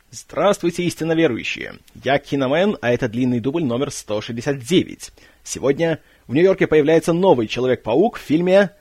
Здравствуйте, истинно верующие! Я Киномен, а это длинный дубль номер 169. Сегодня в Нью-Йорке появляется новый Человек-паук в фильме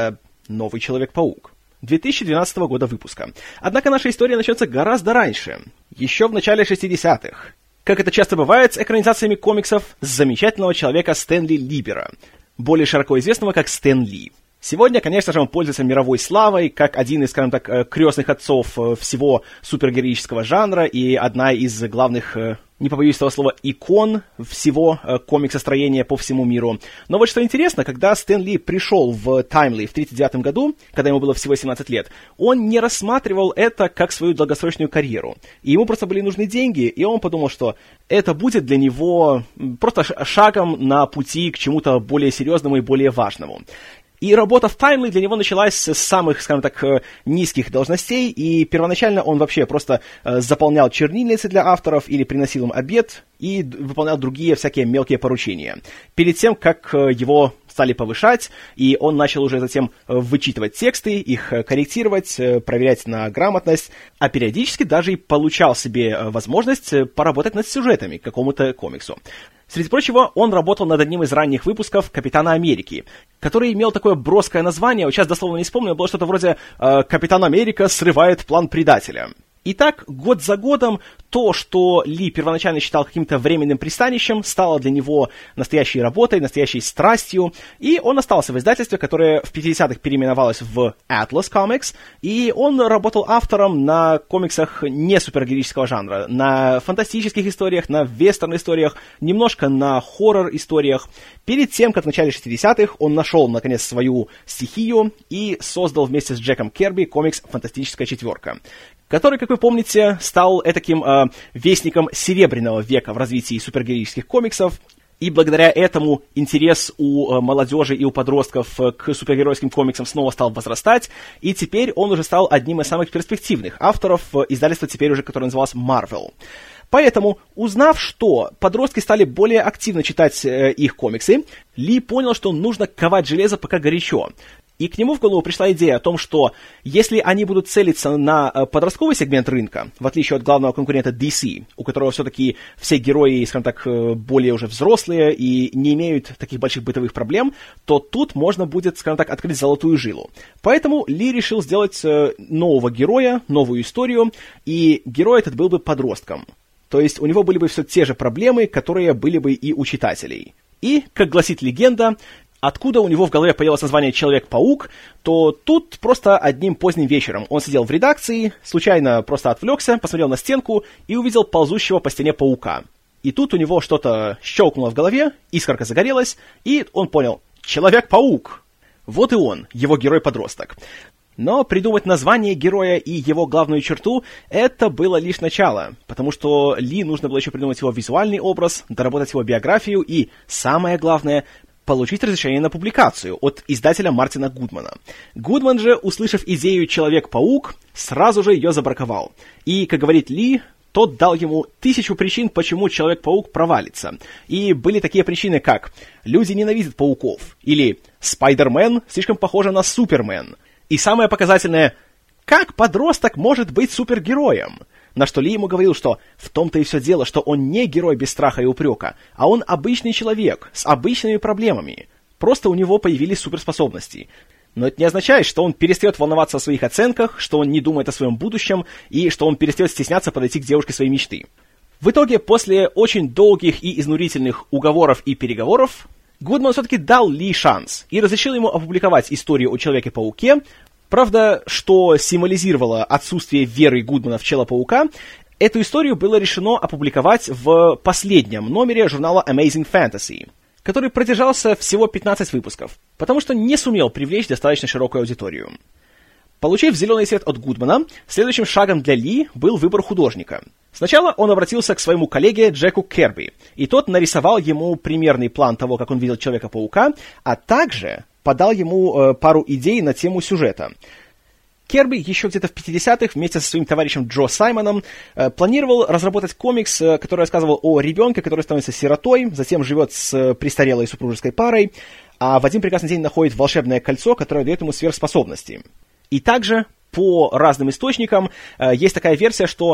«Новый Человек-паук» 2012 года выпуска. Однако наша история начнется гораздо раньше, еще в начале 60-х. Как это часто бывает с экранизациями комиксов, с замечательного человека Стэнли Либера, более широко известного как Стэн Ли. Сегодня, конечно же, он пользуется мировой славой, как один из, скажем так, крестных отцов всего супергероического жанра и одна из главных, не побоюсь этого слова, икон всего комиксостроения по всему миру. Но вот что интересно, когда Стэн Ли пришел в Timely в 1939 году, когда ему было всего 17 лет, он не рассматривал это как свою долгосрочную карьеру. И ему просто были нужны деньги, и он подумал, что это будет для него просто шагом на пути к чему-то более серьезному и более важному. И работа в Timely для него началась с самых, скажем так, низких должностей, и первоначально он вообще просто заполнял чернильницы для авторов или приносил им обед и выполнял другие всякие мелкие поручения. Перед тем, как его стали повышать, и он начал уже затем вычитывать тексты, их корректировать, проверять на грамотность, а периодически даже и получал себе возможность поработать над сюжетами к какому-то комиксу. Среди прочего, он работал над одним из ранних выпусков «Капитана Америки», который имел такое броское название, вот сейчас дословно не вспомню, было что-то вроде «Капитан Америка срывает план предателя». И так, год за годом, то, что Ли первоначально считал каким-то временным пристанищем, стало для него настоящей работой, настоящей страстью, и он остался в издательстве, которое в 50-х переименовалось в Atlas Comics, и он работал автором на комиксах не супергероического жанра, на фантастических историях, на вестерн-историях, немножко на хоррор-историях. Перед тем, как в начале 60-х он нашел, наконец, свою стихию и создал вместе с Джеком Керби комикс «Фантастическая четверка», который, как вы помните, стал этаким вестником серебряного века в развитии супергероических комиксов, и благодаря этому интерес у молодежи и у подростков к супергеройским комиксам снова стал возрастать, и теперь он уже стал одним из самых перспективных авторов издательства, теперь уже, которое называлось Marvel. Поэтому, узнав, что подростки стали более активно читать их комиксы, Ли понял, что нужно ковать железо пока горячо. И к нему в голову пришла идея о том, что если они будут целиться на подростковый сегмент рынка, в отличие от главного конкурента DC, у которого все-таки все герои, скажем так, более уже взрослые и не имеют таких больших бытовых проблем, то тут можно будет, скажем так, открыть золотую жилу. Поэтому Ли решил сделать нового героя, новую историю, и герой этот был бы подростком. То есть у него были бы все те же проблемы, которые были бы и у читателей. И, как гласит легенда, откуда у него в голове появилось название «Человек-паук», то тут просто одним поздним вечером он сидел в редакции, случайно просто отвлекся, посмотрел на стенку и увидел ползущего по стене паука. И тут у него что-то щелкнуло в голове, искорка загорелась, и он понял «Человек-паук». Вот и он, его герой-подросток. Но придумать название героя и его главную черту — это было лишь начало, потому что Ли нужно было еще придумать его визуальный образ, доработать его биографию и, самое главное, получить разрешение на публикацию от издателя Мартина Гудмана. Гудман же, услышав идею «Человек-паук», сразу же ее забраковал. И, как говорит Ли, тот дал ему 1000 причин, почему Человек-паук провалится. И были такие причины, как «Люди ненавидят пауков» или «Спайдермен слишком похож на Супермен». И самое показательное «Как подросток может быть супергероем?» На что Ли ему говорил, что в том-то и все дело, что он не герой без страха и упрека, а он обычный человек с обычными проблемами. Просто у него появились суперспособности. Но это не означает, что он перестает волноваться о своих оценках, что он не думает о своем будущем и что он перестает стесняться подойти к девушке своей мечты. В итоге, после очень долгих и изнурительных уговоров и переговоров, Гудман все-таки дал Ли шанс и разрешил ему опубликовать историю о Человеке-пауке. Правда, что символизировало отсутствие веры Гудмана в Человека-паука, эту историю было решено опубликовать в последнем номере журнала Amazing Fantasy, который продержался всего 15 выпусков, потому что не сумел привлечь достаточно широкую аудиторию. Получив зеленый свет от Гудмана, следующим шагом для Ли был выбор художника. Сначала он обратился к своему коллеге Джеку Керби, и тот нарисовал ему примерный план того, как он видел Человека-паука, а также подал ему пару идей на тему сюжета. Керби еще где-то в 50-х вместе со своим товарищем Джо Саймоном планировал разработать комикс, который рассказывал о ребенке, который становится сиротой, затем живет с престарелой супружеской парой, а в один прекрасный день находит волшебное кольцо, которое дает ему сверхспособности. И также, по разным источникам, есть такая версия, что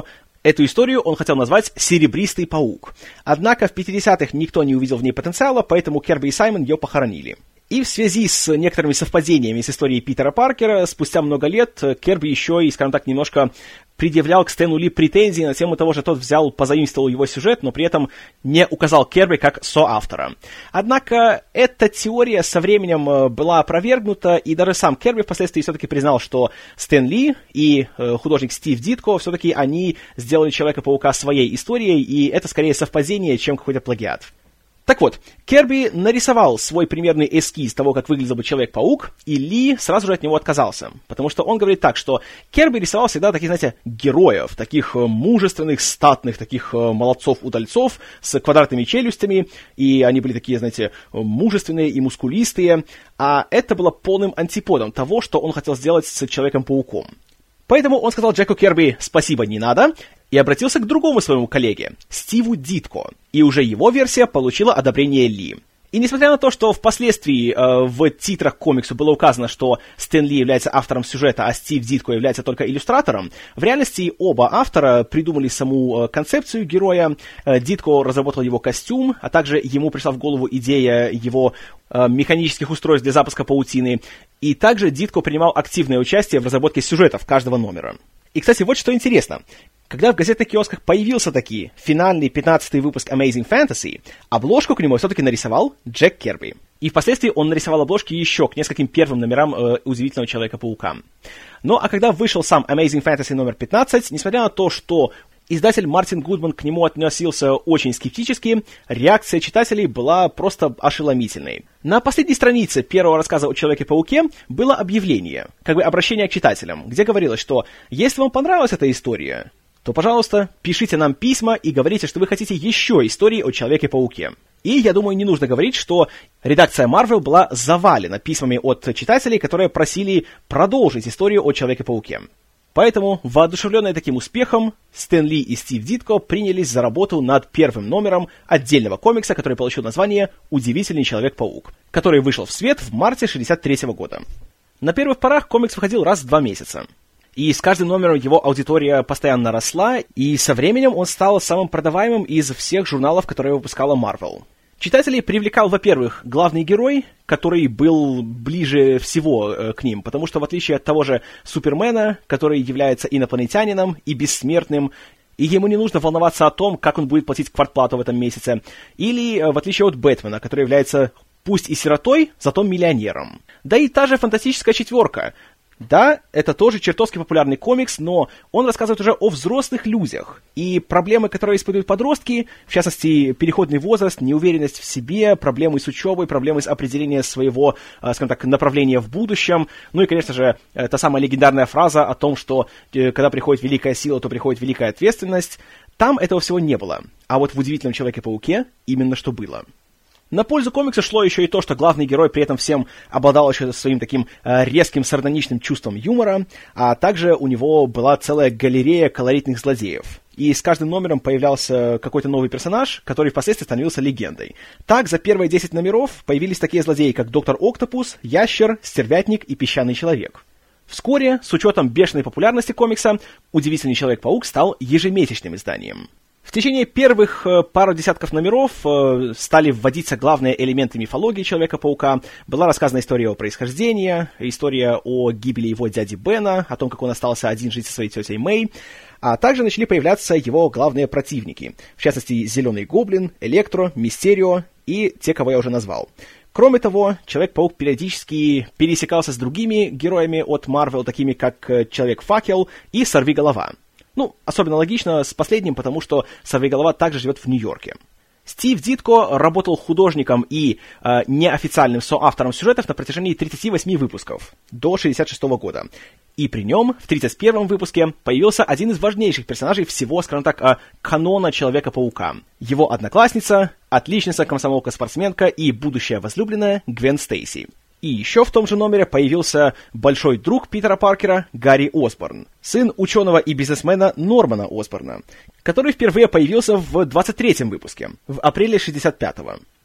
Эту историю он хотел назвать «Серебристый паук». Однако в 50-х никто не увидел в ней потенциала, поэтому Керби и Саймон ее похоронили. И в связи с некоторыми совпадениями с историей Питера Паркера, спустя много лет Керби еще и, скажем так, немножко предъявлял к Стэну Ли претензии на тему того, что тот позаимствовал его сюжет, но при этом не указал Керби как соавтора. Однако эта теория со временем была опровергнута, и даже сам Керби впоследствии все-таки признал, что Стэн Ли и художник Стив Дитко все-таки они сделали Человека-паука своей историей, и это скорее совпадение, чем какой-то плагиат. Так вот, Керби нарисовал свой примерный эскиз того, как выглядел бы Человек-паук, и Ли сразу же от него отказался. Потому что он говорит так, что Керби рисовал всегда таких, знаете, героев, таких мужественных, статных, таких молодцов-удальцов с квадратными челюстями, и они были такие, знаете, мужественные и мускулистые, а это было полным антиподом того, что он хотел сделать с Человеком-пауком. Поэтому он сказал Джеку Керби «спасибо, не надо», и обратился к другому своему коллеге, Стиву Дитко, и уже его версия получила одобрение Ли. И несмотря на то, что впоследствии в титрах к комиксу было указано, что Стэн Ли является автором сюжета, а Стив Дитко является только иллюстратором, в реальности оба автора придумали саму концепцию героя, Дитко разработал его костюм, а также ему пришла в голову идея его механических устройств для запуска паутины, и также Дитко принимал активное участие в разработке сюжетов каждого номера. И, кстати, вот что интересно. Когда в газетных киосках появился таки финальный 15-й выпуск Amazing Fantasy, обложку к нему все-таки нарисовал Джек Керби. И впоследствии он нарисовал обложки еще к нескольким первым номерам Удивительного Человека-паука. Ну, а когда вышел сам Amazing Fantasy номер 15, несмотря на то, что издатель Мартин Гудман к нему относился очень скептически, реакция читателей была просто ошеломительной. На последней странице первого рассказа о Человеке-пауке было объявление, как бы обращение к читателям, где говорилось, что если вам понравилась эта история, то, пожалуйста, пишите нам письма и говорите, что вы хотите еще истории о Человеке-пауке. И, я думаю, не нужно говорить, что редакция Marvel была завалена письмами от читателей, которые просили продолжить историю о Человеке-пауке. Поэтому, воодушевленные таким успехом, Стэн Ли и Стив Дитко принялись за работу над первым номером отдельного комикса, который получил название «Удивительный Человек-паук», который вышел в свет в марте 1963 года. На первых порах комикс выходил раз в 2 месяца. И с каждым номером его аудитория постоянно росла, и со временем он стал самым продаваемым из всех журналов, которые выпускала Marvel. Читателей привлекал, во-первых, главный герой, который был ближе всего к ним, потому что в отличие от того же Супермена, который является инопланетянином и бессмертным, и ему не нужно волноваться о том, как он будет платить квартплату в этом месяце, или в отличие от Бэтмена, который является пусть и сиротой, зато миллионером. Да и та же «Фантастическая четверка». Да, это тоже чертовски популярный комикс, но он рассказывает уже о взрослых людях. И проблемы, которые испытывают подростки, в частности, переходный возраст, неуверенность в себе, проблемы с учебой, проблемы с определением своего, скажем так, направления в будущем. Ну и, конечно же, та самая легендарная фраза о том, что когда приходит великая сила, то приходит великая ответственность. Там этого всего не было. А вот в «Удивительном Человеке-пауке» именно что было. На пользу комикса шло еще и то, что главный герой при этом всем обладал еще своим таким резким сардоничным чувством юмора, а также у него была целая галерея колоритных злодеев. И с каждым номером появлялся какой-то новый персонаж, который впоследствии становился легендой. Так, за первые 10 номеров появились такие злодеи, как Доктор Октопус, Ящер, Стервятник и Песчаный Человек. Вскоре, с учетом бешеной популярности комикса, Удивительный Человек-паук стал ежемесячным изданием. В течение первых пару десятков номеров стали вводиться главные элементы мифологии Человека-паука. Была рассказана история о происхождении, история о гибели его дяди Бена, о том, как он остался один жить со своей тетей Мэй, а также начали появляться его главные противники, в частности, Зеленый Гоблин, Электро, Мистерио и те, кого я уже назвал. Кроме того, Человек-паук периодически пересекался с другими героями от Marvel, такими как Человек-факел и Сорвиголова. Ну, особенно логично с последним, потому что Сорвиголова также живет в Нью-Йорке. Стив Дитко работал художником и неофициальным соавтором сюжетов на протяжении 38 выпусков, до 1966 года. И при нем, в 31-м выпуске, появился один из важнейших персонажей всего, скажем так, канона Человека-паука. Его одноклассница, отличница, комсомолка-спортсменка и будущая возлюбленная Гвен Стейси. И еще в том же номере появился большой друг Питера Паркера Гарри Осборн, сын ученого и бизнесмена Нормана Осборна, который впервые появился в 23-м выпуске, в апреле 65-го.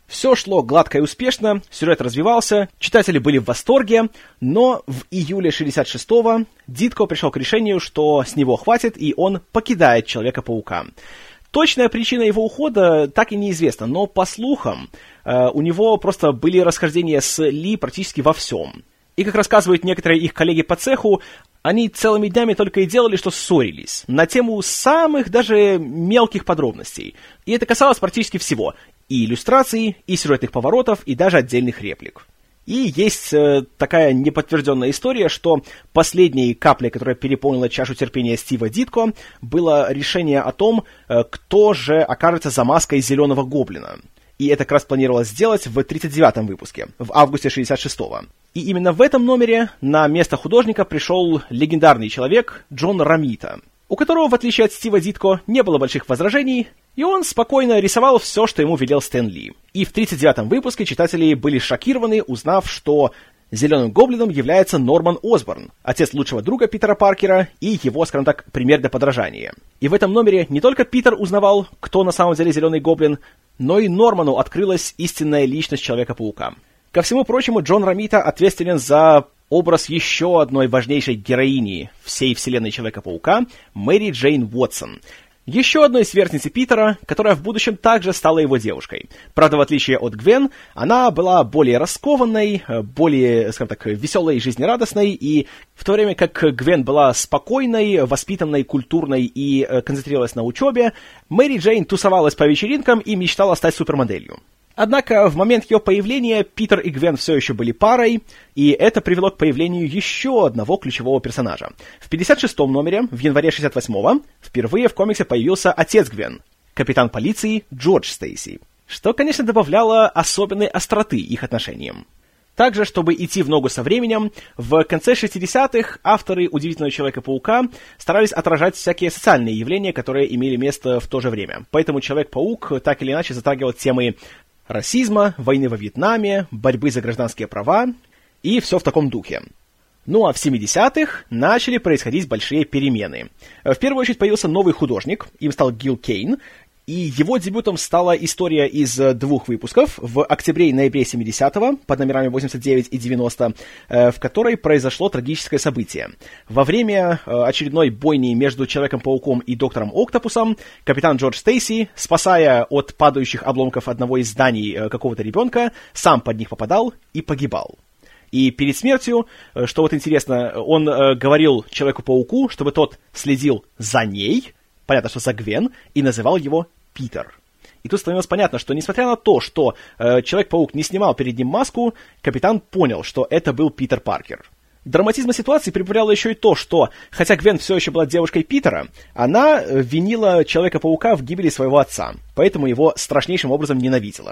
Все шло гладко и успешно, сюжет развивался, читатели были в восторге, но в июле 66-го Дитко пришел к решению, что с него хватит, и он покидает Человека-паука. Точная причина его ухода так и неизвестна, но по слухам у него просто были расхождения с Ли практически во всем. И, как рассказывают некоторые их коллеги по цеху, они целыми днями только и делали, что ссорились на тему самых даже мелких подробностей. И это касалось практически всего. И иллюстраций, и сюжетных поворотов, и даже отдельных реплик. И есть такая неподтвержденная история, что последней каплей, которая переполнила чашу терпения Стива Дитко, было решение о том, кто же окажется за маской Зеленого Гоблина. И это как раз планировалось сделать в 39-м выпуске, в августе 66-го. И именно в этом номере на место художника пришел легендарный человек Джон Ромита, у которого, в отличие от Стива Дитко, не было больших возражений, и он спокойно рисовал все, что ему велел Стэн Ли. И в 39-м выпуске читатели были шокированы, узнав, что Зеленым Гоблином является Норман Осборн, отец лучшего друга Питера Паркера и его, скажем так, пример для подражания. И в этом номере не только Питер узнавал, кто на самом деле Зеленый Гоблин, но и Норману открылась истинная личность Человека-паука. Ко всему прочему, Джон Ромита ответственен за образ еще одной важнейшей героини всей вселенной Человека-паука — Мэри Джейн Уотсон. Еще одной сверстницы Питера, которая в будущем также стала его девушкой. Правда, в отличие от Гвен, она была более раскованной, более, скажем так, веселой и жизнерадостной, и в то время как Гвен была спокойной, воспитанной, культурной и концентрировалась на учебе, Мэри Джейн тусовалась по вечеринкам и мечтала стать супермоделью. Однако в момент ее появления Питер и Гвен все еще были парой, и это привело к появлению еще одного ключевого персонажа. В 56-м номере, в январе 68-го, впервые в комиксе появился отец Гвен, капитан полиции Джордж Стейси, что, конечно, добавляло особенной остроты их отношениям. Также, чтобы идти в ногу со временем, в конце 60-х авторы «Удивительного Человека-паука» старались отражать всякие социальные явления, которые имели место в то же время. Поэтому Человек-паук так или иначе затрагивал темы расизма, войны во Вьетнаме, борьбы за гражданские права и все в таком духе. Ну а в 70-х начали происходить большие перемены. В первую очередь появился новый художник, им стал Гил Кейн, и его дебютом стала история из 2 выпусков в октябре и ноябре 70-го под номерами 89 и 90, в которой произошло трагическое событие. Во время очередной бойни между Человеком-пауком и Доктором Октопусом капитан Джордж Стейси, спасая от падающих обломков одного из зданий какого-то ребенка, сам под них попадал и погибал. И перед смертью, что вот интересно, он говорил Человеку-пауку, чтобы тот следил за ней, понятно, что за Гвен, и называл его Питер. И тут становилось понятно, что несмотря на то, что Человек-паук не снимал перед ним маску, капитан понял, что это был Питер Паркер. Драматизма ситуации прибавляло еще и то, что, хотя Гвен все еще была девушкой Питера, она винила Человека-паука в гибели своего отца, поэтому его страшнейшим образом ненавидела.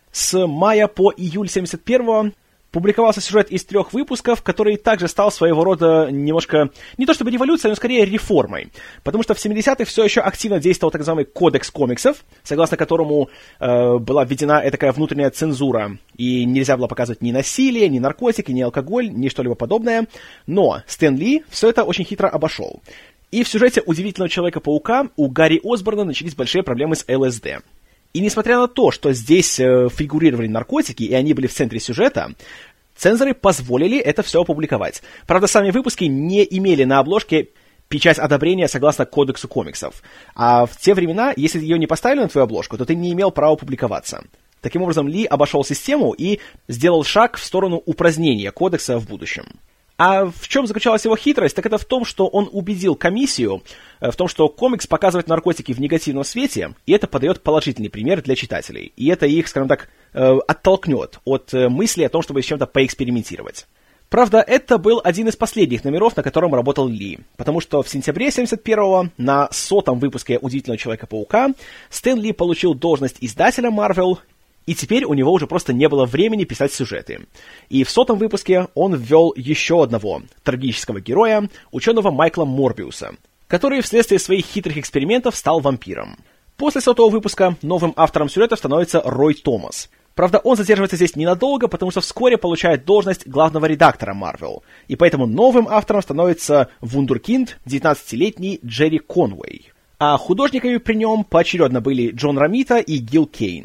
С мая по июль 71-го публиковался сюжет из 3 выпусков, который также стал своего рода немножко, не то чтобы революцией, но скорее реформой. Потому что в 70-х все еще активно действовал так называемый кодекс комиксов, согласно которому была введена такая внутренняя цензура, и нельзя было показывать ни насилие, ни наркотики, ни алкоголь, ни что-либо подобное. Но Стэн Ли все это очень хитро обошел. И в сюжете «Удивительного Человека-паука» у Гарри Осборна начались большие проблемы с ЛСД. И несмотря на то, что здесь фигурировали наркотики, и они были в центре сюжета, цензоры позволили это все опубликовать. Правда, сами выпуски не имели на обложке печать одобрения согласно кодексу комиксов. А в те времена, если ее не поставили на твою обложку, то ты не имел права публиковаться. Таким образом, Ли обошел систему и сделал шаг в сторону упразднения кодекса в будущем. А в чем заключалась его хитрость, так это в том, что он убедил комиссию в том, что комикс показывает наркотики в негативном свете, и это подает положительный пример для читателей. И это их, скажем так, оттолкнет от мысли о том, чтобы с чем-то поэкспериментировать. Правда, это был один из последних номеров, на котором работал Ли, потому что в сентябре 71-го на 100-м выпуске «Удивительного Человека-паука» Стэн Ли получил должность издателя Marvel, и теперь у него уже просто не было времени писать сюжеты. И в 100-м выпуске он ввел еще одного трагического героя, ученого Майкла Морбиуса, который вследствие своих хитрых экспериментов стал вампиром. После 100-го выпуска новым автором сюжета становится Рой Томас. Правда, он задерживается здесь ненадолго, потому что вскоре получает должность главного редактора Marvel. И поэтому новым автором становится вундеркинд, 19-летний Джерри Конвей. А художниками при нем поочередно были Джон Ромита и Гил Кейн.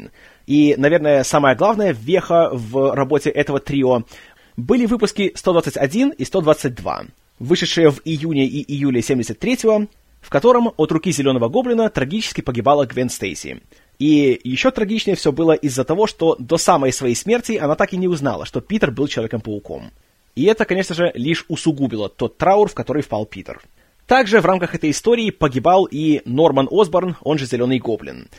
И, наверное, самая главная веха в работе этого трио были выпуски 121 и 122, вышедшие в июне и июле 73-го, в котором от руки Зеленого Гоблина трагически погибала Гвен Стейси. И еще трагичнее все было из-за того, что до самой своей смерти она так и не узнала, что Питер был Человеком-пауком. И это, конечно же, лишь усугубило тот траур, в который впал Питер. Также в рамках этой истории погибал и Норман Осборн, он же Зеленый Гоблин.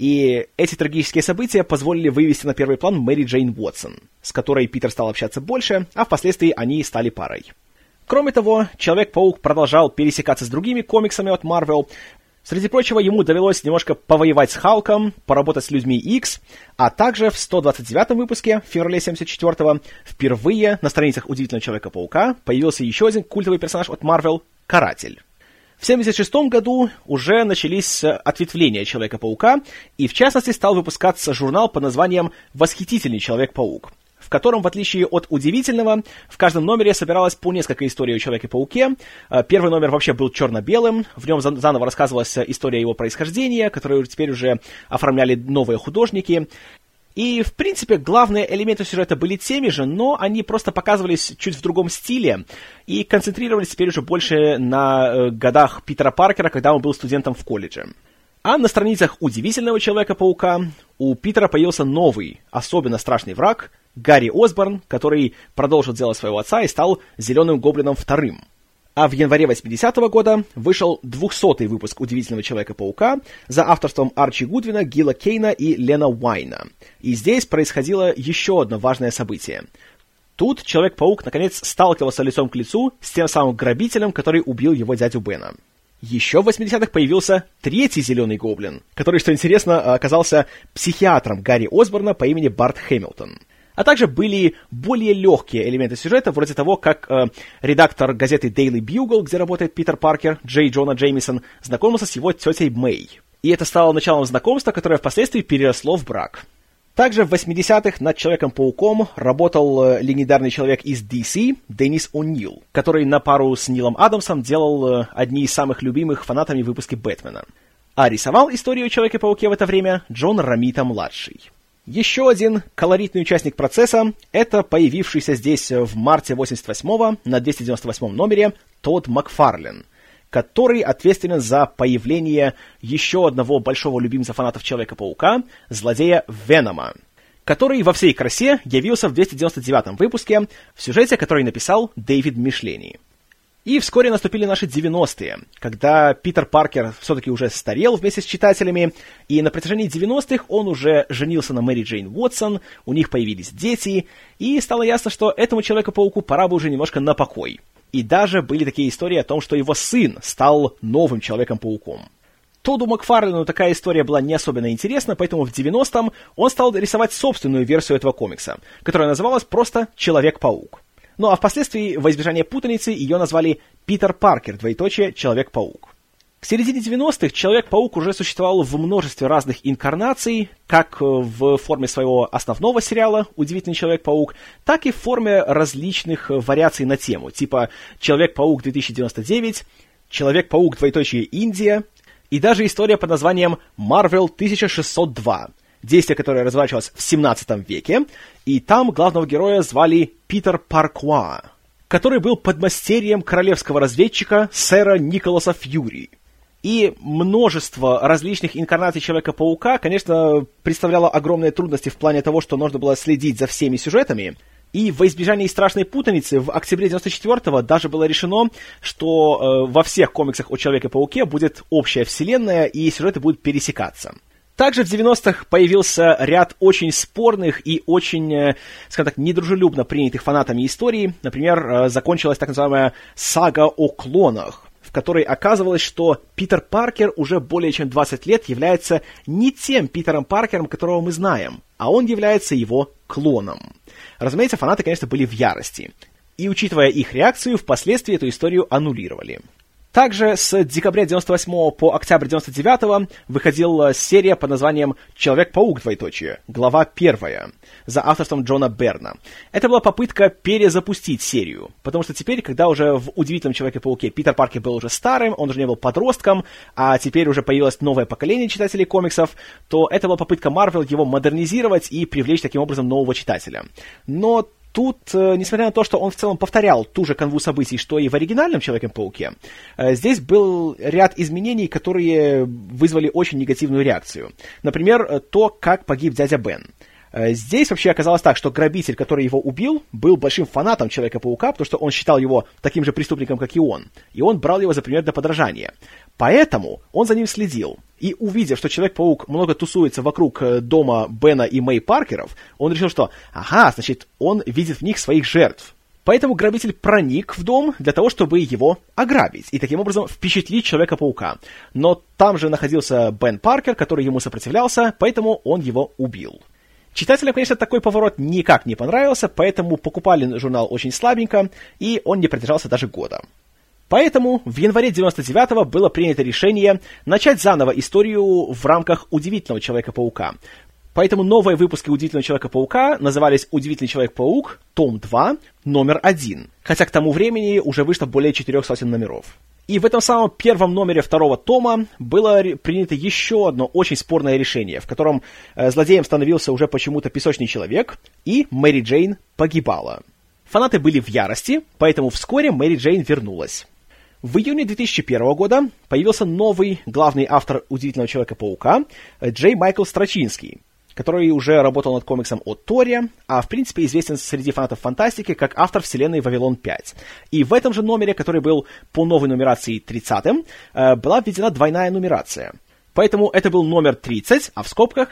И эти трагические события позволили вывести на первый план Мэри Джейн Уотсон, с которой Питер стал общаться больше, а впоследствии они стали парой. Кроме того, Человек-паук продолжал пересекаться с другими комиксами от Marvel. Среди прочего, ему довелось немножко повоевать с Халком, поработать с Людьми Икс, а также в 129-м выпуске, в феврале 74-го, впервые на страницах Удивительного Человека-паука появился еще один культовый персонаж от Marvel — Каратель. В 76-м году уже начались ответвления Человека-паука, и в частности стал выпускаться журнал под названием «Восхитительный Человек-паук», в котором, в отличие от «Удивительного», в каждом номере собиралось по несколько историй о Человеке-пауке. Первый номер вообще был черно-белым, в нем заново рассказывалась история его происхождения, которую теперь уже оформляли новые художники. И, в принципе, главные элементы сюжета были теми же, но они просто показывались чуть в другом стиле и концентрировались теперь уже больше на годах Питера Паркера, когда он был студентом в колледже. А на страницах Удивительного Человека-паука у Питера появился новый, особенно страшный враг — Гарри Осборн, который продолжил дело своего отца и стал Зеленым Гоблином вторым. А в январе 80-го года вышел 200-й выпуск Удивительного Человека-паука за авторством Арчи Гудвина, Гила Кейна и Лена Уайна. И здесь происходило еще одно важное событие. Тут Человек-паук наконец сталкивался лицом к лицу с тем самым грабителем, который убил его дядю Бена. Еще в 80-х появился третий Зеленый Гоблин, который, что интересно, оказался психиатром Гарри Осборна по имени Барт Хэмилтон. А также были более легкие элементы сюжета, вроде того, как редактор газеты Daily Bugle, где работает Питер Паркер, Джей Джона Джеймисон, знакомился с его тетей Мэй. И это стало началом знакомства, которое впоследствии переросло в брак. Также в 80-х над Человеком-пауком работал легендарный человек из DC Деннис О'Нил, который на пару с Нилом Адамсом делал одни из самых любимых фанатами выпуски Бэтмена. А рисовал историю о Человеке-пауке в это время Джон Ромита-младший. Еще один колоритный участник процесса — это появившийся здесь в марте 88-го на 298-м номере Тодд Макфарлен, который ответственен за появление еще одного большого любимца фанатов Человека-паука, злодея Венома, который во всей красе явился в 299-м выпуске в сюжете, который написал Дэвид Мишлени. И вскоре наступили наши 90-е, когда Питер Паркер все-таки уже старел вместе с читателями, и на протяжении 90-х он уже женился на Мэри Джейн Уотсон, у них появились дети, и стало ясно, что этому Человеку-пауку пора бы уже немножко на покой. И даже были такие истории о том, что его сын стал новым Человеком-пауком. Тодду Макфарлену такая история была не особенно интересна, поэтому в 90-м он стал рисовать собственную версию этого комикса, которая называлась просто «Человек-паук». Ну а впоследствии, во избежание путаницы, ее назвали «Питер Паркер, Человек-паук». К середине 90-х Человек-паук уже существовал в множестве разных инкарнаций, как в форме своего основного сериала «Удивительный Человек-паук», так и в форме различных вариаций на тему, типа «Человек-паук 2099», «Человек-паук, Индия» и даже история под названием «Marvel 1602», действие, которое разворачивалось в 17 веке, и там главного героя звали Питер Паркуа, который был подмастерьем королевского разведчика сэра Николаса Фьюри. И множество различных инкарнаций Человека-паука, конечно, представляло огромные трудности в плане того, что нужно было следить за всеми сюжетами. И во избежание страшной путаницы в октябре 94-го даже было решено, что во всех комиксах о Человеке-пауке будет общая вселенная, и сюжеты будут пересекаться. Также в 90-х появился ряд очень спорных и очень, скажем так, недружелюбно принятых фанатами историй. Например, закончилась так называемая «Сага о клонах», в которой оказывалось, что Питер Паркер уже более чем 20 лет является не тем Питером Паркером, которого мы знаем, а он является его клоном. Разумеется, фанаты, конечно, были в ярости. И, учитывая их реакцию, впоследствии эту историю аннулировали. Также с декабря 98 по октябрь 99 выходила серия под названием «Человек-паук, двоеточие», глава 1, за авторством Джона Берна. Это была попытка перезапустить серию, потому что теперь, когда уже в «Удивительном Человеке-пауке» Питер Паркер был уже старым, он уже не был подростком, а теперь уже появилось новое поколение читателей комиксов, то это была попытка Марвел его модернизировать и привлечь таким образом нового читателя. Но тут, несмотря на то, что он в целом повторял ту же канву событий, что и в оригинальном Человеке-пауке, здесь был ряд изменений, которые вызвали очень негативную реакцию. Например, то, как погиб дядя Бен. Здесь вообще оказалось так, что грабитель, который его убил, был большим фанатом Человека-паука, потому что он считал его таким же преступником, как и он брал его за пример для подражания. Поэтому он за ним следил. И увидев, что Человек-паук много тусуется вокруг дома Бена и Мэй Паркеров, он решил, что, значит, он видит в них своих жертв. Поэтому грабитель проник в дом для того, чтобы его ограбить и таким образом впечатлить Человека-паука. Но там же находился Бен Паркер, который ему сопротивлялся, поэтому он его убил. Читателям, конечно, такой поворот никак не понравился, поэтому покупали журнал очень слабенько, и он не продержался даже года. Поэтому в январе 99-го было принято решение начать заново историю в рамках «Удивительного Человека-паука». Поэтому новые выпуски «Удивительного Человека-паука» назывались «Удивительный Человек-паук. Том 2. Номер 1», хотя к тому времени уже вышло более 400 номеров. И в этом самом первом номере второго тома было принято еще одно очень спорное решение, в котором злодеем становился уже почему-то песочный человек, и Мэри Джейн погибала. Фанаты были в ярости, поэтому вскоре Мэри Джейн вернулась. В июне 2001 года появился новый главный автор «Удивительного Человека-паука» Джей Майкл Страчинский, который уже работал над комиксом о Торе, а в принципе известен среди фанатов фантастики как автор вселенной «Вавилон 5». И в этом же номере, который был по новой нумерации 30-м, была введена двойная нумерация. Поэтому это был номер 30, а в скобках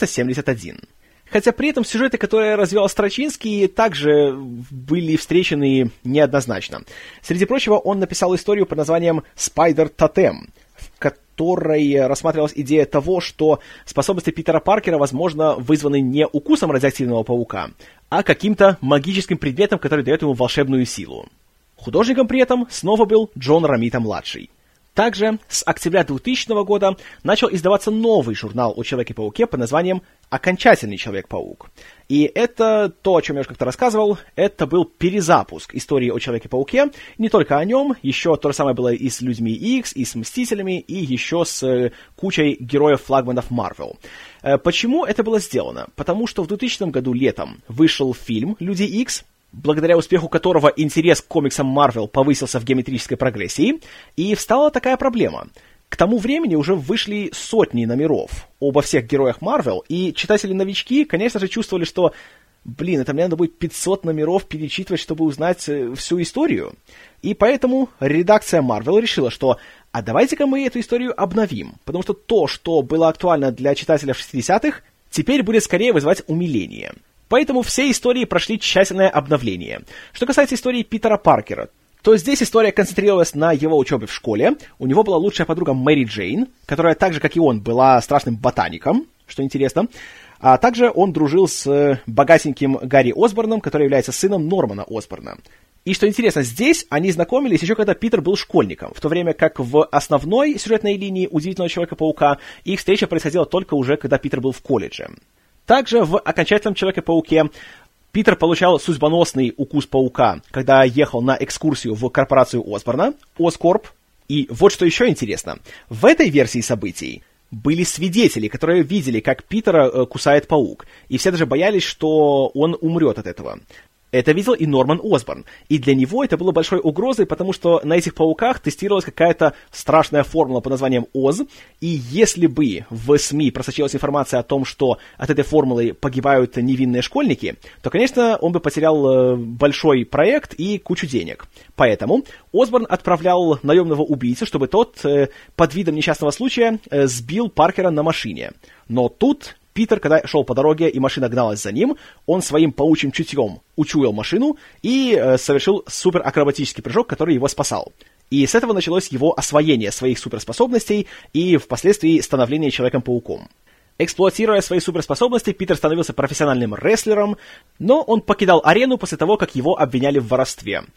471. Хотя при этом сюжеты, которые развивал Страчинский, также были встречены неоднозначно. Среди прочего, он написал историю под названием «Спайдер Тотем», в которой рассматривалась идея того, что способности Питера Паркера, возможно, вызваны не укусом радиоактивного паука, а каким-то магическим предметом, который дает ему волшебную силу. Художником при этом снова был Джон Ромита-младший. Также с октября 2000 года начал издаваться новый журнал о Человеке-пауке под названием «Окончательный Человек-паук». И это то, о чем я уже как-то рассказывал, это был перезапуск истории о Человеке-пауке. Не только о нем, еще то же самое было и с Людьми Икс, и с Мстителями, и еще с кучей героев-флагманов Марвел. Почему это было сделано? Потому что в 2000 году летом вышел фильм «Люди Икс», благодаря успеху которого интерес к комиксам Марвел повысился в геометрической прогрессии, и встала такая проблема. К тому времени уже вышли сотни номеров обо всех героях Марвел, и читатели-новички, конечно же, чувствовали, что, это мне надо будет 500 номеров перечитывать, чтобы узнать всю историю. И поэтому редакция Марвел решила, что давайте-ка мы эту историю обновим, потому что то, что было актуально для читателя в 60-х, теперь будет скорее вызывать умиление. Поэтому все истории прошли тщательное обновление. Что касается истории Питера Паркера, то здесь история концентрировалась на его учебе в школе. У него была лучшая подруга Мэри Джейн, которая так же, как и он, была страшным ботаником, что интересно. А также он дружил с богатеньким Гарри Осборном, который является сыном Нормана Осборна. И что интересно, здесь они знакомились еще когда Питер был школьником, в то время как в основной сюжетной линии «Удивительного Человека-паука» их встреча происходила только уже, когда Питер был в колледже. Также в «Окончательном Человеке-пауке» Питер получал судьбоносный укус паука, когда ехал на экскурсию в корпорацию Осборна, Оскорп. И вот что еще интересно. В этой версии событий были свидетели, которые видели, как Питера кусает паук, и все даже боялись, что он умрет от этого. Это видел и Норман Осборн, и для него это было большой угрозой, потому что на этих пауках тестировалась какая-то страшная формула под названием ОЗ, и если бы в СМИ просочилась информация о том, что от этой формулы погибают невинные школьники, то, конечно, он бы потерял большой проект и кучу денег. Поэтому Осборн отправлял наемного убийцу, чтобы тот под видом несчастного случая сбил Паркера на машине. Но тут Питер, когда шел по дороге и машина гналась за ним, он своим паучьим чутьем учуял машину и совершил суперакробатический прыжок, который его спасал. И с этого началось его освоение своих суперспособностей и впоследствии становление Человеком-пауком. Эксплуатируя свои суперспособности, Питер становился профессиональным рестлером, но он покидал арену после того, как его обвиняли в воровстве.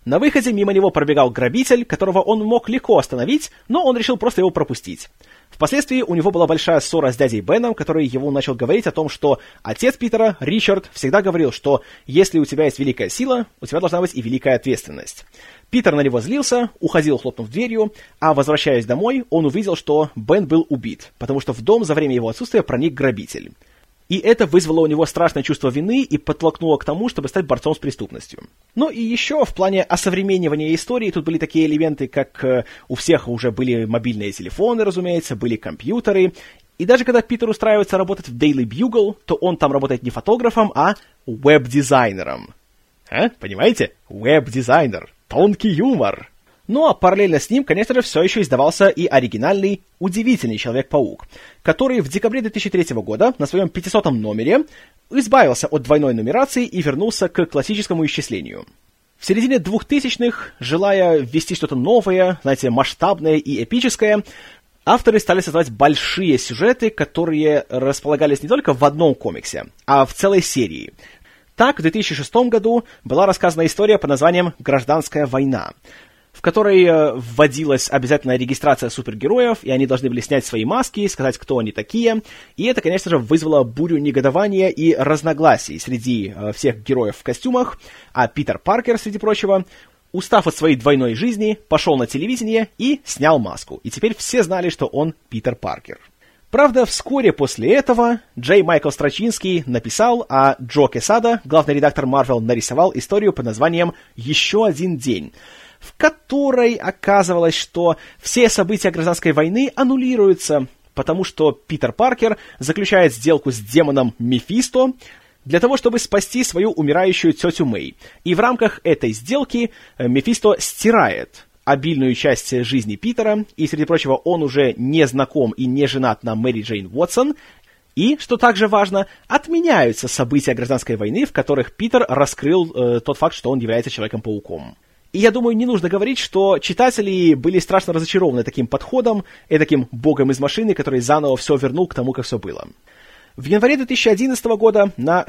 На выходе мимо него пробегал грабитель, которого он мог легко остановить, но он решил просто его пропустить. Впоследствии у него была большая ссора с дядей Беном, который его начал говорить о том, что отец Питера, Ричард, всегда говорил, что если у тебя есть великая сила, у тебя должна быть и великая ответственность. Питер на него злился, уходил, хлопнув дверью, а возвращаясь домой, он увидел, что Бен был убит, потому что в дом за время его отсутствия проник грабитель. И это вызвало у него страшное чувство вины и подтолкнуло к тому, чтобы стать борцом с преступностью. Ну и еще в плане осовременивания истории тут были такие элементы, как у всех уже были мобильные телефоны, разумеется, были компьютеры. И даже когда Питер устраивается работать в Daily Bugle, то он там работает не фотографом, а веб-дизайнером. Понимаете? Веб-дизайнер. Тонкий юмор. Ну а параллельно с ним, конечно же, все еще издавался и оригинальный, удивительный Человек-паук, который в декабре 2003 года на своем 500-м номере избавился от двойной нумерации и вернулся к классическому исчислению. В середине 2000-х, желая ввести что-то новое, знаете, масштабное и эпическое, авторы стали создавать большие сюжеты, которые располагались не только в одном комиксе, а в целой серии. Так, в 2006 году была рассказана история под названием «Гражданская война», в которой вводилась обязательная регистрация супергероев, и они должны были снять свои маски, сказать, кто они такие. И это, конечно же, вызвало бурю негодования и разногласий среди всех героев в костюмах, а Питер Паркер, среди прочего, устав от своей двойной жизни, пошел на телевидение и снял маску. И теперь все знали, что он Питер Паркер. Правда, вскоре после этого Джей Майкл Страчинский написал, а Джо Кесада, главный редактор Marvel, нарисовал историю под названием «Еще один день», в которой оказывалось, что все события гражданской войны аннулируются, потому что Питер Паркер заключает сделку с демоном Мефисто для того, чтобы спасти свою умирающую тетю Мэй. И в рамках этой сделки Мефисто стирает обильную часть жизни Питера, и, среди прочего, он уже не знаком и не женат на Мэри Джейн Уотсон, и, что также важно, отменяются события гражданской войны, в которых Питер раскрыл тот факт, что он является Человеком-пауком. И я думаю, не нужно говорить, что читатели были страшно разочарованы таким подходом, таким богом из машины, который заново все вернул к тому, как все было. В январе 2011 года на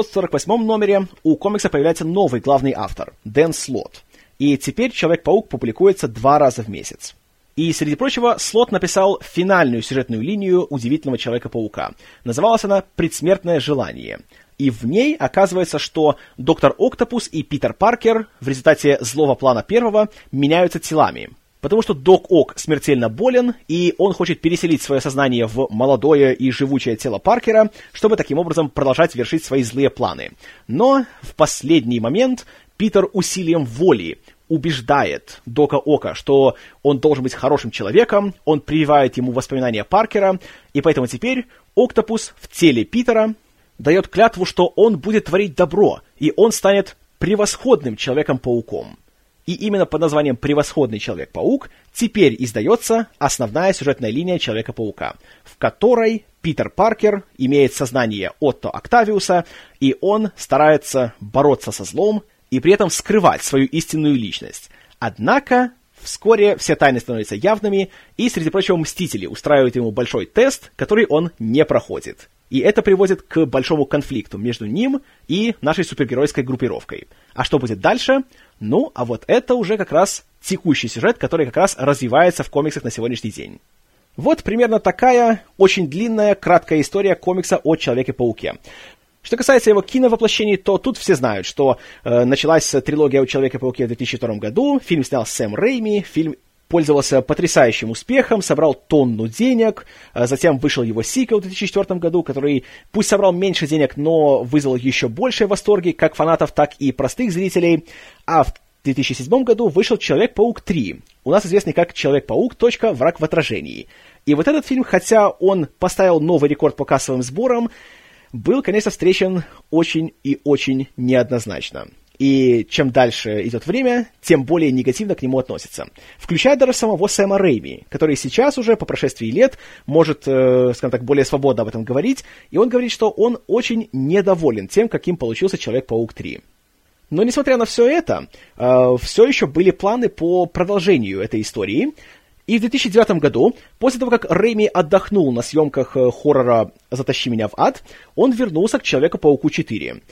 648 номере у комикса появляется новый главный автор, Дэн Слотт. И теперь Человек-паук публикуется 2 раза в месяц. И, среди прочего, Слотт написал финальную сюжетную линию удивительного Человека-паука. Называлась она «Предсмертное желание». И в ней оказывается, что Доктор Октопус и Питер Паркер в результате злого плана первого меняются телами. Потому что Док Ок смертельно болен, и он хочет переселить свое сознание в молодое и живучее тело Паркера, чтобы таким образом продолжать вершить свои злые планы. Но в последний момент Питер усилием воли убеждает Дока Ока, что он должен быть хорошим человеком, он прививает ему воспоминания Паркера, и поэтому теперь Октопус в теле Питера дает клятву, что он будет творить добро, и он станет превосходным Человеком-пауком. И именно под названием «Превосходный Человек-паук» теперь издается основная сюжетная линия Человека-паука, в которой Питер Паркер имеет сознание Отто Октавиуса, и он старается бороться со злом и при этом скрывать свою истинную личность. Однако вскоре все тайны становятся явными, и, среди прочего, Мстители устраивают ему большой тест, который он не проходит. И это приводит к большому конфликту между ним и нашей супергеройской группировкой. А что будет дальше? Ну, а вот это уже как раз текущий сюжет, который как раз развивается в комиксах на сегодняшний день. Вот примерно такая очень длинная, краткая история комикса о Человеке-пауке. Что касается его киновоплощений, то тут все знают, что началась трилогия о Человеке-пауке в 2002 году, фильм снял Сэм Рэйми, фильм пользовался потрясающим успехом, собрал тонну денег, затем вышел его сиквел в 2004 году, который пусть собрал меньше денег, но вызвал еще большие восторги как фанатов, так и простых зрителей, а в 2007 году вышел Человек-паук 3, у нас известный как Человек-паук. Враг в отражении. И вот этот фильм, хотя он поставил новый рекорд по кассовым сборам, был, конечно, встречен очень и очень неоднозначно. И чем дальше идет время, тем более негативно к нему относятся. Включая даже самого Сэма Рэйми, который сейчас уже, по прошествии лет, может, скажем так, более свободно об этом говорить. И он говорит, что он очень недоволен тем, каким получился Человек-паук 3. Но, несмотря на все это, все еще были планы по продолжению этой истории. И в 2009 году, после того, как Рэйми отдохнул на съемках хоррора «Затащи меня в ад», он вернулся к Человеку-пауку 4.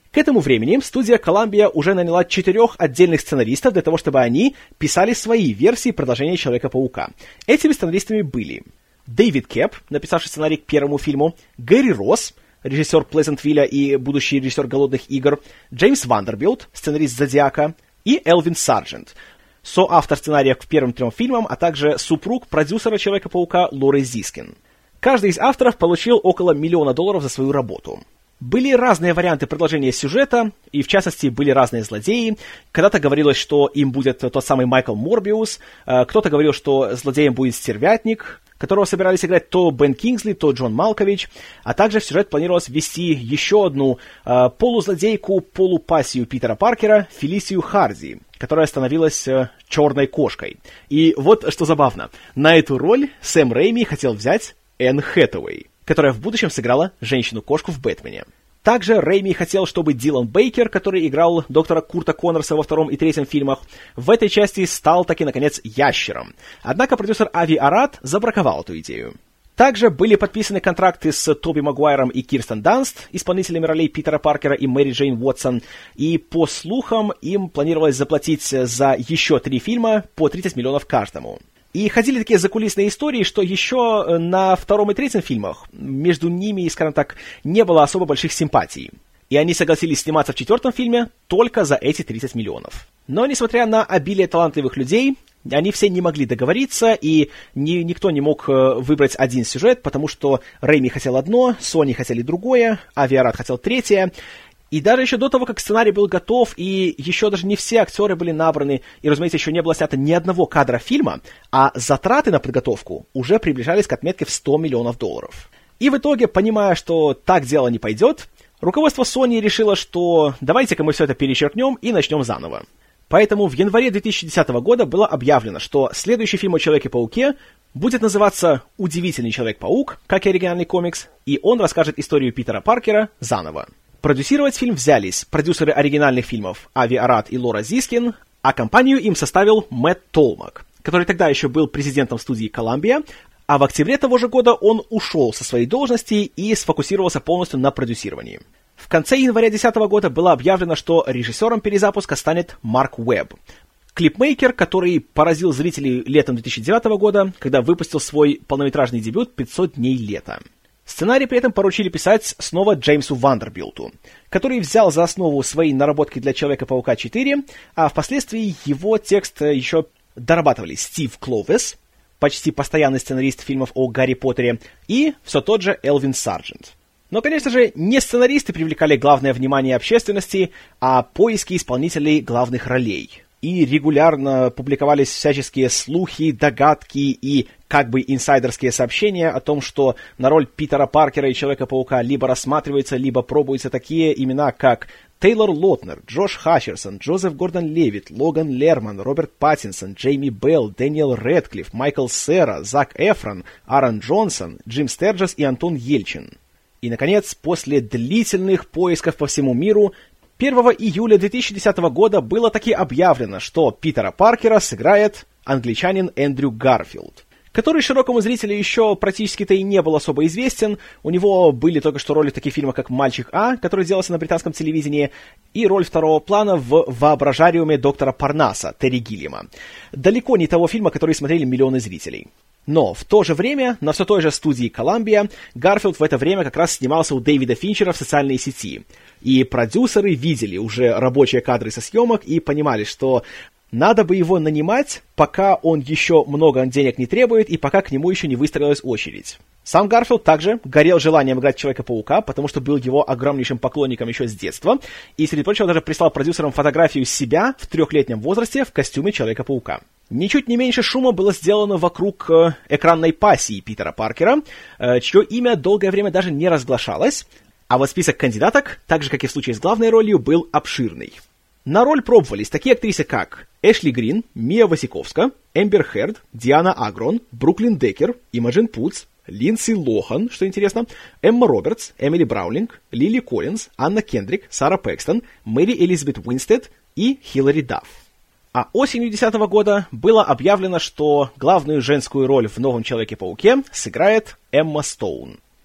К этому времени студия Columbia уже наняла 4 отдельных сценаристов для того, чтобы они писали свои версии продолжения Человека-паука. Этими сценаристами были Дэвид Кэп, написавший сценарий к первому фильму, Гэри Росс, режиссер Плезентвилля и будущий режиссер «Голодных игр», Джеймс Вандербилт, сценарист «Зодиака», и Элвин Сарджент, соавтор сценариев к первым 3 фильмам, а также супруг продюсера Человека-паука Лоры Зискин. Каждый из авторов получил около $1 миллион за свою работу. Были разные варианты продолжения сюжета, и в частности были разные злодеи. Когда-то говорилось, что им будет тот самый Майкл Морбиус, кто-то говорил, что злодеем будет Стервятник, которого собирались играть то Бен Кингсли, то Джон Малкович, а также в сюжет планировалось ввести еще одну полузлодейку, полупассию Питера Паркера, Фелисию Харди, которая становилась черной кошкой. И вот что забавно, на эту роль Сэм Рэйми хотел взять Энн Хэтэуэй, которая в будущем сыграла женщину-кошку в «Бэтмене». Также Рэйми хотел, чтобы Дилан Бейкер, который играл доктора Курта Коннорса во 2 и 3 фильмах, в этой части стал таки, наконец, ящером. Однако продюсер Ави Арад забраковал эту идею. Также были подписаны контракты с Тоби Магуайром и Кирстен Данст, исполнителями ролей Питера Паркера и Мэри Джейн Уотсон, и, по слухам, им планировалось заплатить за еще 3 фильма по $30 миллионов каждому. И ходили такие закулисные истории, что еще на 2 и 3 фильмах между ними, скажем так, не было особо больших симпатий. И они согласились сниматься в 4 фильме только за эти $30 миллионов. Но, несмотря на обилие талантливых людей, они все не могли договориться, и никто не мог выбрать один сюжет, потому что Рэйми хотел одно, Сони хотели другое, Ави Арад хотел третье. И даже еще до того, как сценарий был готов, и еще даже не все актеры были набраны, и, разумеется, еще не было снято ни одного кадра фильма, а затраты на подготовку уже приближались к отметке в $100 миллионов. И в итоге, понимая, что так дело не пойдет, руководство Sony решило, что давайте-ка мы все это перечеркнем и начнем заново. Поэтому в январе 2010 года было объявлено, что следующий фильм о Человеке-пауке будет называться «Удивительный Человек-паук», как и оригинальный комикс, и он расскажет историю Питера Паркера заново. Продюсировать фильм взялись продюсеры оригинальных фильмов Ави Арад и Лора Зискин, а компанию им составил Мэтт Толмак, который тогда еще был президентом студии Columbia, а в октябре того же года он ушел со своей должности и сфокусировался полностью на продюсировании. В конце января 2010 года было объявлено, что режиссером перезапуска станет Марк Уэбб, клипмейкер, который поразил зрителей летом 2009 года, когда выпустил свой полнометражный дебют «500 дней лета». Сценарий при этом поручили писать снова Джеймсу Вандербилту, который взял за основу свои наработки для Человека-паука 4, а впоследствии его текст еще дорабатывали Стив Кловес, почти постоянный сценарист фильмов о Гарри Поттере, и все тот же Элвин Сарджент. Но, конечно же, не сценаристы привлекали главное внимание общественности, а поиски исполнителей главных ролей. И регулярно публиковались всяческие слухи, догадки и как бы инсайдерские сообщения о том, что на роль Питера Паркера и Человека-паука либо рассматриваются, либо пробуются такие имена, как Тейлор Лотнер, Джош Хатчерсон, Джозеф Гордон-Левитт, Логан Лерман, Роберт Паттинсон, Джейми Белл, Дэниел Рэдклифф, Майкл Сера, Зак Эфрон, Аарон Джонсон, Джим Стерджес и Антон Ельчин. И, наконец, после длительных поисков по всему миру, 1 июля 2010 года было таки объявлено, что Питера Паркера сыграет англичанин Эндрю Гарфилд, который широкому зрителю еще практически-то и не был особо известен. У него были только что роли в таких фильмах, как «Мальчик А», который делался на британском телевидении, и роль второго плана в «Воображариуме доктора Парнаса» Терри Гиллиама. Далеко не того фильма, который смотрели миллионы зрителей. Но в то же время на все той же студии Columbia Гарфилд в это время как раз снимался у Дэвида Финчера в социальной сети. И продюсеры видели уже рабочие кадры со съемок и понимали, что надо бы его нанимать, пока он еще много денег не требует и пока к нему еще не выстроилась очередь. Сам Гарфилд также горел желанием играть Человека-паука, потому что был его огромнейшим поклонником еще с детства, и, среди прочего, даже прислал продюсерам фотографию себя в 3-летнем возрасте в костюме Человека-паука. Ничуть не меньше шума было сделано вокруг экранной пассии Питера Паркера, чье имя долгое время даже не разглашалось, а вот список кандидаток, так же, как и в случае с главной ролью, был обширный. На роль пробовались такие актрисы, как Эшли Грин, Мия Васиковска, Эмбер Херд, Диана Агрон, Бруклин Деккер, Имаджин Путс, Линдси Лохан, что интересно, Эмма Робертс, Эмили Браулинг, Лили Коллинз, Анна Кендрик, Сара Пэкстон, Мэри Элизабет Уинстед и Хиллари Дафф. А осенью 2010 года было объявлено, что главную женскую роль в новом Человеке-пауке сыграет Эмма Стоун.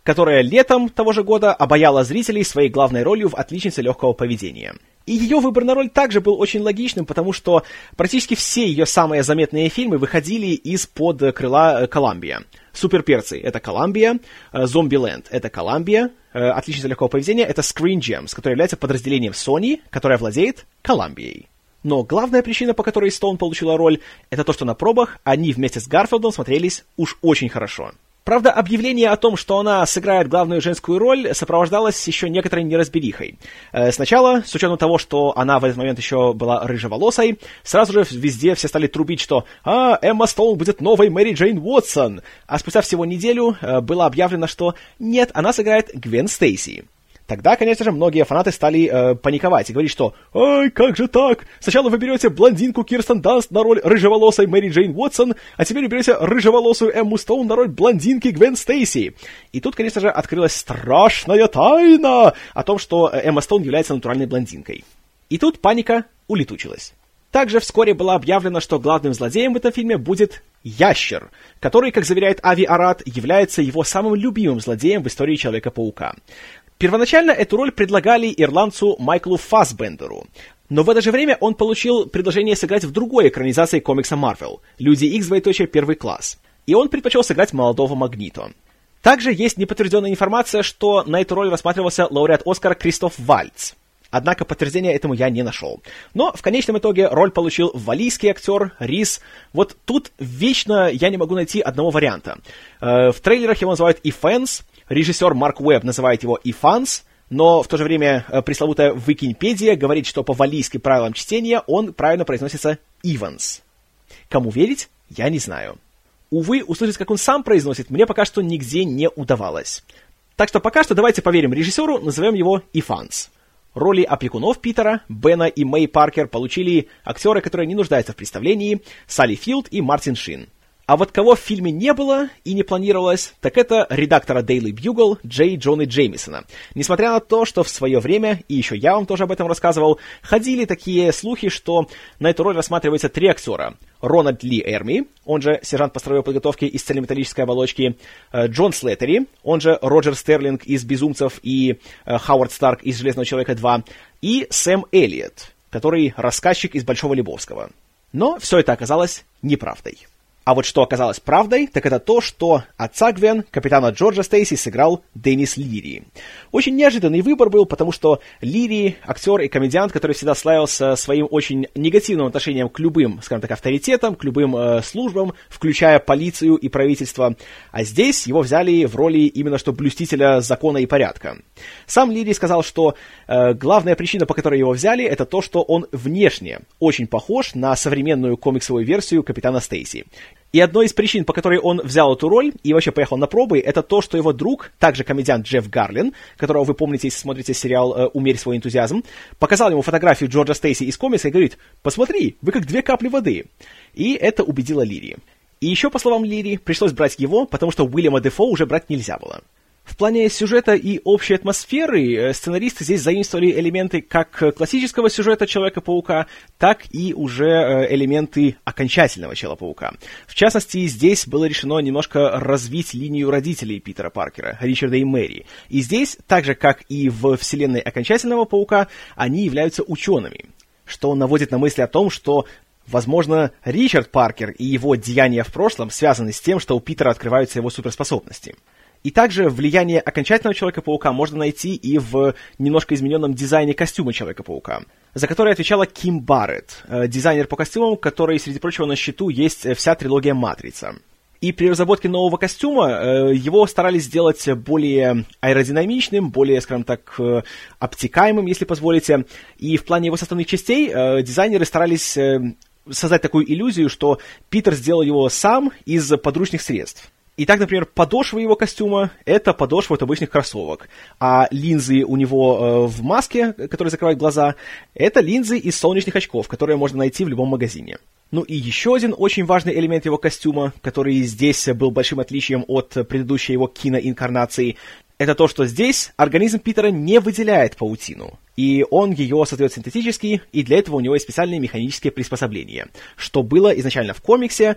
которая летом того же года обаяла зрителей своей главной ролью в «Отличнице легкого поведения». И ее выбор на роль также был очень логичным, потому что практически все ее самые заметные фильмы выходили из-под крыла Columbia. «Суперперцы» — это Columbia, «Зомбиленд» — это Columbia, «Отличница легкого поведения» — это Screen Gems, которое является подразделением Sony, которое владеет Columbia. Но главная причина, по которой Стоун получила роль, это то, что на пробах они вместе с Гарфилдом смотрелись уж очень хорошо. Правда, объявление о том, что она сыграет главную женскую роль, сопровождалось еще некоторой неразберихой. Сначала, с учетом того, что она в этот момент еще была рыжеволосой, сразу же везде все стали трубить, что Эмма Стоун будет новой Мэри Джейн Уотсон. А спустя всего неделю было объявлено, что нет, она сыграет Гвен Стейси. Тогда, конечно же, многие фанаты стали паниковать и говорить, что «Ай, как же так? Сначала вы берете блондинку Кирстен Данст на роль рыжеволосой Мэри Джейн Уотсон, а теперь берете рыжеволосую Эмму Стоун на роль блондинки Гвен Стейси». И тут, конечно же, открылась страшная тайна о том, что Эмма Стоун является натуральной блондинкой. И тут паника улетучилась. Также вскоре было объявлено, что главным злодеем в этом фильме будет Ящер, который, как заверяет Ави Арад, является его самым любимым злодеем в истории Человека-паука. Первоначально эту роль предлагали ирландцу Майклу Фассбендеру, но в это же время он получил предложение сыграть в другой экранизации комикса Marvel «Люди Икс, первый класс», и он предпочел сыграть молодого Магнито. Также есть неподтвержденная информация, что на эту роль рассматривался лауреат Оскара Кристоф Вальц. Однако подтверждения этому я не нашел. Но в конечном итоге роль получил валлийский актер Рис. Вот тут вечно я не могу найти одного варианта. В трейлерах его называют Ифенс, режиссер Марк Уэбб называет его Ифанс, но в то же время пресловутая Википедия говорит, что по валлийским правилам чтения он правильно произносится Иванс. Кому верить, я не знаю. Увы, услышать, как он сам произносит, мне пока что нигде не удавалось. Так что пока что давайте поверим режиссеру, назовем его Ифанс. Роли опекунов Питера, Бена и Мэй Паркер получили актеры, которые не нуждаются в представлении, Салли Филд и Мартин Шин. А вот кого в фильме не было и не планировалось, так это редактора Daily Bugle Джей Джона Джеймисона. Несмотря на то, что в свое время, и еще я вам тоже об этом рассказывал, ходили такие слухи, что на эту роль рассматриваются 3 актера. Рональд Ли Эрми, он же сержант по строевой подготовке из цельнометаллической оболочки, Джон Слеттери, он же Роджер Стерлинг из «Безумцев» и Хауард Старк из «Железного человека 2», и Сэм Эллиот, который рассказчик из «Большого Лебовского». Но все это оказалось неправдой. А вот что оказалось правдой, так это то, что отца Гвен, капитана Джорджа Стейси, сыграл Деннис Лири. Очень неожиданный выбор был, потому что Лири — актер и комедиант, который всегда славился своим очень негативным отношением к любым, скажем так, авторитетам, к любым службам, включая полицию и правительство. А здесь его взяли в роли именно что блюстителя закона и порядка. Сам Лири сказал, что главная причина, по которой его взяли, это то, что он внешне очень похож на современную комиксовую версию капитана Стейси. И одной из причин, по которой он взял эту роль и вообще поехал на пробы, это то, что его друг, также комедиант Джефф Гарлин, которого вы помните, если смотрите сериал «Умерь свой энтузиазм», показал ему фотографию Джорджа Стейси из комикса и говорит: «Посмотри, вы как 2 капли воды». И это убедило Лири. И еще, по словам Лири, пришлось брать его, потому что Уильяма Дефо уже брать нельзя было. В плане сюжета и общей атмосферы сценаристы здесь заимствовали элементы как классического сюжета Человека-паука, так и уже элементы окончательного Человека-паука. В частности, здесь было решено немножко развить линию родителей Питера Паркера, Ричарда и Мэри. И здесь, так же как и в вселенной окончательного Паука, они являются учеными, что наводит на мысли о том, что возможно, Ричард Паркер и его деяния в прошлом связаны с тем, что у Питера открываются его суперспособности. И также влияние окончательного Человека-паука можно найти и в немножко измененном дизайне костюма Человека-паука, за который отвечала Ким Барретт, дизайнер по костюмам, который, среди прочего, на счету есть вся трилогия «Матрица». И при разработке нового костюма его старались сделать более аэродинамичным, более, скажем так, обтекаемым, если позволите. И в плане его составных частей дизайнеры старались создать такую иллюзию, что Питер сделал его сам из подручных средств. Итак, например, подошва его костюма — это подошва от обычных кроссовок, а линзы у него в маске, которые закрывают глаза, это линзы из солнечных очков, которые можно найти в любом магазине. Ну и еще один очень важный элемент его костюма, который здесь был большим отличием от предыдущей его киноинкарнации, это то, что здесь организм Питера не выделяет паутину, и он ее создает синтетически, и для этого у него есть специальные механические приспособления, что было изначально в комиксе,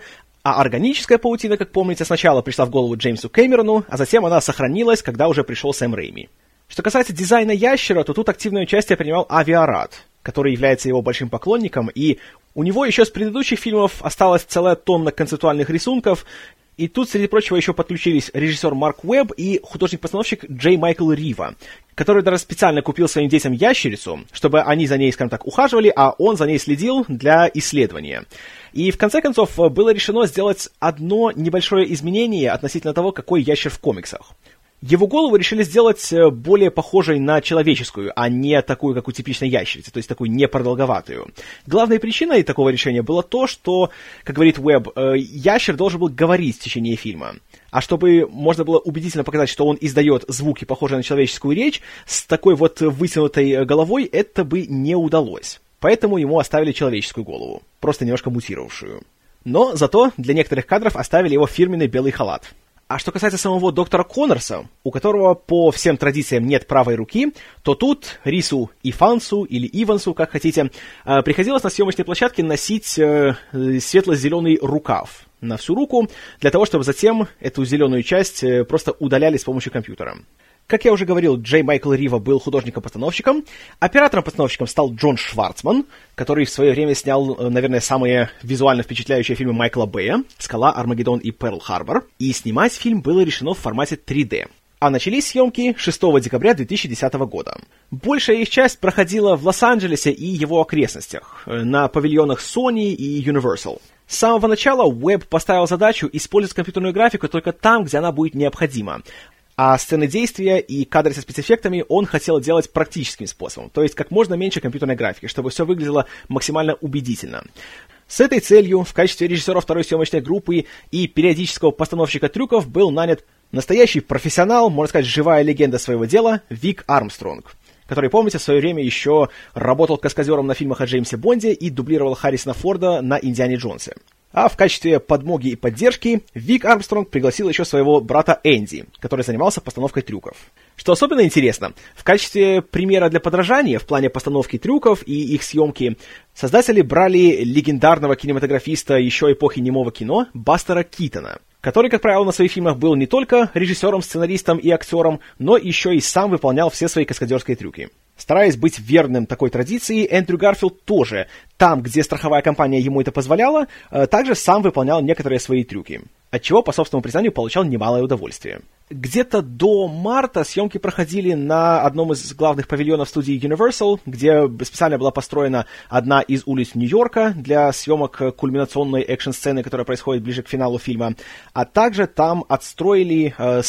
А органическая паутина, как помните, сначала пришла в голову Джеймсу Кэмерону, а затем она сохранилась, когда уже пришел Сэм Рэйми. Что касается дизайна ящера, то тут активное участие принимал Ави Арад, который является его большим поклонником, и у него еще с предыдущих фильмов осталась целая тонна концептуальных рисунков, и тут, среди прочего, еще подключились режиссер Марк Уэбб и художник-постановщик Джей Майкл Рива, который даже специально купил своим детям ящерицу, чтобы они за ней, скажем так, ухаживали, а он за ней следил для исследования. И в конце концов было решено сделать одно небольшое изменение относительно того, какой ящер в комиксах. Его голову решили сделать более похожей на человеческую, а не такую, как у типичной ящерицы, то есть такую непродолговатую. Главной причиной такого решения было то, что, как говорит Уэбб, ящер должен был говорить в течение фильма. А чтобы можно было убедительно показать, что он издает звуки, похожие на человеческую речь, с такой вот вытянутой головой это бы не удалось. Поэтому ему оставили человеческую голову, просто немножко мутировавшую. Но зато для некоторых кадров оставили его фирменный белый халат. А что касается самого доктора Коннорса, у которого по всем традициям нет правой руки, то тут Рису Ифансу или Ивансу, как хотите, приходилось на съемочной площадке носить светло-зеленый рукав на всю руку, для того, чтобы затем эту зеленую часть просто удаляли с помощью компьютера. Как я уже говорил, Джей Майкл Рива был художником-постановщиком, оператором-постановщиком стал Джон Шварцман, который в свое время снял, наверное, самые визуально впечатляющие фильмы Майкла Бэя «Скала», «Армагеддон» и «Перл-Харбор», и снимать фильм было решено в формате 3D. А начались съемки 6 декабря 2010 года. Большая их часть проходила в Лос-Анджелесе и его окрестностях, на павильонах Sony и Universal. С самого начала Уэбб поставил задачу использовать компьютерную графику только там, где она будет необходима. А сцены действия и кадры со спецэффектами он хотел делать практическим способом, то есть как можно меньше компьютерной графики, чтобы все выглядело максимально убедительно. С этой целью в качестве режиссера второй съемочной группы и периодического постановщика трюков был нанят настоящий профессионал, можно сказать, живая легенда своего дела, Вик Армстронг, который, помните, в свое время еще работал каскадером на фильмах о Джеймсе Бонде и дублировал Харрисона Форда на «Индиане Джонсе». А в качестве подмоги и поддержки Вик Армстронг пригласил еще своего брата Энди, который занимался постановкой трюков. Что особенно интересно, в качестве примера для подражания в плане постановки трюков и их съемки создатели брали легендарного кинематографиста еще эпохи немого кино Бастера Китона, который, как правило, на своих фильмах был не только режиссером, сценаристом и актером, но еще и сам выполнял все свои каскадерские трюки. Стараясь быть верным такой традиции, Эндрю Гарфилд тоже, там, где страховая компания ему это позволяла, также сам выполнял некоторые свои трюки, отчего, по собственному признанию, получал немалое удовольствие. Где-то до марта съемки проходили на одном из главных павильонов студии Universal, где специально была построена одна из улиц Нью-Йорка для съемок кульминационной экшн-сцены, которая происходит ближе к финалу фильма, а также там отстроили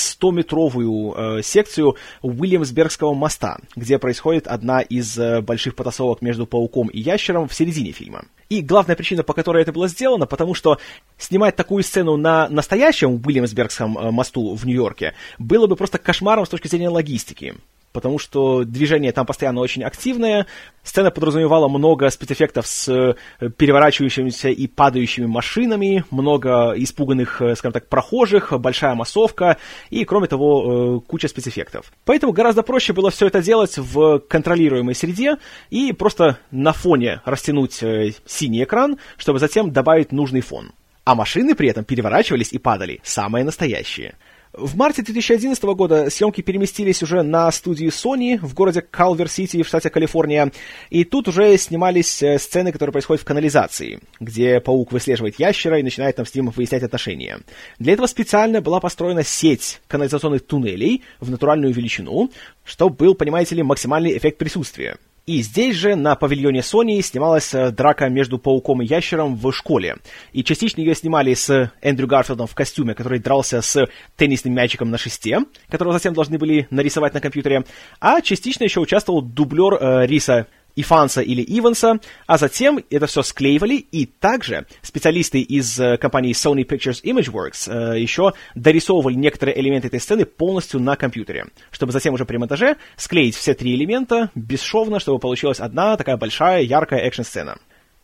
100-метровую секцию Уильямсбергского моста, где происходит одна из больших потасовок между пауком и ящером в середине фильма. И главная причина, по которой это было сделано, потому что снимать такую сцену на настоящем Уильямсбергском мосту в Нью-Йорке было бы просто кошмаром с точки зрения логистики. Потому что движение там постоянно очень активное, сцена подразумевала много спецэффектов с переворачивающимися и падающими машинами, много испуганных, скажем так, прохожих, большая массовка и, кроме того, куча спецэффектов. Поэтому гораздо проще было все это делать в контролируемой среде и просто на фоне растянуть синий экран, чтобы затем добавить нужный фон. А машины при этом переворачивались и падали, самые настоящие. В марте 2011 года съемки переместились уже на студию Sony в городе Калвер-Сити в штате Калифорния, и тут уже снимались сцены, которые происходят в канализации, где паук выслеживает ящера и начинает там с ним выяснять отношения. Для этого специально была построена сеть канализационных туннелей в натуральную величину, чтобы был, понимаете ли, максимальный эффект присутствия. И здесь же, на павильоне Sony, снималась драка между пауком и ящером в школе. И частично ее снимали с Эндрю Гарфилдом в костюме, который дрался с теннисным мячиком на шесте, которого затем должны были нарисовать на компьютере. А частично еще участвовал дублер Риса Ифанса или Иванса, а затем это все склеивали, и также специалисты из компании Sony Pictures Imageworks еще дорисовывали некоторые элементы этой сцены полностью на компьютере, чтобы затем уже при монтаже склеить все три элемента бесшовно, чтобы получилась одна такая большая яркая экшн-сцена.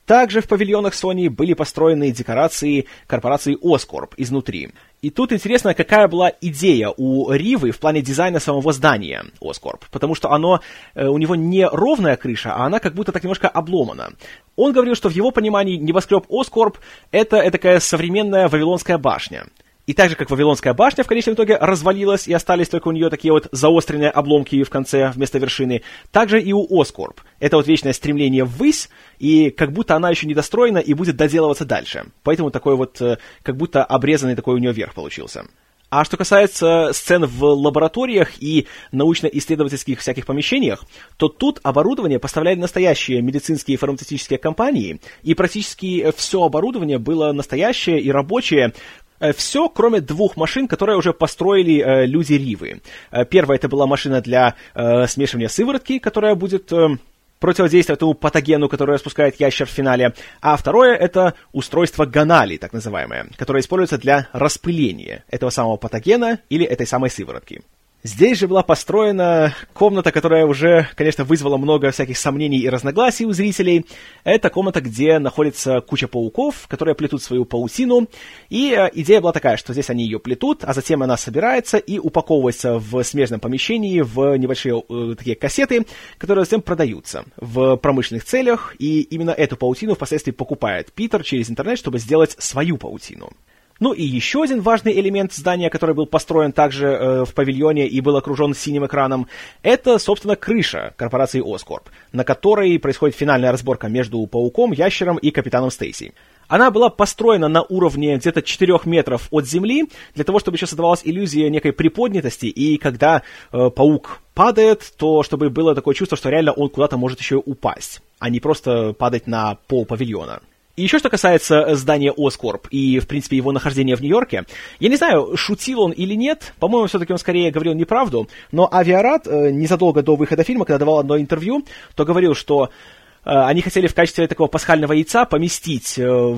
Также в павильонах Sony были построены декорации корпорации Oscorp изнутри. И тут интересно, какая была идея у Ривы в плане дизайна самого здания Oscorp, потому что у него не ровная крыша, а она как будто так немножко обломана. Он говорил, что в его понимании небоскреб Oscorp — это такая современная Вавилонская башня. И так же, как Вавилонская башня в конечном итоге развалилась, и остались только у нее такие вот заостренные обломки в конце вместо вершины, также и у Oscorp. Это вот вечное стремление ввысь, и как будто она еще недостроена и будет доделываться дальше. Поэтому такой вот, как будто обрезанный такой у нее верх получился. А что касается сцен в лабораториях и научно-исследовательских всяких помещениях, то тут оборудование поставляли настоящие медицинские и фармацевтические компании, и практически все оборудование было настоящее и рабочее. Все, кроме 2 машин, которые уже построили люди Ривы. Первая — это была машина для смешивания сыворотки, которая будет противодействовать тому патогену, который распускает ящер в финале. А второе — это устройство Ганали, так называемое, которое используется для распыления этого самого патогена или этой самой сыворотки. Здесь же была построена комната, которая уже, конечно, вызвала много всяких сомнений и разногласий у зрителей. Это комната, где находится куча пауков, которые плетут свою паутину. И идея была такая, что здесь они ее плетут, а затем она собирается и упаковывается в смежном помещении в небольшие такие кассеты, которые затем продаются в промышленных целях. И именно эту паутину впоследствии покупает Питер через интернет, чтобы сделать свою паутину. Ну и еще один важный элемент здания, который был построен также в павильоне и был окружен синим экраном, это, собственно, крыша корпорации Oscorp, на которой происходит финальная разборка между пауком, ящером и капитаном Стейси. Она была построена на уровне где-то 4 метров от земли, для того, чтобы еще создавалась иллюзия некой приподнятости, и когда паук падает, то чтобы было такое чувство, что реально он куда-то может еще упасть, а не просто падать на пол павильона. И еще что касается здания Oscorp и, в принципе, его нахождения в Нью-Йорке, я не знаю, шутил он или нет, по-моему, все-таки он скорее говорил неправду, но Авиарад незадолго до выхода фильма, когда давал одно интервью, то говорил, что они хотели в качестве такого пасхального яйца поместить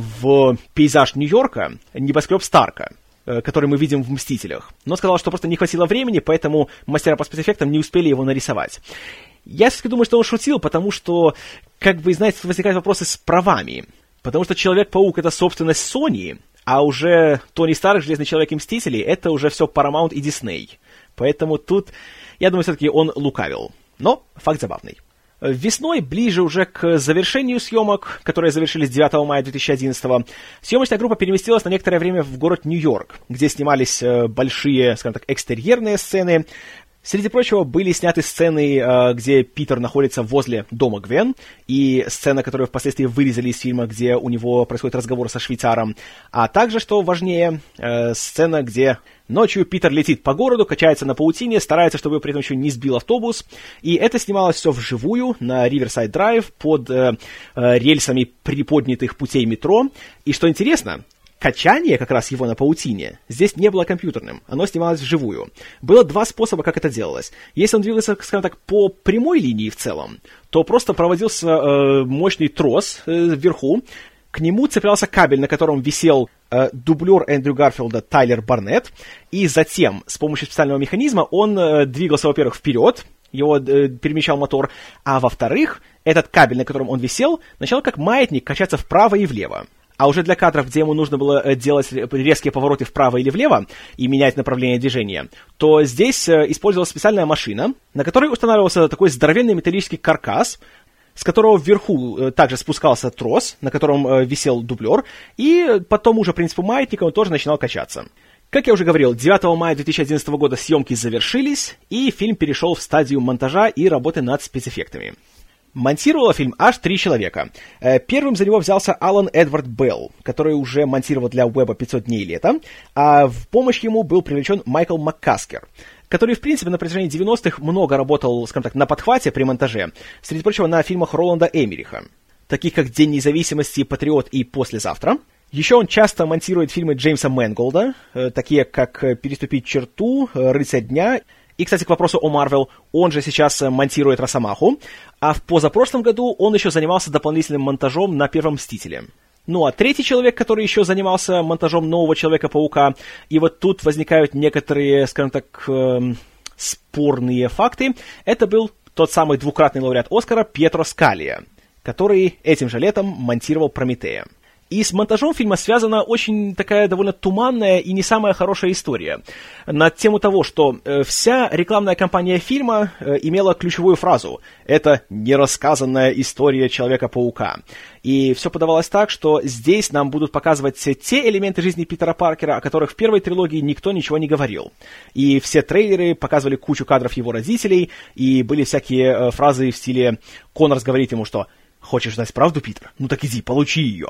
в пейзаж Нью-Йорка небоскреб Старка, который мы видим в «Мстителях». Но сказал, что просто не хватило времени, поэтому мастера по спецэффектам не успели его нарисовать. Я все-таки думаю, что он шутил, потому что, как бы, знаете, возникают вопросы с правами. Потому что Человек-паук — это собственность Sony, а уже Тони Старк, Железный Человек и Мстители — это уже все Paramount и Disney. Поэтому тут, я думаю, все-таки он лукавил. Но факт забавный. Весной, ближе уже к завершению съемок, которые завершились 9 мая 2011-го, съемочная группа переместилась на некоторое время в город Нью-Йорк, где снимались большие, скажем так, экстерьерные сцены. Среди прочего, были сняты сцены, где Питер находится возле дома Гвен, и сцена, которую впоследствии вырезали из фильма, где у него происходит разговор со швейцаром, а также, что важнее, сцена, где ночью Питер летит по городу, качается на паутине, старается, чтобы его при этом еще не сбил автобус, и это снималось все вживую на Риверсайд Драйв под рельсами приподнятых путей метро, и что интересно, качание как раз его на паутине здесь не было компьютерным, оно снималось вживую. Было 2 способа, как это делалось. Если он двигался, скажем так, по прямой линии в целом, то просто проводился мощный трос вверху, к нему цеплялся кабель, на котором висел дублер Эндрю Гарфилда Тайлер Барнетт, и затем с помощью специального механизма он двигался, во-первых, вперед, его перемещал мотор, а во-вторых, этот кабель, на котором он висел, начал как маятник качаться вправо и влево. А уже для кадров, где ему нужно было делать резкие повороты вправо или влево и менять направление движения, то здесь использовалась специальная машина, на которой устанавливался такой здоровенный металлический каркас, с которого вверху также спускался трос, на котором висел дублер, и по тому же принципу маятника он тоже начинал качаться. Как я уже говорил, 9 мая 2011 года съемки завершились, и фильм перешел в стадию монтажа и работы над спецэффектами. Монтировало фильм аж 3 человека. Первым за него взялся Алан Эдвард Белл, который уже монтировал для Уэба 500 дней лета, а в помощь ему был привлечен Майкл МакКаскер, который, в принципе, на протяжении 90-х много работал, скажем так, на подхвате при монтаже, среди прочего, на фильмах Роланда Эммериха, таких как «День независимости», «Патриот» и «Послезавтра». Еще он часто монтирует фильмы Джеймса Мэнголда, такие как «Переступить черту», «Рыцарь дня». И, кстати, к вопросу о Марвел, он же сейчас монтирует «Росомаху», а в позапрошлом году он еще занимался дополнительным монтажом на «Первом Мстителе». Ну а 3-й человек, который еще занимался монтажом нового Человека-паука, и вот тут возникают некоторые, скажем так, спорные факты, это был тот самый 2-кратный лауреат Оскара Пьетро Скалия, который этим же летом монтировал «Прометея». И с монтажом фильма связана очень такая довольно туманная и не самая хорошая история на тему того, что вся рекламная кампания фильма имела ключевую фразу «Это нерассказанная история Человека-паука». И все подавалось так, что здесь нам будут показывать те элементы жизни Питера Паркера, о которых в первой трилогии никто ничего не говорил. И все трейлеры показывали кучу кадров его родителей, и были всякие фразы в стиле «Коннорс говорит ему, что «Хочешь знать правду, Питер? Ну так иди, получи ее».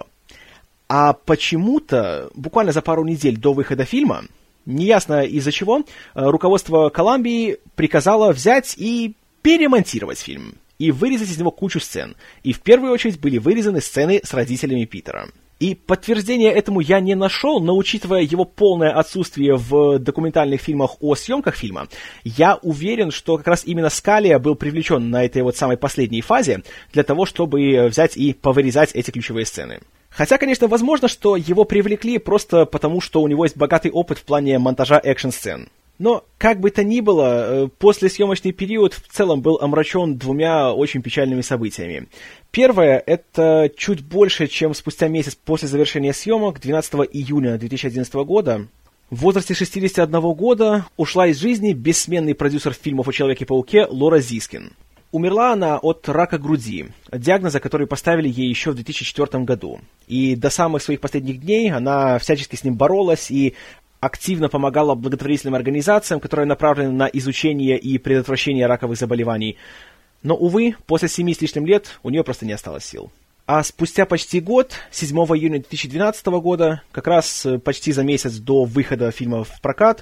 А почему-то, буквально за пару недель до выхода фильма, неясно из-за чего, руководство Колумбии приказало взять и перемонтировать фильм, и вырезать из него кучу сцен. И в первую очередь были вырезаны сцены с родителями Питера. И подтверждения этому я не нашел, но учитывая его полное отсутствие в документальных фильмах о съемках фильма, я уверен, что как раз именно Скалия был привлечен на этой вот самой последней фазе для того, чтобы взять и повырезать эти ключевые сцены. Хотя, конечно, возможно, что его привлекли просто потому, что у него есть богатый опыт в плане монтажа экшн-сцен. Но, как бы то ни было, послесъемочный период в целом был омрачен двумя очень печальными событиями. Первое — это чуть больше, чем спустя месяц после завершения съемок, 12 июня 2011 года, в возрасте 61 года ушла из жизни бессменный продюсер фильмов о Человеке-пауке Лора Зискин. Умерла она от рака груди, диагноза, который поставили ей еще в 2004 году. И до самых своих последних дней она всячески с ним боролась и активно помогала благотворительным организациям, которые направлены на изучение и предотвращение раковых заболеваний. Но, увы, после 7 с лишним лет у нее просто не осталось сил. А спустя почти год, 7 июня 2012 года, как раз почти за месяц до выхода фильма в прокат,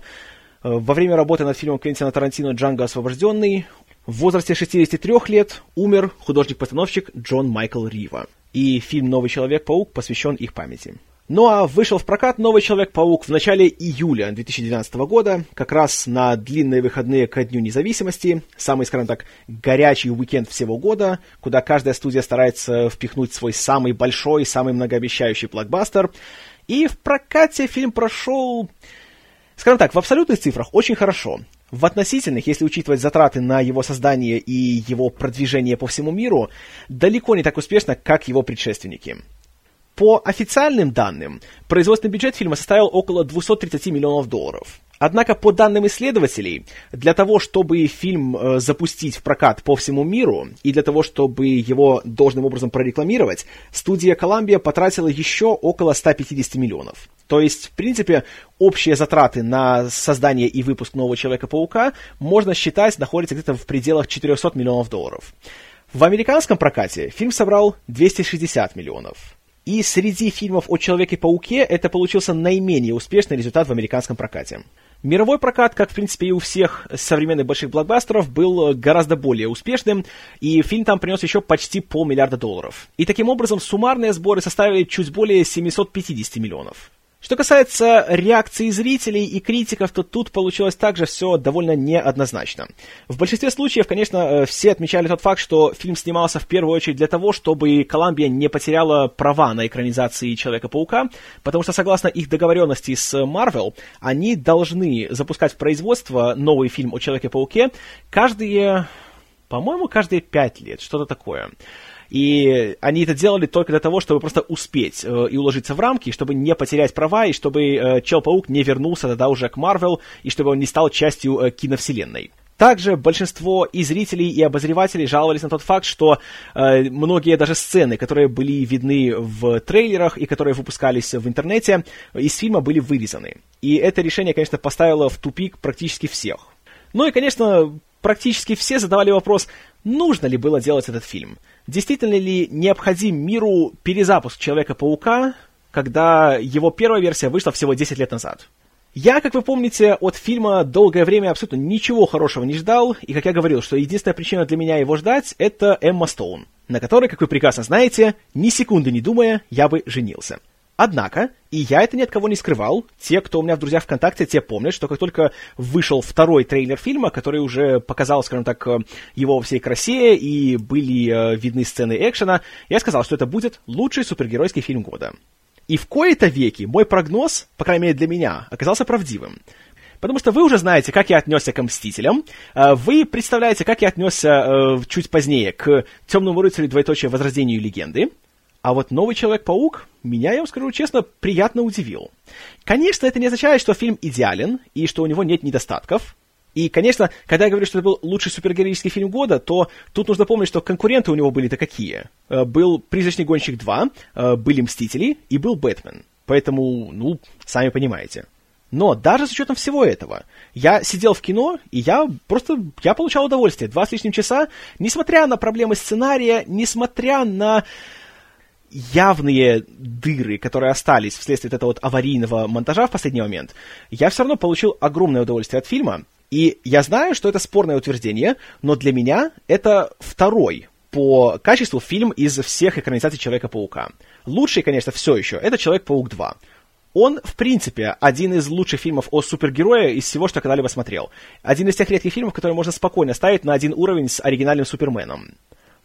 во время работы над фильмом Квентина Тарантино «Джанго освобожденный», в возрасте 63 лет умер художник-постановщик Джон Майкл Рива. И фильм «Новый Человек-паук» посвящен их памяти. Ну а вышел в прокат «Новый Человек-паук» в начале июля 2012 года, как раз на длинные выходные ко Дню независимости, самый, скажем так, горячий уикенд всего года, куда каждая студия старается впихнуть свой самый большой, самый многообещающий блокбастер. И в прокате фильм прошел, скажем так, в абсолютных цифрах очень хорошо. В относительных, если учитывать затраты на его создание и его продвижение по всему миру, далеко не так успешно, как его предшественники. По официальным данным, производственный бюджет фильма составил около 230 миллионов долларов. Однако, по данным исследователей, для того, чтобы фильм запустить в прокат по всему миру, и для того, чтобы его должным образом прорекламировать, студия Columbia потратила еще около 150 миллионов. То есть, в принципе, общие затраты на создание и выпуск нового Человека-паука, можно считать, находятся где-то в пределах 400 миллионов долларов. В американском прокате фильм собрал 260 миллионов. И среди фильмов о Человеке-пауке это получился наименее успешный результат в американском прокате. Мировой прокат, как в принципе и у всех современных больших блокбастеров, был гораздо более успешным, и фильм там принес еще почти $500 миллиарда. И таким образом суммарные сборы составили чуть более 750 миллионов. Что касается реакции зрителей и критиков, то тут получилось также все довольно неоднозначно. В большинстве случаев, конечно, все отмечали тот факт, что фильм снимался в первую очередь для того, чтобы Columbia не потеряла права на экранизации Человека-паука, потому что, согласно их договоренности с Marvel, они должны запускать в производство новый фильм о Человеке-пауке каждые 5 лет, что-то такое. И они это делали только для того, чтобы просто успеть и уложиться в рамки, чтобы не потерять права, и чтобы Человек-паук не вернулся тогда уже к Marvel, и чтобы он не стал частью киновселенной. Также большинство и зрителей, и обозревателей жаловались на тот факт, что многие даже сцены, которые были видны в трейлерах и которые выпускались в интернете, из фильма были вырезаны. И это решение, конечно, поставило в тупик практически всех. Ну и, конечно, практически все задавали вопрос, нужно ли было делать этот фильм. Действительно ли необходим миру перезапуск Человека-паука, когда его первая версия вышла всего 10 лет назад? Я, как вы помните, от фильма долгое время абсолютно ничего хорошего не ждал, и, как я говорил, что единственная причина для меня его ждать — это Эмма Стоун, на которой, как вы прекрасно знаете, ни секунды не думая, я бы женился. Однако, и я это ни от кого не скрывал, те, кто у меня в друзьях ВКонтакте, те помнят, что как только вышел второй трейлер фильма, который уже показал, скажем так, его во всей красе, и были видны сцены экшена, я сказал, что это будет лучший супергеройский фильм года. И в кои-то веки мой прогноз, по крайней мере для меня, оказался правдивым. Потому что вы уже знаете, как я отнесся к «Мстителям», вы представляете, как я отнесся чуть позднее к «Темному рыцарю. Возрождению легенды». А вот «Новый Человек-паук» меня, я вам скажу честно, приятно удивил. Конечно, это не означает, что фильм идеален и что у него нет недостатков. И, конечно, когда я говорю, что это был лучший супергероический фильм года, то тут нужно помнить, что конкуренты у него были-то какие. Был «Призрачный гонщик 2», были «Мстители» и был «Бэтмен». Поэтому, сами понимаете. Но даже с учетом всего этого, я сидел в кино, и я получал удовольствие. 2 с лишним часа, несмотря на проблемы сценария, несмотря на явные дыры, которые остались вследствие этого вот аварийного монтажа в последний момент, я все равно получил огромное удовольствие от фильма. И я знаю, что это спорное утверждение, но для меня это второй по качеству фильм из всех экранизаций Человека-паука. Лучший, конечно, все еще, это Человек-паук 2. Он, в принципе, один из лучших фильмов о супергерое из всего, что я когда-либо смотрел. Один из тех редких фильмов, которые можно спокойно ставить на один уровень с оригинальным Суперменом.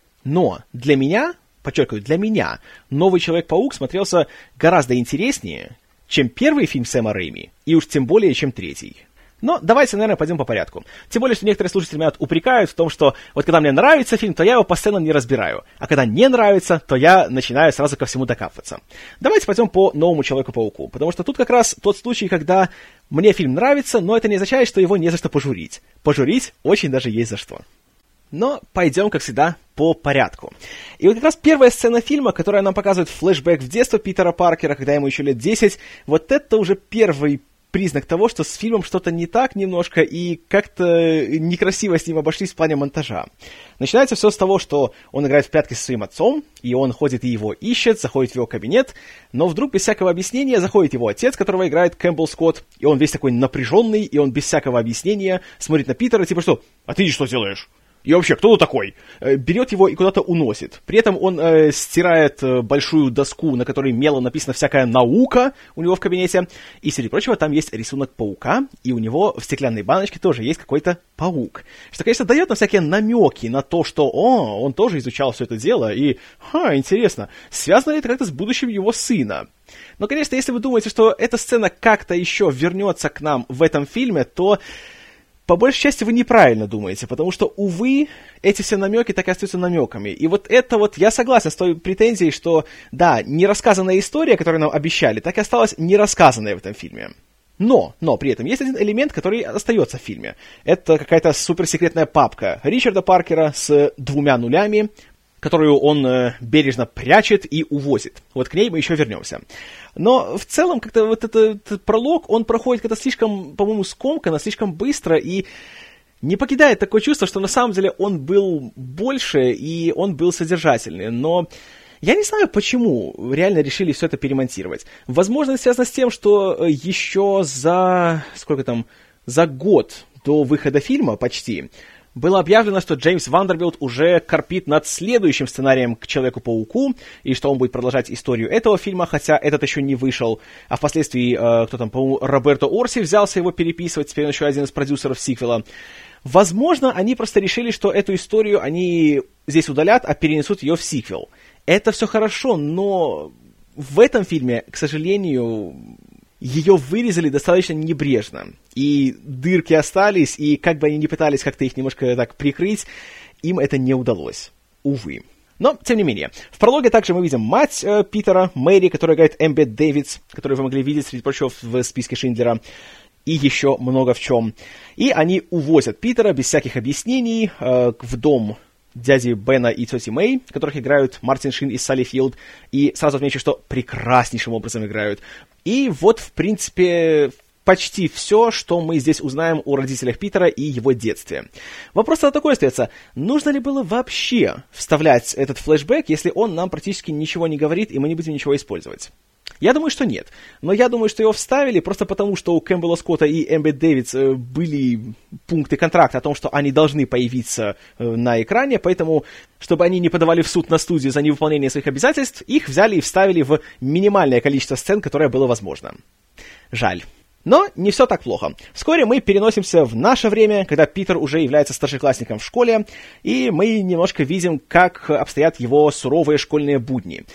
Но для меня, подчеркиваю, для меня, новый Человек-паук смотрелся гораздо интереснее, чем первый фильм Сэма Рэйми, и уж тем более, чем третий. Но давайте, наверное, пойдем по порядку. Тем более, что некоторые слушатели меня упрекают в том, что вот когда мне нравится фильм, то я его по сценам не разбираю. А когда не нравится, то я начинаю сразу ко всему докапываться. Давайте пойдем по новому Человеку-пауку. Потому что тут как раз тот случай, когда мне фильм нравится, но это не означает, что его не за что пожурить. Пожурить очень даже есть за что. Но пойдем, как всегда, по порядку. И вот как раз первая сцена фильма, которая нам показывает флешбэк в детство Питера Паркера, когда ему еще лет 10, вот это уже первый признак того, что с фильмом что-то не так немножко, и как-то некрасиво с ним обошлись в плане монтажа. Начинается все с того, что он играет в прятки со своим отцом, и он ходит и его ищет, заходит в его кабинет, но вдруг без всякого объяснения заходит его отец, которого играет Кэмпбелл Скотт, и он весь такой напряженный, и он без всякого объяснения смотрит на Питера, типа что, а ты что делаешь? И вообще, кто ты такой? Берет его и куда-то уносит. При этом он стирает большую доску, на которой мелом написано всякая наука у него в кабинете. И, среди прочего, там есть рисунок паука, и у него в стеклянной баночке тоже есть какой-то паук. Что, конечно, дает нам всякие намеки на то, что он тоже изучал все это дело, и, интересно, связано ли это как-то с будущим его сына? Но, конечно, если вы думаете, что эта сцена как-то еще вернется к нам в этом фильме, то по большей части вы неправильно думаете, потому что, увы, эти все намеки так и остаются намеками. И вот это вот, я согласен с той претензией, что, да, нерассказанная история, которую нам обещали, так и осталась нерассказанной в этом фильме. Но при этом есть один элемент, который остается в фильме. Это какая-то суперсекретная папка Ричарда Паркера с 2 нулями, которую он бережно прячет и увозит. Вот к ней мы еще вернемся. Но в целом как-то вот этот пролог, он проходит как-то слишком, по-моему, скомканно, слишком быстро, и не покидает такое чувство, что на самом деле он был больше, и он был содержательный. Но я не знаю, почему реально решили все это перемонтировать. Возможно, это связано с тем, что еще за год до выхода фильма почти было объявлено, что Джеймс Вандербилт уже корпит над следующим сценарием к Человеку-пауку, и что он будет продолжать историю этого фильма, хотя этот еще не вышел, а впоследствии, по-моему, Роберто Орси взялся его переписывать, теперь он еще один из продюсеров сиквела. Возможно, они просто решили, что эту историю они здесь удалят, а перенесут ее в сиквел. Это все хорошо, но в этом фильме, к сожалению, ее вырезали достаточно небрежно, и дырки остались, и как бы они ни пытались как-то их немножко так прикрыть, им это не удалось, увы. Но, тем не менее, в прологе также мы видим мать Питера, Мэри, которая играет Эмбет Дэвидс, которую вы могли видеть, среди прочего, в списке Шиндлера, и еще много в чем. И они увозят Питера без всяких объяснений в дом дяди Бена и тети Мэй, которых играют Мартин Шин и Салли Филд, и сразу отмечу, что прекраснейшим образом играют. И вот, в принципе, почти все, что мы здесь узнаем о родителях Питера и его детстве. Вопрос такой остается, нужно ли было вообще вставлять этот флешбэк, если он нам практически ничего не говорит, и мы не будем ничего использовать? Я думаю, что нет. Но я думаю, что его вставили просто потому, что у Кэмпбелла Скотта и Эмбет Дэвидс были пункты контракта о том, что они должны появиться на экране, поэтому, чтобы они не подавали в суд на студию за невыполнение своих обязательств, их взяли и вставили в минимальное количество сцен, которое было возможно. Жаль. Но не все так плохо. Вскоре мы переносимся в наше время, когда Питер уже является старшеклассником в школе, и мы немножко видим, как обстоят его суровые школьные будни.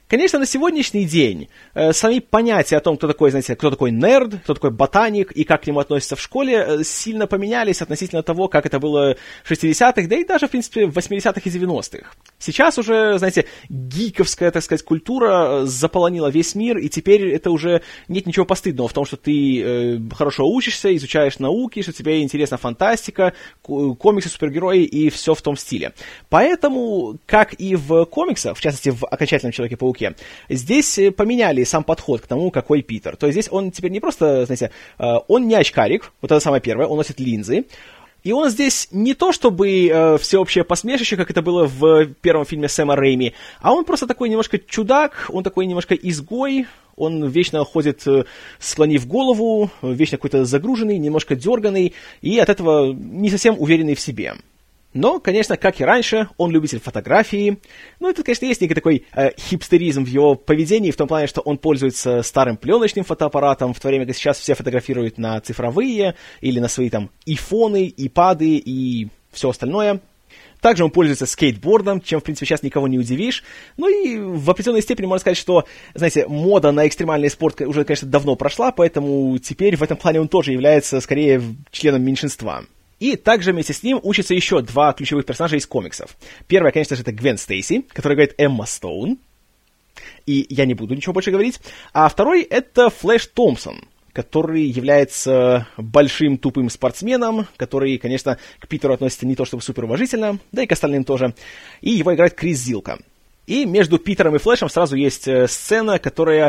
Конечно, на сегодняшний день сами понятия о том, кто такой, знаете, кто такой нерд, кто такой ботаник и как к нему относятся в школе, сильно поменялись относительно того, как это было в 60-х, да и даже, в принципе, в 80-х и 90-х. Сейчас уже, знаете, гиковская, так сказать, культура заполонила весь мир, и теперь это уже нет ничего постыдного в том, что ты хорошо учишься, изучаешь науки, что тебе интересна фантастика, комиксы, супергерои и все в том стиле. Поэтому, как и в комиксах, в частности, в «Окончательном Человеке-пауке», здесь поменяли сам подход к тому, какой Питер. То есть здесь он теперь не просто, знаете, он не очкарик, вот это самое первое, он носит линзы, и он здесь не то чтобы всеобщее посмешище, как это было в первом фильме Сэма Рэйми, а он просто такой немножко чудак, он такой немножко изгой, он вечно ходит, склонив голову, вечно какой-то загруженный, немножко дерганый, и от этого не совсем уверенный в себе. Но, конечно, как и раньше, он любитель фотографии. Ну, это, конечно, есть некий такой хипстеризм в его поведении, в том плане, что он пользуется старым пленочным фотоаппаратом, в то время как сейчас все фотографируют на цифровые или на свои там ифоны, ипады и все остальное. Также он пользуется скейтбордом, чем, в принципе, сейчас никого не удивишь. Ну и в определенной степени можно сказать, что, знаете, мода на экстремальный спорт уже, конечно, давно прошла, поэтому теперь в этом плане он тоже является, скорее, членом меньшинства. И также вместе с ним учатся еще два ключевых персонажа из комиксов. Первая, конечно же, это Гвен Стейси, которая говорит Эмма Стоун. И я не буду ничего больше говорить. А второй — это Флэш Томпсон, который является большим тупым спортсменом, который, конечно, к Питеру относится не то чтобы суперуважительно, да и к остальным тоже. И его играет Крис Зилка. И между Питером и Флэшем сразу есть сцена, которая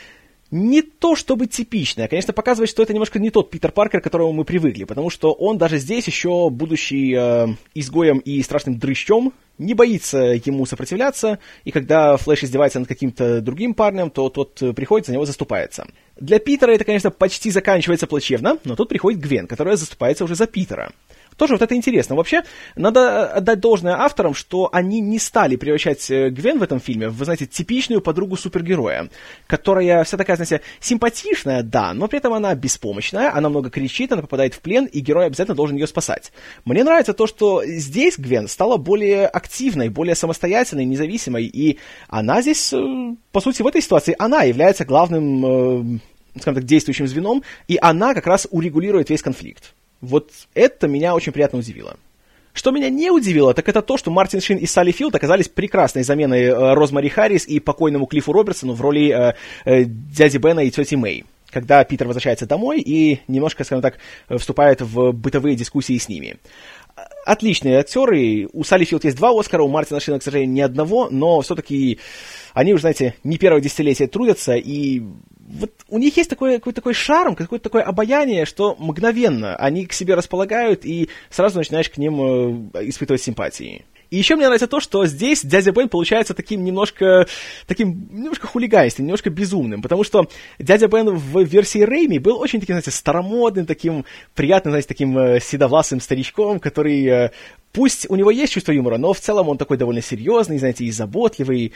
не то чтобы типичная, конечно, показывает, что это немножко не тот Питер Паркер, к которому мы привыкли, потому что он даже здесь еще, будучи изгоем и страшным дрыщом, не боится ему сопротивляться, и когда Флэш издевается над каким-то другим парнем, то тот приходит, за него заступается. Для Питера это, конечно, почти заканчивается плачевно, но тут приходит Гвен, которая заступается уже за Питера. Тоже вот это интересно. Вообще, надо отдать должное авторам, что они не стали превращать Гвен в этом фильме в, знаете, типичную подругу супергероя, которая вся такая, знаете, симпатичная, да, но при этом она беспомощная, она много кричит, она попадает в плен, и герой обязательно должен ее спасать. Мне нравится то, что здесь Гвен стала более активной, более самостоятельной, независимой, и она здесь, по сути, в этой ситуации, она является главным, скажем так, действующим звеном, и она как раз урегулирует весь конфликт. Вот это меня очень приятно удивило. Что меня не удивило, так это то, что Мартин Шин и Салли Филд оказались прекрасной заменой Розмари Харрис и покойному Клиффу Робертсону в роли дяди Бена и тети Мэй, когда Питер возвращается домой и немножко, скажем так, вступает в бытовые дискуссии с ними. Отличные актеры. У Салли Филд есть 2 Оскара, у Мартина Шина, к сожалению, ни одного, но все-таки они уже, знаете, не первое десятилетие трудятся, и вот у них есть какой-то такой шарм, какое-то такое обаяние, что мгновенно они к себе располагают, и сразу начинаешь к ним испытывать симпатии. И еще мне нравится то, что здесь дядя Бен получается таким немножко хулиганистым, немножко безумным, потому что дядя Бен в версии Рэйми был очень таким, знаете, старомодным, таким приятным, знаете, таким седовласым старичком, который, пусть у него есть чувство юмора, но в целом он такой довольно серьезный, знаете, и заботливый.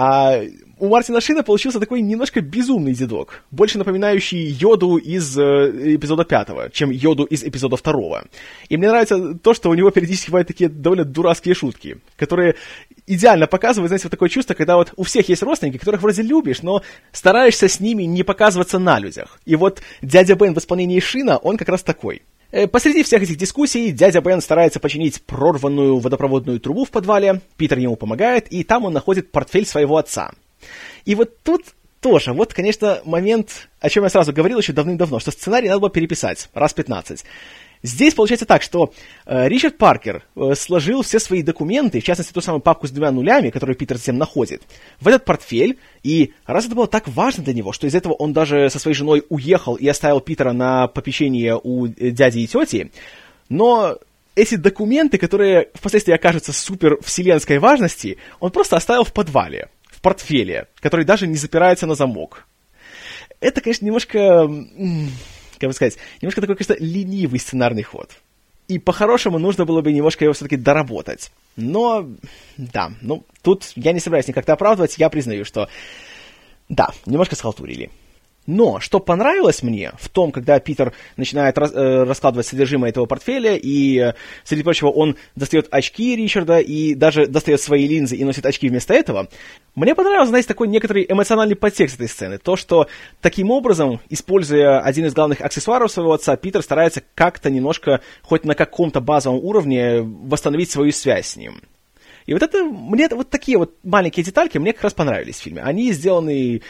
А у Мартина Шина получился такой немножко безумный дедок, больше напоминающий Йоду из эпизода 5, чем Йоду из эпизода 2. И мне нравится то, что у него периодически бывают такие довольно дурацкие шутки, которые идеально показывают, знаете, вот такое чувство, когда вот у всех есть родственники, которых вроде любишь, но стараешься с ними не показываться на людях. И вот дядя Бен в исполнении Шина, он как раз такой. Посреди всех этих дискуссий дядя Бен старается починить прорванную водопроводную трубу в подвале, Питер ему помогает, и там он находит портфель своего отца. И вот тут тоже, вот, конечно, момент, о чем я сразу говорил еще давным-давно, что сценарий надо было переписать раз 15. Здесь получается так, что Ричард Паркер сложил все свои документы, в частности, ту самую папку с 2 нулями, которую Питер затем находит, в этот портфель, и раз это было так важно для него, что из этого он даже со своей женой уехал и оставил Питера на попечение у дяди и тети, но эти документы, которые впоследствии окажутся супер вселенской важности, он просто оставил в подвале, в портфеле, который даже не запирается на замок. Это, конечно, немножко, как бы сказать, немножко такой, конечно, ленивый сценарный ход. И по-хорошему нужно было бы немножко его все-таки доработать. Но, да, ну, тут я не собираюсь никак-то оправдывать, я признаю, что, да, немножко схалтурили. Но что понравилось мне в том, когда Питер начинает раскладывать содержимое этого портфеля, и, среди прочего, он достает очки Ричарда и даже достает свои линзы и носит очки вместо этого, мне понравился, знаете, такой некоторый эмоциональный подтекст этой сцены. То, что таким образом, используя один из главных аксессуаров своего отца, Питер старается как-то немножко, хоть на каком-то базовом уровне, восстановить свою связь с ним. И вот это, мне вот такие вот маленькие детальки мне как раз понравились в фильме. Они сделаны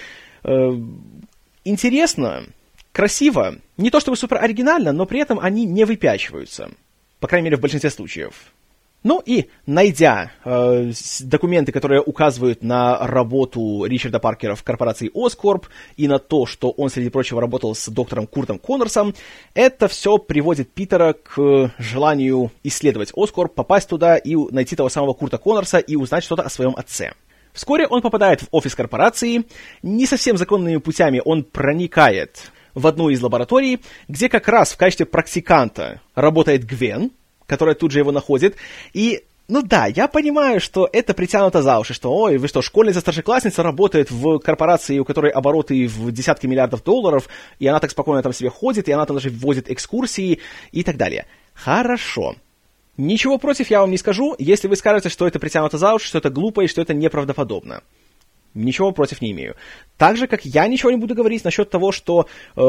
интересно, красиво, не то чтобы супер оригинально, но при этом они не выпячиваются. По крайней мере, в большинстве случаев. Ну и, найдя документы, которые указывают на работу Ричарда Паркера в корпорации Oscorp и на то, что он, среди прочего, работал с доктором Куртом Коннорсом, это все приводит Питера к желанию исследовать Oscorp, попасть туда и найти того самого Курта Коннорса и узнать что-то о своем отце. Вскоре он попадает в офис корпорации, не совсем законными путями он проникает в одну из лабораторий, где как раз в качестве практиканта работает Гвен, которая тут же его находит, и, ну да, я понимаю, что это притянуто за уши, что, ой, вы что, школьница-старшеклассница работает в корпорации, у которой обороты в десятки миллиардов долларов, и она так спокойно там себе ходит, и она там даже вводит экскурсии и так далее. Хорошо. Ничего против я вам не скажу, если вы скажете, что это притянуто за уши, что это глупо и что это неправдоподобно. Ничего против не имею. Так же, как я ничего не буду говорить насчет того, что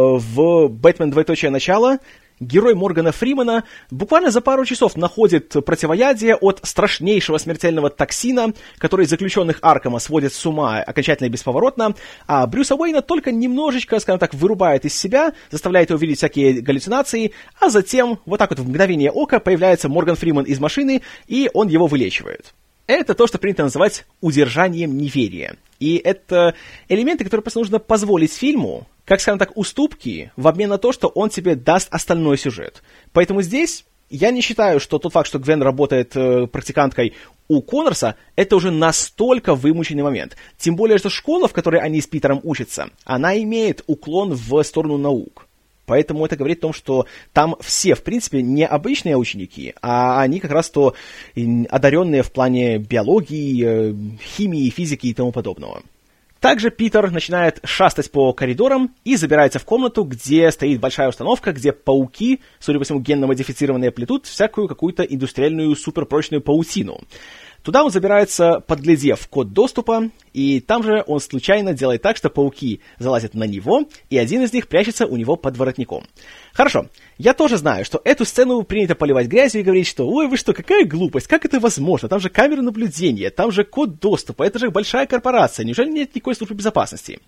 в «Бэтмен. Начало» герой Моргана Фримена буквально за пару часов находит противоядие от страшнейшего смертельного токсина, который заключенных Аркама сводит с ума окончательно и бесповоротно, а Брюса Уэйна только немножечко, скажем так, вырубает из себя, заставляет его видеть всякие галлюцинации, а затем, вот так вот в мгновение ока, появляется Морган Фриман из машины, и он его вылечивает. Это то, что принято называть удержанием неверия. И это элементы, которые просто нужно позволить фильму, как, скажем так, уступки в обмен на то, что он тебе даст остальной сюжет. Поэтому здесь я не считаю, что тот факт, что Гвен работает практиканткой у Коннорса, это уже настолько вымученный момент. Тем более, что школа, в которой они с Питером учатся, она имеет уклон в сторону наук. Поэтому это говорит о том, что там все, в принципе, не обычные ученики, а они как раз то одаренные в плане биологии, химии, физики и тому подобного. Также Питер начинает шастать по коридорам и забирается в комнату, где стоит большая установка, где пауки, судя по всему, генно-модифицированные, плетут всякую какую-то индустриальную суперпрочную паутину. Туда он забирается, подглядев код доступа, и там же он случайно делает так, что пауки залазят на него, и один из них прячется у него под воротником. Хорошо, я тоже знаю, что эту сцену принято поливать грязью и говорить, что «Ой, вы что, какая глупость, как это возможно? Там же камеры наблюдения, там же код доступа, это же большая корпорация, неужели нет никакой службы безопасности?»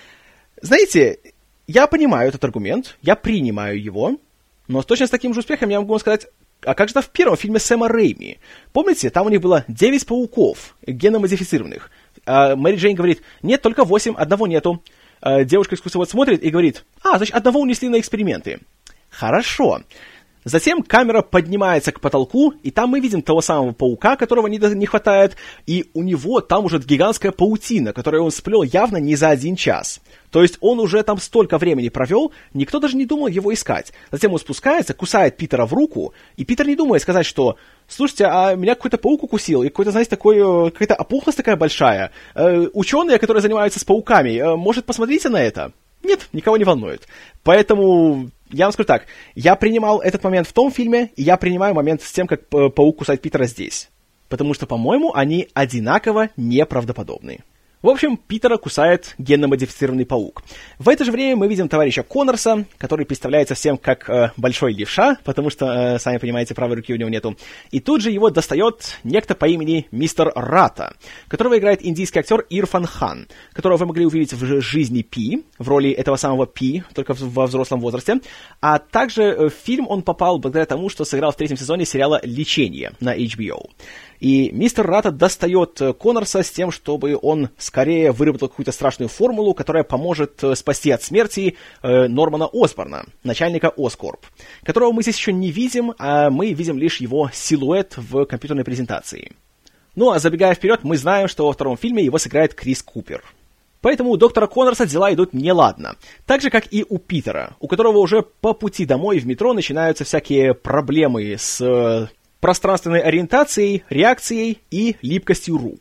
Знаете, я понимаю этот аргумент, я принимаю его, но точно с таким же успехом я могу вам сказать: а как же там в первом фильме Сэма Рэйми? Помните, там у них было 9 пауков, генно-модифицированных. Мэри Джейн говорит: нет, только 8, одного нету. Девушка-экскурсовод смотрит и говорит: значит, одного унесли на эксперименты. Хорошо. Затем камера поднимается к потолку, и там мы видим того самого паука, которого не хватает, и у него там уже гигантская паутина, которую он сплел явно не за 1 час. То есть он уже там столько времени провел, никто даже не думал его искать. Затем он спускается, кусает Питера в руку, и Питер не думает сказать, что «Слушайте, а меня какой-то паук укусил, и какой-то, знаете, какая-то опухлость такая большая. Ученые, которые занимаются с пауками, может, посмотрите на это?» Нет, никого не волнует. Поэтому я вам скажу так, я принимал этот момент в том фильме, и я принимаю момент с тем, как паук кусает Питера здесь. Потому что, по-моему, они одинаково неправдоподобны. В общем, Питера кусает генно-модифицированный паук. В это же время мы видим товарища Коннорса, который представляется всем как большой левша, потому что, сами понимаете, правой руки у него нету. И тут же его достает некто по имени мистер Рата, которого играет индийский актер Ирфан Хан, которого вы могли увидеть в «Жизни Пи», в роли этого самого Пи, только во взрослом возрасте. А также в фильм он попал благодаря тому, что сыграл в 3-м сезоне сериала «Лечение» на HBO. И мистер Рата достает Коннорса с тем, чтобы он скорее выработал какую-то страшную формулу, которая поможет спасти от смерти Нормана Осборна, начальника Oscorp, которого мы здесь еще не видим, а мы видим лишь его силуэт в компьютерной презентации. Ну а забегая вперед, мы знаем, что во втором фильме его сыграет Крис Купер. Поэтому у доктора Коннорса дела идут неладно. Так же, как и у Питера, у которого уже по пути домой в метро начинаются всякие проблемы с пространственной ориентацией, реакцией и липкостью рук.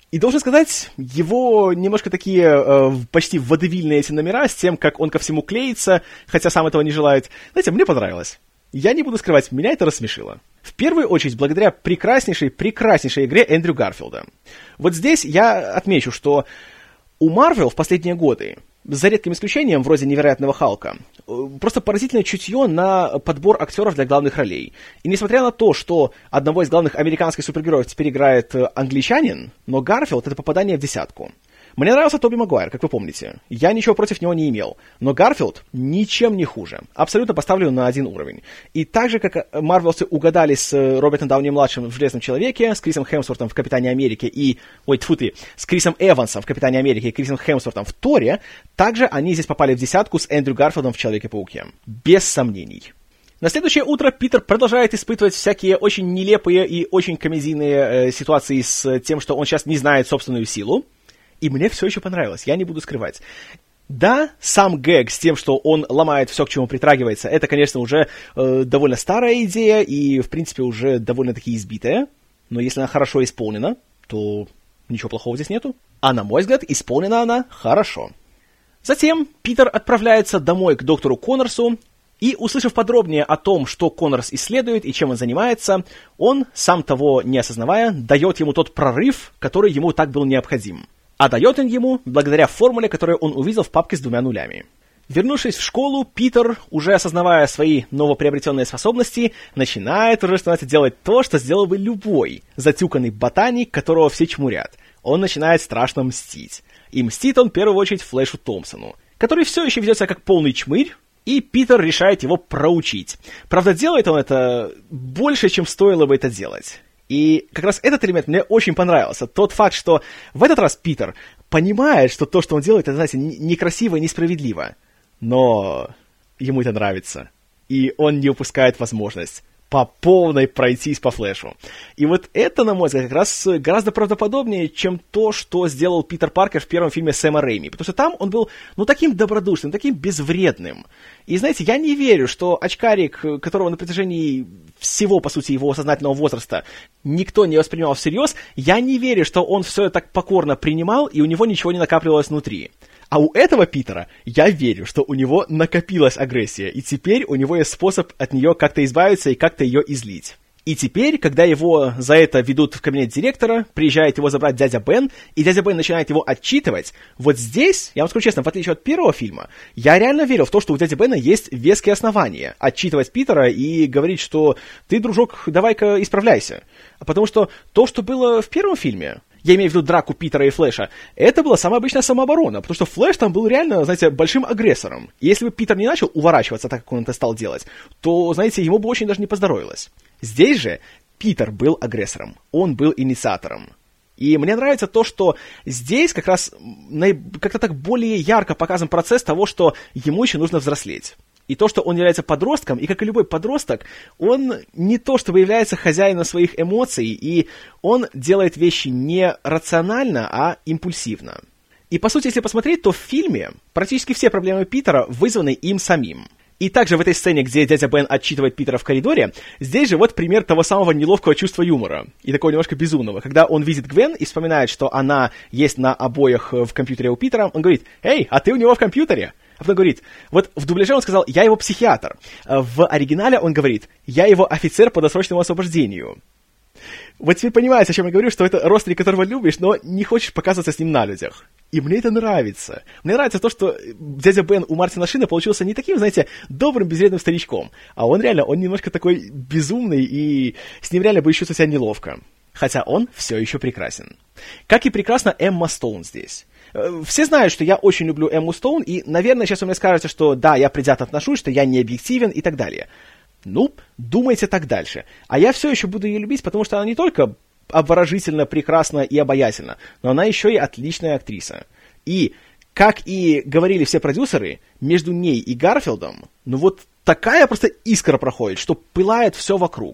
И должен сказать, его немножко такие почти водевильные эти номера с тем, как он ко всему клеится, хотя сам этого не желает, знаете, мне понравилось. Я не буду скрывать, меня это рассмешило. В первую очередь, благодаря прекраснейшей игре Эндрю Гарфилда. Вот здесь я отмечу, что у Marvel в последние годы, за редким исключением, вроде «Невероятного Халка», просто поразительное чутье на подбор актеров для главных ролей. И несмотря на то, что одного из главных американских супергероев теперь играет англичанин, но Гарфилд — это попадание в десятку. Мне нравился Тоби Магуайр, как вы помните. Я ничего против него не имел. Но Гарфилд ничем не хуже. Абсолютно поставлю на один уровень. И так же, как марвелсы угадали с Робертом Дауни-младшим в «Железном человеке», с Крисом Хемсвортом в «Капитане Америки» и... с Крисом Эвансом в «Капитане Америки» и Крисом Хемсвортом в «Торе», также они здесь попали в десятку с Эндрю Гарфилдом в «Человеке-пауке». Без сомнений. На следующее утро Питер продолжает испытывать всякие очень нелепые и очень комедийные ситуации с тем, что он сейчас не знает собственную силу. И мне все еще понравилось, я не буду скрывать. Да, сам гэг с тем, что он ломает все, к чему притрагивается, это, конечно, уже довольно старая идея и, в принципе, уже довольно-таки избитая. Но если она хорошо исполнена, то ничего плохого здесь нету. А, на мой взгляд, исполнена она хорошо. Затем Питер отправляется домой к доктору Коннорсу, и, услышав подробнее о том, что Коннорс исследует и чем он занимается, он, сам того не осознавая, дает ему тот прорыв, который ему так был необходим. А дает он ему благодаря формуле, которую он увидел в папке с 2 нулями. Вернувшись в школу, Питер, уже осознавая свои новоприобретенные способности, начинает уже становиться делать то, что сделал бы любой затюканный ботаник, которого все чмурят. Он начинает страшно мстить. И мстит он в первую очередь Флэшу Томпсону, который все еще ведет себя как полный чмырь, и Питер решает его проучить. Правда, делает он это больше, чем стоило бы это делать. И как раз этот элемент мне очень понравился. Тот факт, что в этот раз Питер понимает, что то, что он делает, это, знаете, некрасиво и несправедливо. Но ему это нравится. И он не упускает возможность по полной пройтись по Флэшу. И вот это, на мой взгляд, как раз гораздо правдоподобнее, чем то, что сделал Питер Паркер в первом фильме Сэма Рэйми. Потому что там он был, таким добродушным, таким безвредным. И, знаете, я не верю, что очкарик, которого на протяжении всего, по сути, его сознательного возраста никто не воспринимал всерьез, я не верю, что он все это так покорно принимал, и у него ничего не накапливалось внутри. А у этого Питера я верю, что у него накопилась агрессия, и теперь у него есть способ от нее как-то избавиться и как-то ее излить. И теперь, когда его за это ведут в кабинет директора, приезжает его забрать дядя Бен, и дядя Бен начинает его отчитывать, вот здесь, я вам скажу честно, в отличие от первого фильма, я реально верил в то, что у дяди Бена есть веские основания отчитывать Питера и говорить, что ты, дружок, давай-ка исправляйся. Потому что то, что было в первом фильме, я имею в виду драку Питера и Флэша, это была самая обычная самооборона, потому что Флэш там был реально, знаете, большим агрессором. И если бы Питер не начал уворачиваться так, как он это стал делать, то, знаете, ему бы очень даже не поздоровилось. Здесь же Питер был агрессором, он был инициатором. И мне нравится то, что здесь как раз как-то так более ярко показан процесс того, что ему еще нужно взрослеть. И то, что он является подростком, и как и любой подросток, он не то чтобы является хозяином своих эмоций, и он делает вещи не рационально, а импульсивно. И по сути, если посмотреть, то в фильме практически все проблемы Питера вызваны им самим. И также в этой сцене, где дядя Бен отчитывает Питера в коридоре, здесь же вот пример того самого неловкого чувства юмора, и такого немножко безумного. Когда он видит Гвен и вспоминает, что она есть на обоях в компьютере у Питера, он говорит: «Эй, а ты у него в компьютере?» А потом говорит, вот в дубляже он сказал: «Я его психиатр». В оригинале он говорит: «Я его офицер по досрочному освобождению». Вот теперь понимаете, о чем я говорю, что это родственник, которого любишь, но не хочешь показываться с ним на людях. И мне это нравится. Мне нравится то, что дядя Бен у Мартина Шина получился не таким, знаете, добрым, безвредным старичком, а он реально, он немножко такой безумный, и с ним реально будет чувствовать себя неловко. Хотя он все еще прекрасен. Как и прекрасна Эмма Стоун здесь. Все знают, что я очень люблю Эмму Стоун, и, наверное, сейчас вы мне скажете, что да, я предвзято отношусь, что я не объективен и так далее. Ну, думайте так дальше. А я все еще буду ее любить, потому что она не только обворожительно, прекрасна и обаятельна, но она еще и отличная актриса. И, как и говорили все продюсеры, между ней и Гарфилдом, ну вот такая просто искра проходит, что пылает все вокруг.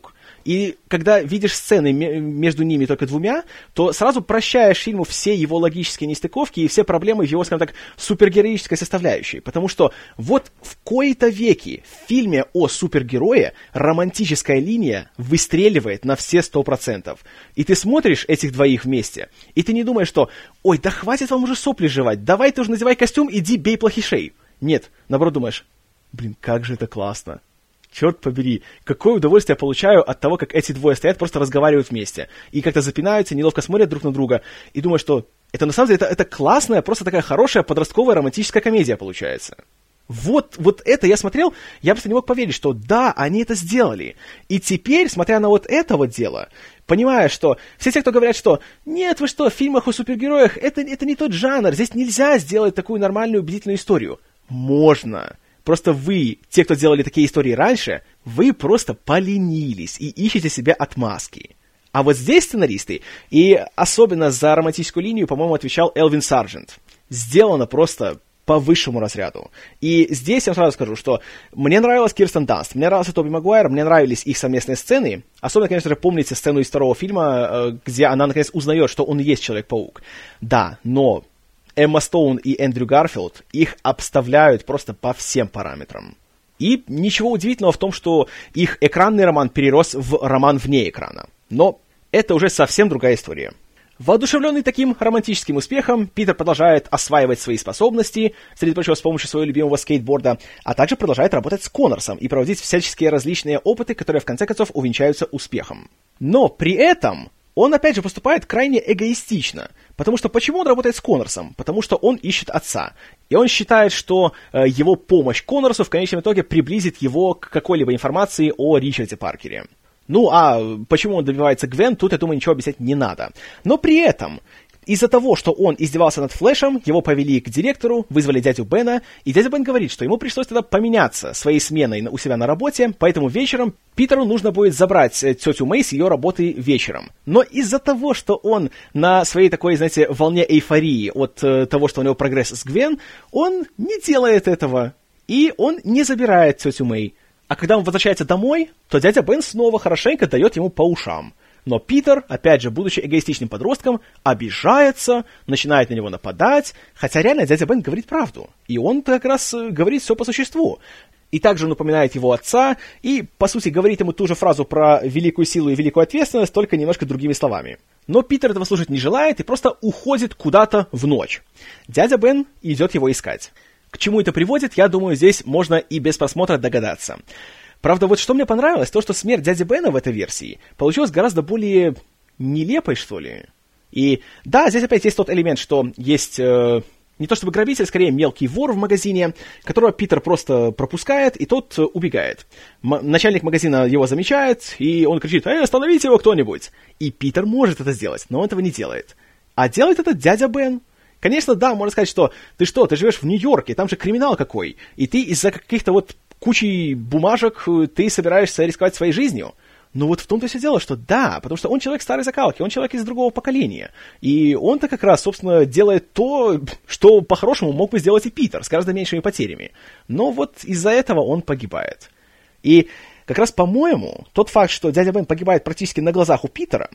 И когда видишь сцены между ними только двумя, то сразу прощаешь фильму все его логические нестыковки и все проблемы в его, скажем так, супергероической составляющей. Потому что вот в кои-то веки в фильме о супергерое романтическая линия выстреливает на все 100%. И ты смотришь этих двоих вместе, и ты не думаешь, что «Ой, да хватит вам уже сопли жевать, давай ты уже надевай костюм, иди бей плохишей». Нет, наоборот думаешь, блин, как же это классно. Черт побери, какое удовольствие я получаю от того, как эти двое стоят, просто разговаривают вместе. И как-то запинаются, неловко смотрят друг на друга. И думаю, что это на самом деле это классная, просто такая хорошая подростковая романтическая комедия получается. Вот это я смотрел, я просто не мог поверить, что да, они это сделали. И теперь, смотря на вот это вот дело, понимая, что все те, кто говорят, что нет, вы что, в фильмах о супергероях, это не тот жанр, здесь нельзя сделать такую нормальную убедительную историю. Можно. Просто вы, те, кто делали такие истории раньше, вы просто поленились и ищете себе отмазки. А вот здесь сценаристы, и особенно за романтическую линию, по-моему, отвечал Элвин Сарджент. Сделано просто по высшему разряду. И здесь я сразу скажу, что мне нравилась Кирстен Данст, мне нравился Тоби Магуайр, мне нравились их совместные сцены. Особенно, конечно же, помните сцену из второго фильма, где она, наконец, узнает, что он и есть Человек-паук. Да, но Эмма Стоун и Эндрю Гарфилд их обставляют просто по всем параметрам. И ничего удивительного в том, что их экранный роман перерос в роман вне экрана. Но это уже совсем другая история. Воодушевленный таким романтическим успехом, Питер продолжает осваивать свои способности, среди прочего с помощью своего любимого скейтборда, а также продолжает работать с Коннорсом и проводить всяческие различные опыты, которые в конце концов увенчаются успехом. Но при этом он, опять же, поступает крайне эгоистично. Потому что почему он работает с Коннорсом? Потому что он ищет отца. И он считает, что его помощь Коннорсу в конечном итоге приблизит его к какой-либо информации о Ричарде Паркере. Ну, а почему он добивается Гвен, тут, я думаю, ничего объяснять не надо. Но при этом, из-за того, что он издевался над Флэшем, его повели к директору, вызвали дядю Бена, и дядя Бен говорит, что ему пришлось тогда поменяться своей сменой у себя на работе, поэтому вечером Питеру нужно будет забрать тетю Мэй с ее работы вечером. Но из-за того, что он на своей такой, знаете, волне эйфории от того, что у него прогресс с Гвен, он не делает этого, и он не забирает тетю Мэй. А когда он возвращается домой, то дядя Бен снова хорошенько дает ему по ушам. Но Питер, опять же, будучи эгоистичным подростком, обижается, начинает на него нападать, хотя реально дядя Бен говорит правду. И он как раз говорит все по существу. И также он напоминает его отца, и, по сути, говорит ему ту же фразу про великую силу и великую ответственность, только немножко другими словами. Но Питер этого слушать не желает и просто уходит куда-то в ночь. Дядя Бен идет его искать. К чему это приводит, я думаю, здесь можно и без просмотра догадаться. Правда, вот что мне понравилось, то, что смерть дяди Бена в этой версии получилась гораздо более нелепой, что ли. И да, здесь опять есть тот элемент, что есть не то чтобы грабитель, скорее мелкий вор в магазине, которого Питер просто пропускает, и тот убегает. Начальник магазина его замечает, и он кричит: остановите его кто-нибудь! И Питер может это сделать, но он этого не делает. А делает это дядя Бен. Конечно, да, можно сказать, что ты живешь в Нью-Йорке, там же криминал какой, и ты из-за каких-то вот кучи бумажек ты собираешься рисковать своей жизнью. Но вот в том-то все дело, что да, потому что он человек старой закалки, он человек из другого поколения. И он-то как раз, собственно, делает то, что по-хорошему мог бы сделать и Питер, с гораздо меньшими потерями. Но вот из-за этого он погибает. И как раз, по-моему, тот факт, что дядя Бен погибает практически на глазах у Питера,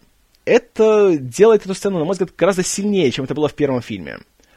это делает эту сцену, на мой взгляд, гораздо сильнее, чем это было в первом фильме.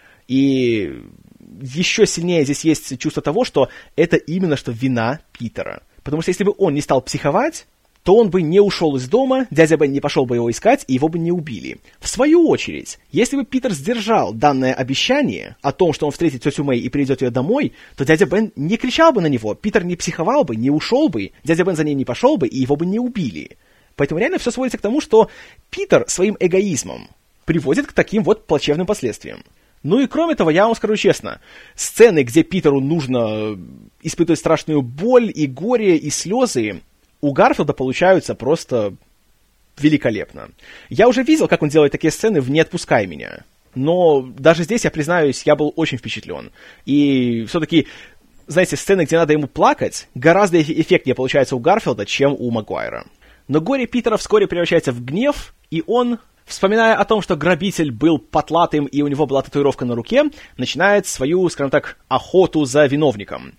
И еще сильнее здесь есть чувство того, что это именно что вина Питера. Потому что если бы он не стал психовать, то он бы не ушел из дома, дядя Бен не пошел бы его искать, и его бы не убили. В свою очередь, если бы Питер сдержал данное обещание о том, что он встретит тетю Мэй и приведет ее домой, то дядя Бен не кричал бы на него, Питер не психовал бы, не ушел бы, дядя Бен за ним не пошел бы, и его бы не убили. Поэтому реально все сводится к тому, что Питер своим эгоизмом приводит к таким вот плачевным последствиям. Ну и кроме того, я вам скажу честно, сцены, где Питеру нужно испытывать страшную боль и горе, и слезы, у Гарфилда получаются просто великолепно. Я уже видел, как он делает такие сцены в «Не отпускай меня». Но даже здесь, я признаюсь, я был очень впечатлен. И все-таки, знаете, сцены, где надо ему плакать, гораздо эффектнее получается у Гарфилда, чем у Магуайра. Но горе Питера вскоре превращается в гнев, и он, вспоминая о том, что грабитель был потлатым и у него была татуировка на руке, начинает свою, скажем так, охоту за виновником.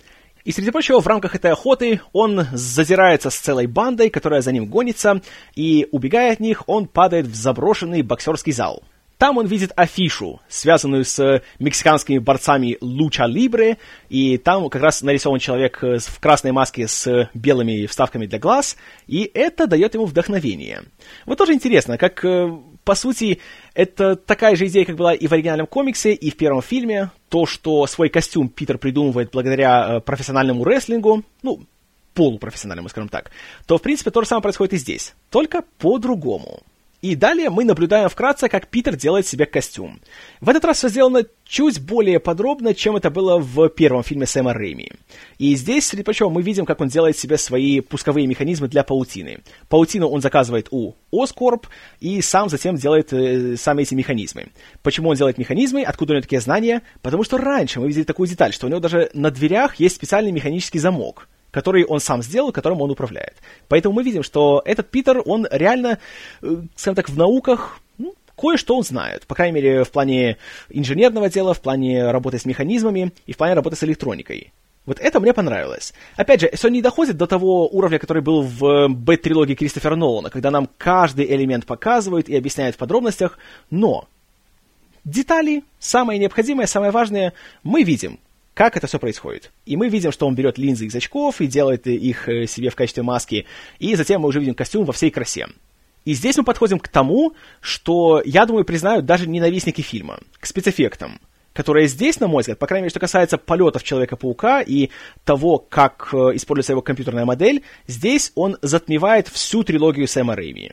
И, среди прочего, в рамках этой охоты он задирается с целой бандой, которая за ним гонится, и, убегая от них, он падает в заброшенный боксерский зал. Там он видит афишу, связанную с мексиканскими борцами Луча Либре, и там как раз нарисован человек в красной маске с белыми вставками для глаз, и это дает ему вдохновение. Вот тоже интересно, как, по сути, это такая же идея, как была и в оригинальном комиксе, и в первом фильме, то, что свой костюм Питер придумывает благодаря профессиональному рестлингу, полупрофессиональному, скажем так, то, в принципе, то же самое происходит и здесь, только по-другому. И далее мы наблюдаем вкратце, как Питер делает себе костюм. В этот раз все сделано чуть более подробно, чем это было в первом фильме Сэма Рэйми. И здесь, среди прочего, мы видим, как он делает себе свои пусковые механизмы для паутины. Паутину он заказывает у Oscorp и сам затем делает сами эти механизмы. Почему он делает механизмы? Откуда у него такие знания? Потому что раньше мы видели такую деталь, что у него даже на дверях есть специальный механический замок, который он сам сделал, которым он управляет. Поэтому мы видим, что этот Питер, он реально, скажем так, в науках, кое-что он знает. По крайней мере, в плане инженерного дела, в плане работы с механизмами и в плане работы с электроникой. Вот это мне понравилось. Опять же, все не доходит до того уровня, который был в Бэт-трилогии Кристофера Нолана, когда нам каждый элемент показывают и объясняют в подробностях, но детали, самое необходимое, самое важное, мы видим, как это все происходит. И мы видим, что он берет линзы из очков и делает их себе в качестве маски, и затем мы уже видим костюм во всей красе. И здесь мы подходим к тому, что, я думаю, признают даже ненавистники фильма, к спецэффектам, которые здесь, на мой взгляд, по крайней мере, что касается полетов Человека-паука и того, как используется его компьютерная модель, здесь он затмевает всю трилогию Сэма Рэйми.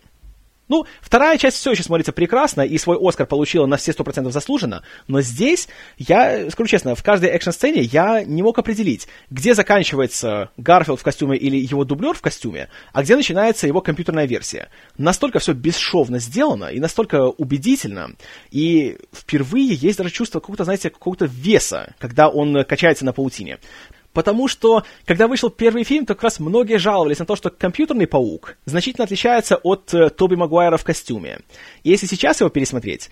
Вторая часть все еще смотрится прекрасно, и свой Оскар получила на все 100% заслуженно, но здесь, я скажу честно, в каждой экшн-сцене я не мог определить, где заканчивается Гарфилд в костюме или его дублер в костюме, а где начинается его компьютерная версия. Настолько все бесшовно сделано и настолько убедительно, и впервые есть даже чувство какого-то веса, когда он качается на паутине. Потому что, когда вышел первый фильм, то как раз многие жаловались на то, что компьютерный паук значительно отличается от Тоби Магуайра в костюме. И если сейчас его пересмотреть,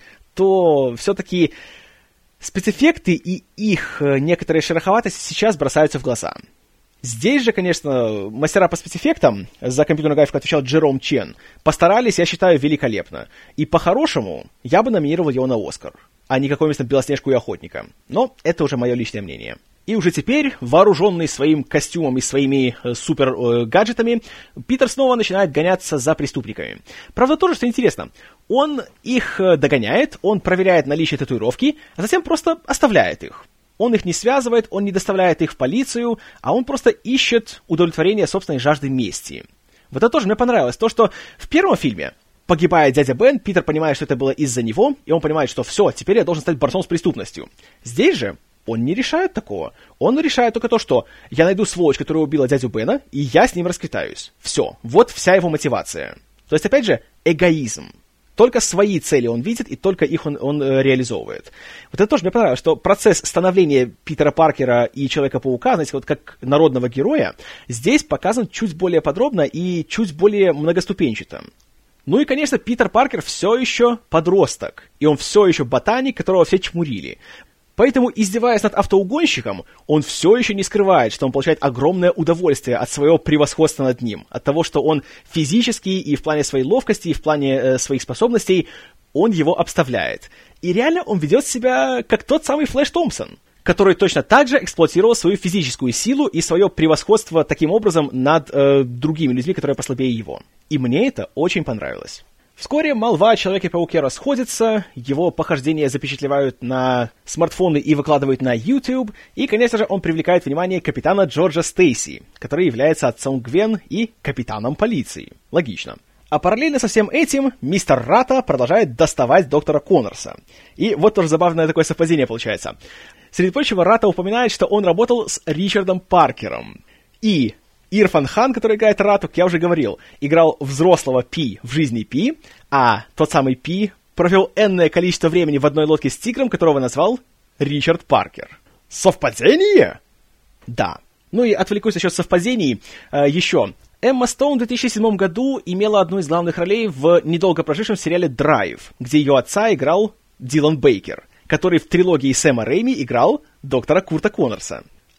то все-таки спецэффекты и их некоторые шероховатости сейчас бросаются в глаза. Здесь же, конечно, мастера по спецэффектам, за компьютерную графику отвечал Джером Чен, постарались, я считаю, великолепно. И по-хорошему я бы номинировал его на Оскар, а не какого-нибудь Белоснежку и Охотника. Но это уже мое личное мнение. И уже теперь, вооруженный своим костюмом и своими супер-гаджетами, Питер снова начинает гоняться за преступниками. Правда, тоже, что интересно, он их догоняет, он проверяет наличие татуировки, а затем просто оставляет их. Он их не связывает, он не доставляет их в полицию, а он просто ищет удовлетворение собственной жажды мести. Вот это тоже мне понравилось. То, что в первом фильме, погибая дядя Бен, Питер понимает, что это было из-за него, и он понимает, что все, теперь я должен стать борцом с преступностью. Здесь же он не решает такого. Он решает только то, что я найду сволочь, которая убила дядю Бена, и я с ним расквитаюсь. Все. Вот вся его мотивация. То есть, опять же, эгоизм. Только свои цели он видит, и только их он реализовывает. Вот это тоже мне понравилось, что процесс становления Питера Паркера и Человека-паука, знаете, вот как народного героя, здесь показан чуть более подробно и чуть более многоступенчато. И, конечно, Питер Паркер все еще подросток, и он все еще ботаник, которого все чмурили. Поэтому, издеваясь над автоугонщиком, он все еще не скрывает, что он получает огромное удовольствие от своего превосходства над ним, от того, что он физически и в плане своей ловкости, и в плане своих способностей, он его обставляет. И реально он ведет себя как тот самый Флэш Томпсон, который точно так же эксплуатировал свою физическую силу и свое превосходство таким образом над другими людьми, которые послабее его. И мне это очень понравилось. Вскоре молва о Человеке-пауке расходится, его похождения запечатлевают на смартфоны и выкладывают на YouTube, и, конечно же, он привлекает внимание капитана Джорджа Стейси, который является отцом Гвен и капитаном полиции. Логично. А параллельно со всем этим мистер Рата продолжает доставать доктора Коннорса. И вот тоже забавное такое совпадение получается. Среди прочего, Рата упоминает, что он работал с Ричардом Паркером. И Ирфан Хан, который играет Рату, как я уже говорил, играл взрослого Пи в жизни Пи, а тот самый Пи провел энное количество времени в одной лодке с тигром, которого назвал Ричард Паркер. Совпадение? Да. И отвлекусь насчет совпадений. Еще. Эмма Стоун в 2007 году имела одну из главных ролей в недолго прожившем сериале «Драйв», где ее отца играл Дилан Бейкер, который в трилогии Сэма Рэйми играл доктора Курта Коннорса.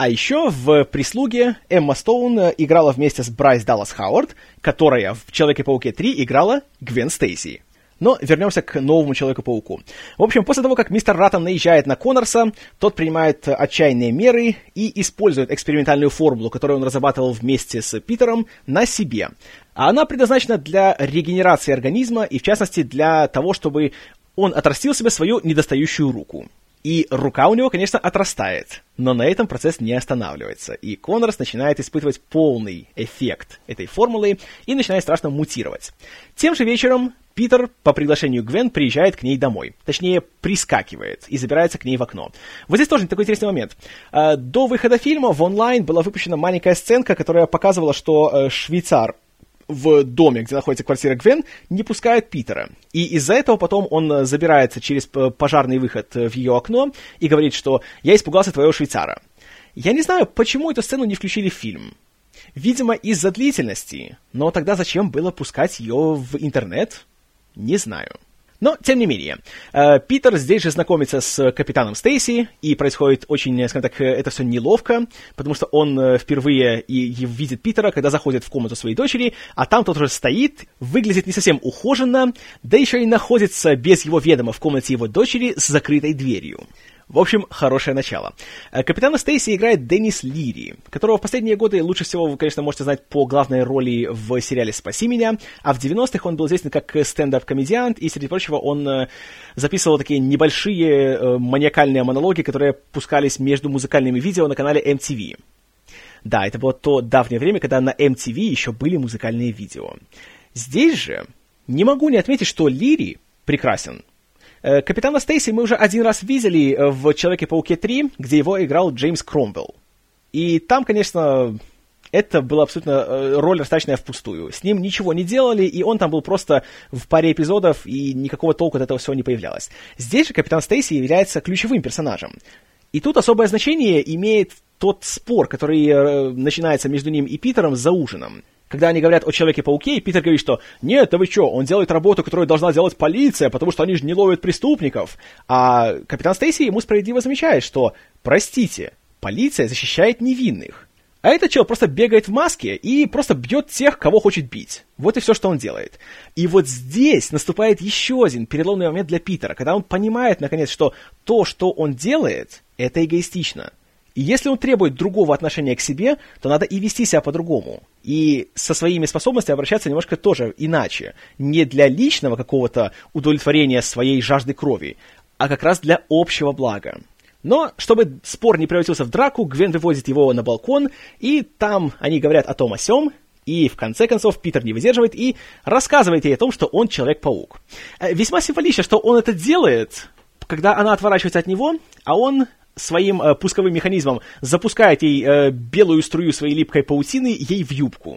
А еще в «Прислуге» Эмма Стоун играла вместе с Брайс Даллас Хауард, которая в «Человеке-пауке 3» играла Гвен Стейси. Но вернемся к новому Человеку-пауку. В общем, после того, как мистер Раттон наезжает на Коннорса, тот принимает отчаянные меры и использует экспериментальную формулу, которую он разрабатывал вместе с Питером, на себе. А она предназначена для регенерации организма и, в частности, для того, чтобы он отрастил себе свою недостающую руку. И рука у него, конечно, отрастает, но на этом процесс не останавливается. И Коннорс начинает испытывать полный эффект этой формулы и начинает страшно мутировать. Тем же вечером Питер по приглашению Гвен приезжает к ней домой. Точнее, прискакивает и забирается к ней в окно. Вот здесь тоже такой интересный момент. До выхода фильма в онлайн была выпущена маленькая сценка, которая показывала, что швейцар в доме, где находится квартира Гвен, не пускает Питера. И из-за этого потом он забирается через пожарный выход в ее окно и говорит, что «я испугался твоего швейцара». Я не знаю, почему эту сцену не включили в фильм. Видимо, из-за длительности. Но тогда зачем было пускать ее в интернет? Не знаю. Но, тем не менее, Питер здесь же знакомится с капитаном Стейси, и происходит очень, скажем так, это все неловко, потому что он впервые и видит Питера, когда заходит в комнату своей дочери, а там тот уже стоит, выглядит не совсем ухоженно, да еще и находится без его ведома в комнате его дочери с закрытой дверью. В общем, хорошее начало. Капитана Стейси играет Деннис Лири, которого в последние годы лучше всего вы, конечно, можете знать по главной роли в сериале «Спаси меня», а в 90-х он был известен как стендап-комедиант, и, среди прочего, он записывал такие небольшие маниакальные монологи, которые пускались между музыкальными видео на канале MTV. Да, это было то давнее время, когда на MTV еще были музыкальные видео. Здесь же не могу не отметить, что Лири прекрасен. Капитана Стейси мы уже один раз видели в «Человеке-пауке 3», где его играл Джеймс Кромвелл. И там, конечно, это была абсолютно роль растраченная впустую. С ним ничего не делали, и он там был просто в паре эпизодов, и никакого толку от этого всего не появлялось. Здесь же Капитан Стейси является ключевым персонажем. И тут особое значение имеет тот спор, который начинается между ним и Питером за ужином. Когда они говорят о Человеке-пауке, Питер говорит, что «Нет, да вы что, он делает работу, которую должна делать полиция, потому что они же не ловят преступников». А капитан Стейси ему справедливо замечает, что «Простите, полиция защищает невинных». А этот чел просто бегает в маске и просто бьет тех, кого хочет бить. Вот и все, что он делает. И вот здесь наступает еще один переломный момент для Питера, когда он понимает, наконец, что то, что он делает, это эгоистично. И если он требует другого отношения к себе, то надо и вести себя по-другому. И со своими способностями обращаться немножко тоже иначе. Не для личного какого-то удовлетворения своей жажды крови, а как раз для общего блага. Но, чтобы спор не превратился в драку, Гвен выводит его на балкон, и там они говорят о том о сём, и в конце концов Питер не выдерживает и рассказывает ей о том, что он Человек-паук. Весьма символично, что он это делает, когда она отворачивается от него, а он своим пусковым механизмом запускает ей белую струю своей липкой паутины ей в юбку.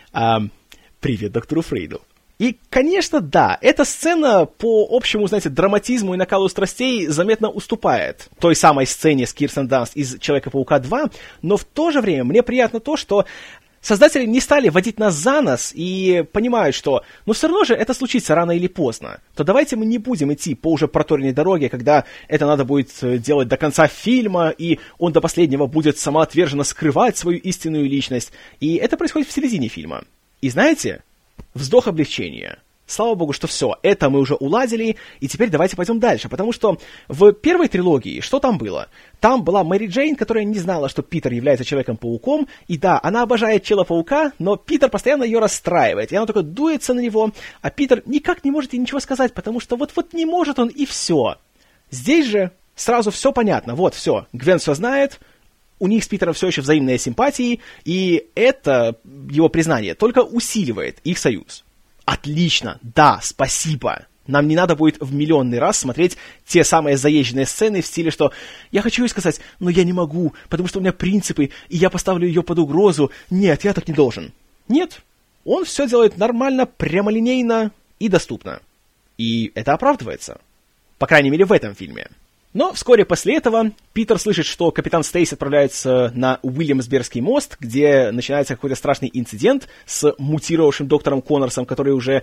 Привет доктору Фрейду. И, конечно, да, эта сцена по общему, знаете, драматизму и накалу страстей заметно уступает той самой сцене с Кирстен Данст из «Человека-паука 2», но в то же время мне приятно то, что создатели не стали водить нас за нос и понимают, что, ну, все равно же это случится рано или поздно. То давайте мы не будем идти по уже проторенной дороге, когда это надо будет делать до конца фильма, и он до последнего будет самоотверженно скрывать свою истинную личность. И это происходит в середине фильма. И знаете, вздох облегчения. Слава богу, что все, это мы уже уладили, и теперь давайте пойдем дальше, потому что в первой трилогии что там было? Там была Мэри Джейн, которая не знала, что Питер является Человеком-пауком, и да, она обожает Человека-паука, но Питер постоянно ее расстраивает, и она только дуется на него, а Питер никак не может ей ничего сказать, потому что вот не может он, и все. Здесь же сразу все понятно, вот, все, Гвен все знает, у них с Питером все еще взаимные симпатии, и это, его признание, только усиливает их союз. Отлично, да, спасибо. Нам не надо будет в миллионный раз смотреть те самые заезженные сцены в стиле, что «я хочу ей сказать, но я не могу, потому что у меня принципы, и я поставлю ее под угрозу. Нет, я так не должен». Нет, он все делает нормально, прямолинейно и доступно. И это оправдывается. По крайней мере, в этом фильме. Но вскоре после этого Питер слышит, что капитан Стейси отправляется на Уильямсбергский мост, где начинается какой-то страшный инцидент с мутировавшим доктором Коннорсом, который уже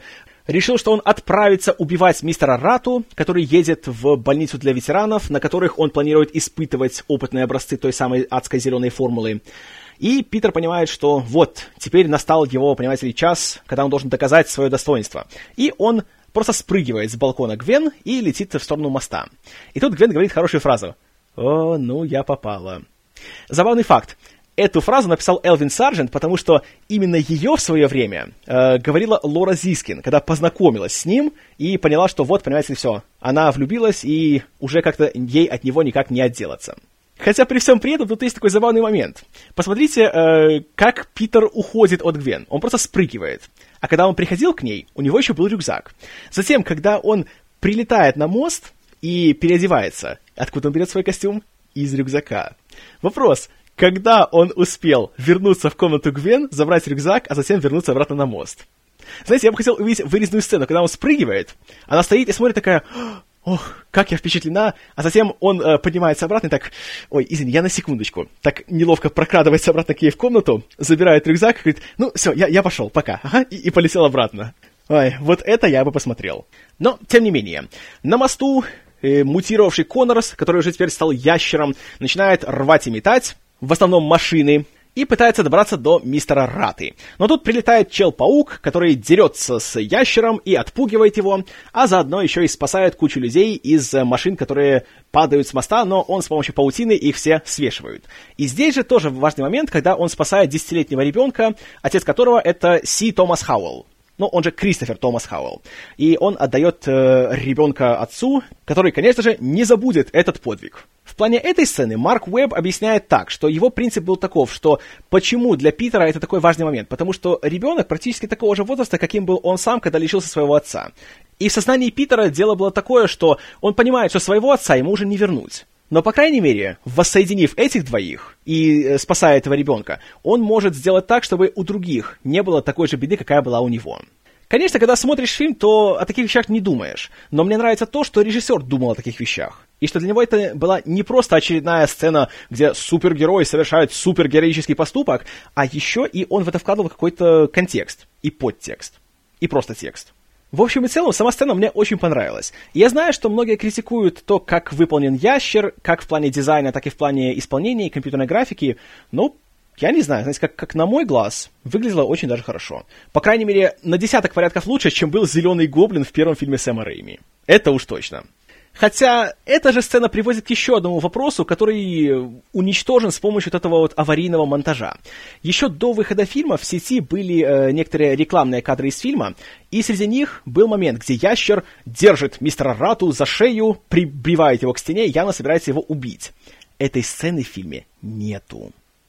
решил, что он отправится убивать мистера Рату, который едет в больницу для ветеранов, на которых он планирует испытывать опытные образцы той самой адской зеленой формулы. И Питер понимает, что вот, теперь настал его, понимаете ли, час, когда он должен доказать свое достоинство. И он просто спрыгивает с балкона Гвен и летит в сторону моста. И тут Гвен говорит хорошую фразу. «О, ну я попала». Забавный факт. Эту фразу написал Элвин Сарджент, потому что именно ее в свое время говорила Лора Зискин, когда познакомилась с ним и поняла, что вот, понимаете ли, все, она влюбилась и уже как-то ей от него никак не отделаться. Хотя при всем при этом тут есть такой забавный момент. Посмотрите, как Питер уходит от Гвен. Он просто спрыгивает. А когда он приходил к ней, у него еще был рюкзак. Затем, когда он прилетает на мост и переодевается, откуда он берет свой костюм? Из рюкзака. Вопрос. Когда он успел вернуться в комнату Гвен, забрать рюкзак, а затем вернуться обратно на мост? Знаете, я бы хотел увидеть вырезанную сцену, когда он спрыгивает, она стоит и смотрит такая... Ох, как я впечатлена. А затем он поднимается обратно и так... Ой, извини, я на секундочку. Так неловко прокрадывается обратно к ней в комнату, забирает рюкзак и говорит, ну, все, я пошел, пока. Ага, и полетел обратно. Ой, вот это я бы посмотрел. Но, тем не менее, на мосту мутировавший Коннорс, который уже теперь стал ящером, начинает рвать и метать, в основном машины, и пытается добраться до мистера Раты. Но тут прилетает Чел-паук, который дерется с ящером и отпугивает его, а заодно еще и спасает кучу людей из машин, которые падают с моста, но он с помощью паутины их все свешивает. И здесь же тоже важный момент, когда он спасает 10-летнего ребенка, отец которого это Си Томас Хауэлл. Ну, он же Кристофер Томас Хауэлл. И он отдает ребенка отцу, который, конечно же, не забудет этот подвиг. В плане этой сцены Марк Уэбб объясняет так, что его принцип был таков, что почему для Питера это такой важный момент, потому что ребенок практически такого же возраста, каким был он сам, когда лишился своего отца. И в сознании Питера дело было такое, что он понимает, что своего отца ему уже не вернуть. Но, по крайней мере, воссоединив этих двоих и спасая этого ребенка, он может сделать так, чтобы у других не было такой же беды, какая была у него. Конечно, когда смотришь фильм, то о таких вещах не думаешь. Но мне нравится то, что режиссер думал о таких вещах. И что для него это была не просто очередная сцена, где супергерой совершает супергероический поступок, а еще и он в это вкладывал какой-то контекст, и подтекст, и просто текст. В общем и целом, сама сцена мне очень понравилась. Я знаю, что многие критикуют то, как выполнен ящер, как в плане дизайна, так и в плане исполнения и компьютерной графики, но... Я не знаю, знаете, как на мой глаз, выглядело очень даже хорошо. По крайней мере, на десяток порядков лучше, чем был «Зеленый гоблин» в первом фильме Сэма Рэйми. Это уж точно. Хотя, эта же сцена приводит к еще одному вопросу, который уничтожен с помощью вот этого вот аварийного монтажа. Еще до выхода фильма в сети были некоторые рекламные кадры из фильма, и среди них был момент, где ящер держит мистера Рату за шею, прибивает его к стене и явно собирается его убить. Этой сцены в фильме нету.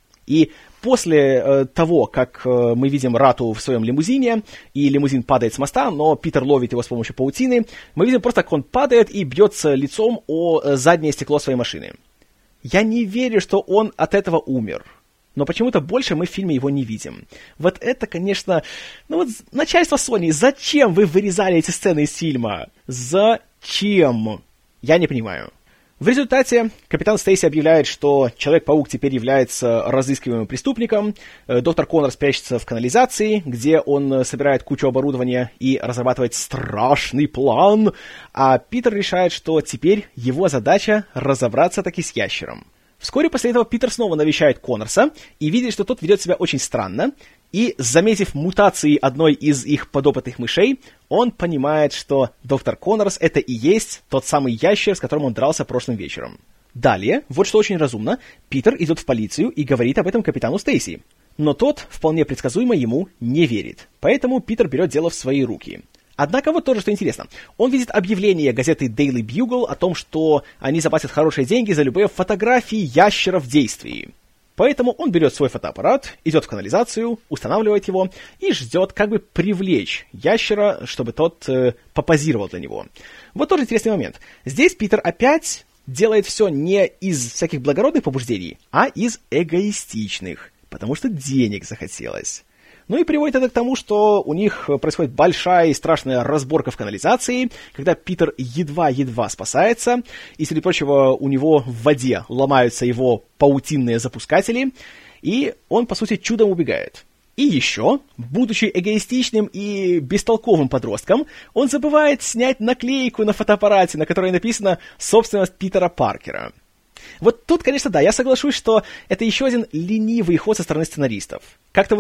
И после того, как мы видим Рату в своем лимузине, и лимузин падает с моста, но Питер ловит его с помощью паутины, мы видим просто, как он падает и бьется лицом о заднее стекло своей машины. Я не верю, что он от этого умер. Но почему-то больше мы в фильме его не видим. Вот это, конечно... Ну вот начальство Sony, зачем вы вырезали эти сцены из фильма? Зачем? Я не понимаю. В результате капитан Стейси объявляет, что Человек-паук теперь является разыскиваемым преступником, доктор Коннорс прячется в канализации, где он собирает кучу оборудования и разрабатывает страшный план, а Питер решает, что теперь его задача разобраться таки с ящером. Вскоре после этого Питер снова навещает Коннорса и видит, что тот ведет себя очень странно, и, заметив мутации одной из их подопытных мышей, он понимает, что доктор Коннорс — это и есть тот самый ящер, с которым он дрался прошлым вечером. Далее, вот что очень разумно, Питер идет в полицию и говорит об этом капитану Стейси. Но тот, вполне предсказуемо, ему не верит. Поэтому Питер берет дело в свои руки. Однако вот тоже, что интересно. Он видит объявление газеты Daily Bugle о том, что они заплатят хорошие деньги за любые фотографии ящера в действии. Поэтому он берет свой фотоаппарат, идет в канализацию, устанавливает его и ждет, как бы привлечь ящера, чтобы тот попозировал для него. Вот тоже интересный момент. Здесь Питер опять делает все не из всяких благородных побуждений, а из эгоистичных, потому что денег захотелось. Ну и приводит это к тому, что у них происходит большая и страшная разборка в канализации, когда Питер едва-едва спасается, и, среди прочего, у него в воде ломаются его паутинные запускатели, и он, по сути, чудом убегает. И еще, будучи эгоистичным и бестолковым подростком, он забывает снять наклейку на фотоаппарате, на которой написано «Собственность Питера Паркера». Вот тут, конечно, да, я соглашусь, что это еще один ленивый ход со стороны сценаристов. Как-то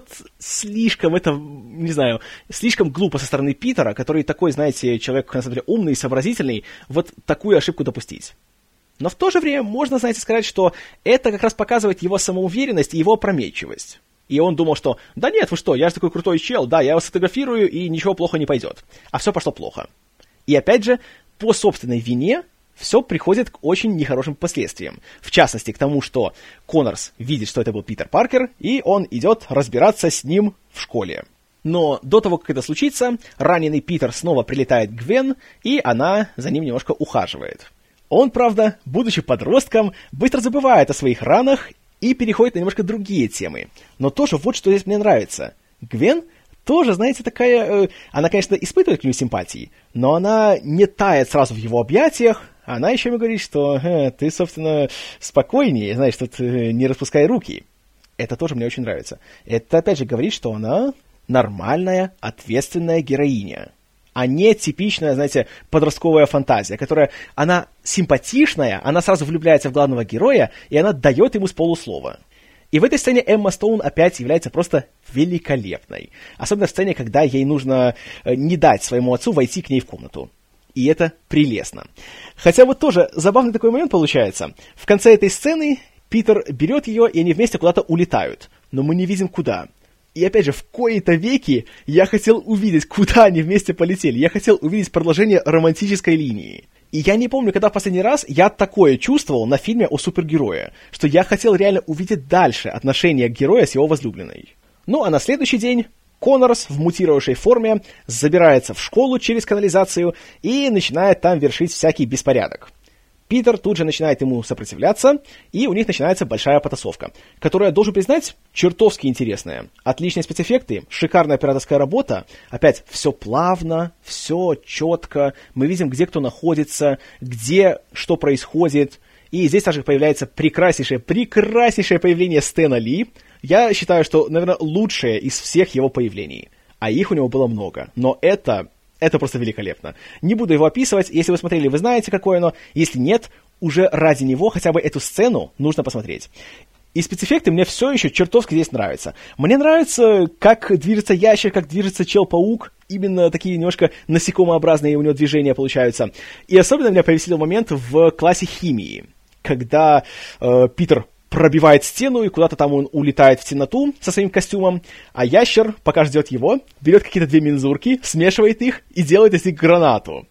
слишком это, не знаю, слишком глупо со стороны Питера, который такой, знаете, человек, на самом деле, умный и сообразительный, вот такую ошибку допустить. Но в то же время можно, знаете, сказать, что это как раз показывает его самоуверенность и его опрометчивость. И он думал, что «да нет, вы что, я же такой крутой чел, да, я его сфотографирую, и ничего плохо не пойдет». А все пошло плохо. И опять же, по собственной вине все приходит к очень нехорошим последствиям. В частности, к тому, что Коннорс видит, что это был Питер Паркер, и он идет разбираться с ним в школе. Но до того, как это случится, раненый Питер снова прилетает к Гвен, и она за ним немножко ухаживает. Он, правда, будучи подростком, быстро забывает о своих ранах и переходит на немножко другие темы. Но тоже вот что здесь мне нравится. Гвен тоже, знаете, такая... она, конечно, испытывает к нему симпатии, но она не тает сразу в его объятиях. Она еще ему говорит, что ты, собственно, спокойнее, знаешь, тут не распускай руки. Это тоже мне очень нравится. Это, опять же, говорит, что она нормальная, ответственная героиня, а не типичная, знаете, подростковая фантазия, которая, она симпатичная, она сразу влюбляется в главного героя, и она дает ему с полуслова. И в этой сцене Эмма Стоун опять является просто великолепной. Особенно в сцене, когда ей нужно не дать своему отцу войти к ней в комнату. И это прелестно. Хотя вот тоже забавный такой момент получается. В конце этой сцены Питер берет ее, и они вместе куда-то улетают. Но мы не видим куда. И опять же, в кои-то веки я хотел увидеть, куда они вместе полетели. Я хотел увидеть продолжение романтической линии. И я не помню, когда в последний раз я такое чувствовал на фильме о супергерое, что я хотел реально увидеть дальше отношения героя с его возлюбленной. Ну а на следующий день Коннорс в мутировавшей форме забирается в школу через канализацию и начинает там вершить всякий беспорядок. Питер тут же начинает ему сопротивляться, и у них начинается большая потасовка, которая, должен признать, чертовски интересная. Отличные спецэффекты, шикарная операторская работа, опять все плавно, все четко, мы видим, где кто находится, где что происходит, и здесь также появляется прекраснейшее появление Стэна Ли. Я считаю, что, наверное, лучшее из всех его появлений, а их у него было много, но это просто великолепно. Не буду его описывать, если вы смотрели, вы знаете, какое оно. Если нет, уже ради него хотя бы эту сцену нужно посмотреть. И спецэффекты мне все еще чертовски здесь нравятся. Мне нравится, как движется ящер, как движется Чел-паук. Именно такие немножко насекомообразные у него движения получаются. И особенно меня повеселил момент в классе химии, когда Питер пробивает стену, и куда-то там он улетает в темноту со своим костюмом, а ящер, пока ждет его, берет какие-то две мензурки, смешивает их и делает из них гранату.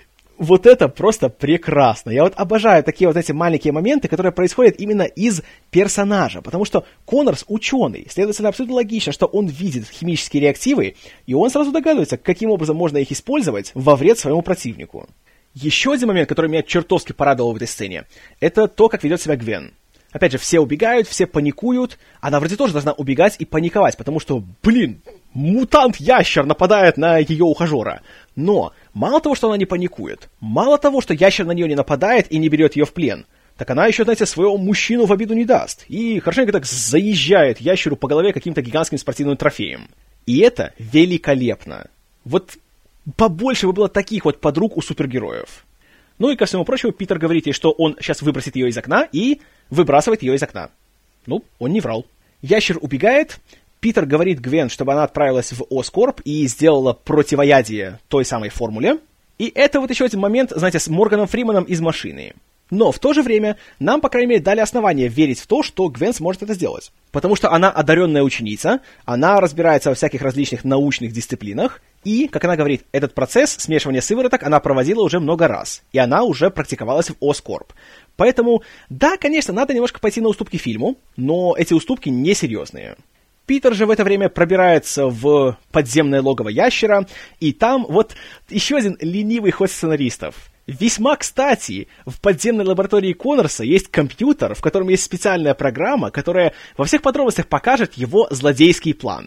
Вот это просто прекрасно. Я вот обожаю такие вот эти маленькие моменты, которые происходят именно из персонажа, потому что Коннорс ученый, следовательно, абсолютно логично, что он видит химические реактивы, и он сразу догадывается, каким образом можно их использовать во вред своему противнику. Еще один момент, который меня чертовски порадовал в этой сцене, это то, как ведет себя Гвен. Опять же, все убегают, все паникуют. Она вроде тоже должна убегать и паниковать, потому что, мутант-ящер нападает на ее ухажера. Но мало того, что она не паникует, мало того, что ящер на нее не нападает и не берет ее в плен, так она еще, знаете, своего мужчину в обиду не даст. И хорошенько так заезжает ящеру по голове каким-то гигантским спортивным трофеем. И это великолепно. Вот побольше бы было таких вот подруг у супергероев. Ну и ко всему прочему, Питер говорит ей, что он сейчас выбросит ее из окна, и выбрасывает ее из окна. Ну, он не врал. Ящер убегает, Питер говорит Гвен, чтобы она отправилась в Оскорб и сделала противоядие той самой формуле. И это вот еще один момент, знаете, с Морганом Фриманом из машины. Но в то же время нам, по крайней мере, дали основания верить в то, что Гвен сможет это сделать. Потому что она одаренная ученица, она разбирается во всяких различных научных дисциплинах, и, как она говорит, этот процесс смешивания сывороток она проводила уже много раз, и она уже практиковалась в Оскорб. Поэтому, да, конечно, надо немножко пойти на уступки фильму, но эти уступки несерьезные. Питер же в это время пробирается в подземное логово ящера, и там вот еще один ленивый ход сценаристов. Весьма кстати, в подземной лаборатории Коннорса есть компьютер, в котором есть специальная программа, которая во всех подробностях покажет его злодейский план.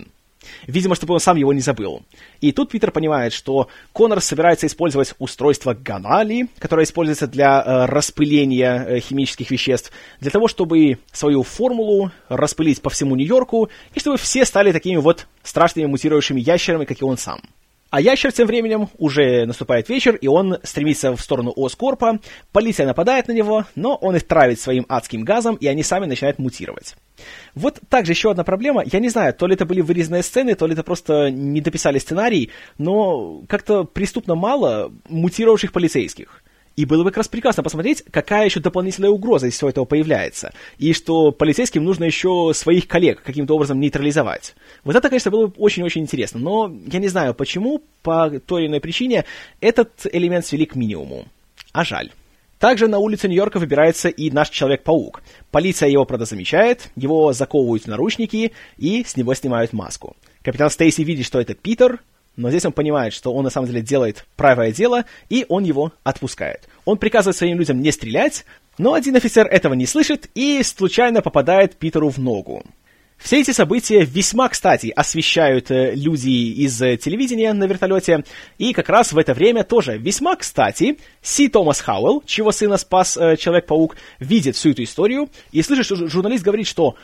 Видимо, чтобы он сам его не забыл. И тут Питер понимает, что Коннор собирается использовать устройство Ганали, которое используется для распыления химических веществ, для того, чтобы свою формулу распылить по всему Нью-Йорку, и чтобы все стали такими вот страшными мутирующими ящерами, как и он сам. А ящер тем временем, уже наступает вечер, и он стремится в сторону Оскорпа, полиция нападает на него, но он их травит своим адским газом, и они сами начинают мутировать. Вот также еще одна проблема, я не знаю, то ли это были вырезанные сцены, то ли это просто не дописали сценарий, но как-то преступно мало мутировавших полицейских. И было бы как раз прекрасно посмотреть, какая еще дополнительная угроза из всего этого появляется. И что полицейским нужно еще своих коллег каким-то образом нейтрализовать. Вот это, конечно, было бы очень-очень интересно. Но я не знаю, почему, по той или иной причине, этот элемент свели к минимуму. А жаль. Также на улице Нью-Йорка выбирается и наш Человек-паук. Полиция его, правда, замечает, его заковывают в наручники и с него снимают маску. Капитан Стейси видит, что это Питер, но здесь он понимает, что он на самом деле делает правое дело, и он его отпускает. Он приказывает своим людям не стрелять, но один офицер этого не слышит и случайно попадает Питеру в ногу. Все эти события весьма, кстати, освещают люди из телевидения на вертолете, и как раз в это время тоже весьма, кстати, Си Томас Хауэлл, чьего сына спас Человек-паук, видит всю эту историю и слышит, что журналист говорит, что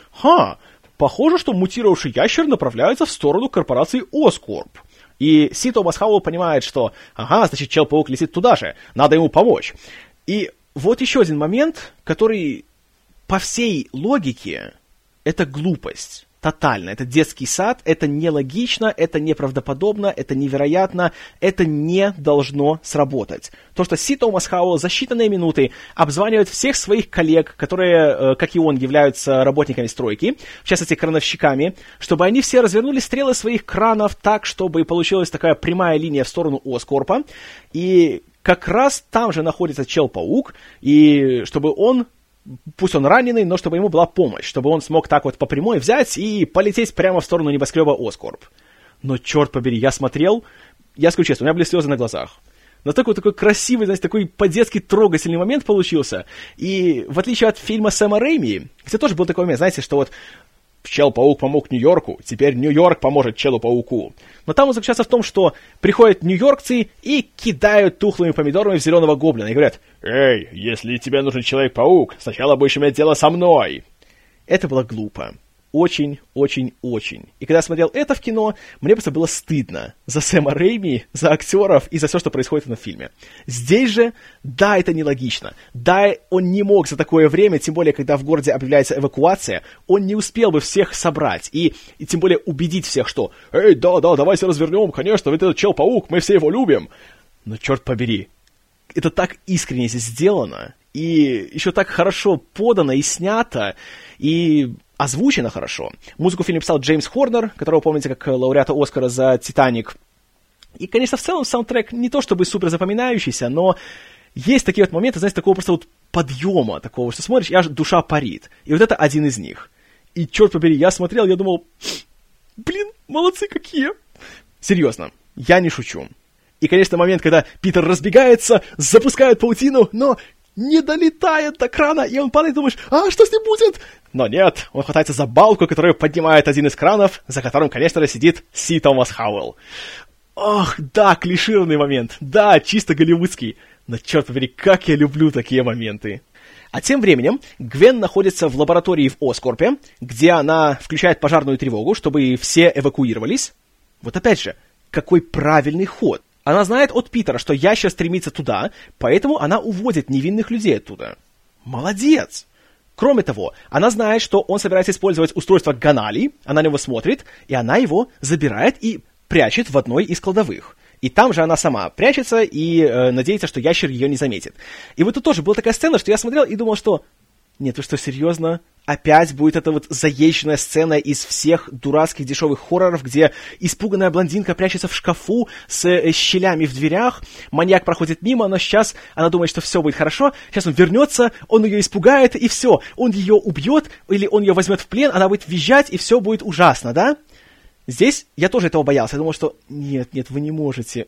похоже, что мутировавший ящер направляется в сторону корпорации Оскорп. И Си Томас Хауэлл понимает, что, значит, Человек-паук летит туда же, надо ему помочь. И вот еще один момент, который по всей логике, это глупость. Тотально. Это детский сад, это нелогично, это неправдоподобно, это невероятно, это не должно сработать. То, что Си Томас Хауэлл за считанные минуты обзванивает всех своих коллег, которые, как и он, являются работниками стройки, в частности, крановщиками, чтобы они все развернули стрелы своих кранов так, чтобы получилась такая прямая линия в сторону Оскорпа, и как раз там же находится Чел-паук, и чтобы он, пусть он раненый, но чтобы ему была помощь, чтобы он смог так вот по прямой взять и полететь прямо в сторону небоскреба Оскорп. Но, черт побери, я смотрел, я скажу честно, у меня были слезы на глазах. Но такой красивый, знаете, такой по-детски трогательный момент получился. И в отличие от фильма Сэма Рэйми, где тоже был такой момент, знаете, что вот Чел-паук помог Нью-Йорку, теперь Нью-Йорк поможет Челу-пауку. Но там он заключается в том, что приходят нью-йоркцы и кидают тухлыми помидорами в зеленого гоблина и говорят: «Эй, если тебе нужен Человек-паук, сначала будешь иметь дело со мной». Это было глупо. Очень. И когда я смотрел это в кино, мне просто было стыдно за Сэма Рэйми, за актеров и за все, что происходит в этом фильме. Здесь же, да, это нелогично. Да, он не мог за такое время, тем более, когда в городе объявляется эвакуация, он не успел бы всех собрать и тем более убедить всех, что «Эй, да, давайте развернем, конечно, ведь этот Чел-паук, мы все его любим». Но, черт побери, это так искренне здесь сделано, и еще так хорошо подано и снято, и озвучено хорошо. Музыку в фильме писал Джеймс Хорнер, которого помните как лауреата Оскара за «Титаник». И, конечно, в целом саундтрек не то чтобы супер запоминающийся, но есть такие вот моменты, знаете, такого просто вот подъема, такого, что смотришь, и аж душа парит. И вот это один из них. И, черт побери, я смотрел, я думал, молодцы какие. Серьезно, я не шучу. И, конечно, момент, когда Питер разбегается, запускает паутину, но не долетает до крана, и он падает, и думаешь, что с ним будет? Но нет, он хватается за балку, которую поднимает один из кранов, за которым, конечно же, сидит Си Томас Хауэлл. Ох, да, клишированный момент, да, чисто голливудский. Но, черт побери, как я люблю такие моменты. А тем временем Гвен находится в лаборатории в Оскорпе, где она включает пожарную тревогу, чтобы все эвакуировались. Вот опять же, какой правильный ход. Она знает от Питера, что ящер стремится туда, поэтому она уводит невинных людей оттуда. Молодец! Кроме того, она знает, что он собирается использовать устройство Ганали, она на него смотрит, и она его забирает и прячет в одной из кладовых. И там же она сама прячется и надеется, что ящер ее не заметит. И вот тут тоже была такая сцена, что я смотрел и думал, что... Нет, вы что, серьезно? Опять будет эта вот заезженная сцена из всех дурацких дешевых хорроров, где испуганная блондинка прячется в шкафу с щелями в дверях, маньяк проходит мимо, но сейчас она думает, что все будет хорошо, сейчас он вернется, он ее испугает, и все, он ее убьет, или он ее возьмет в плен, она будет визжать, и все будет ужасно, да? Здесь я тоже этого боялся, я думал, что нет, вы не можете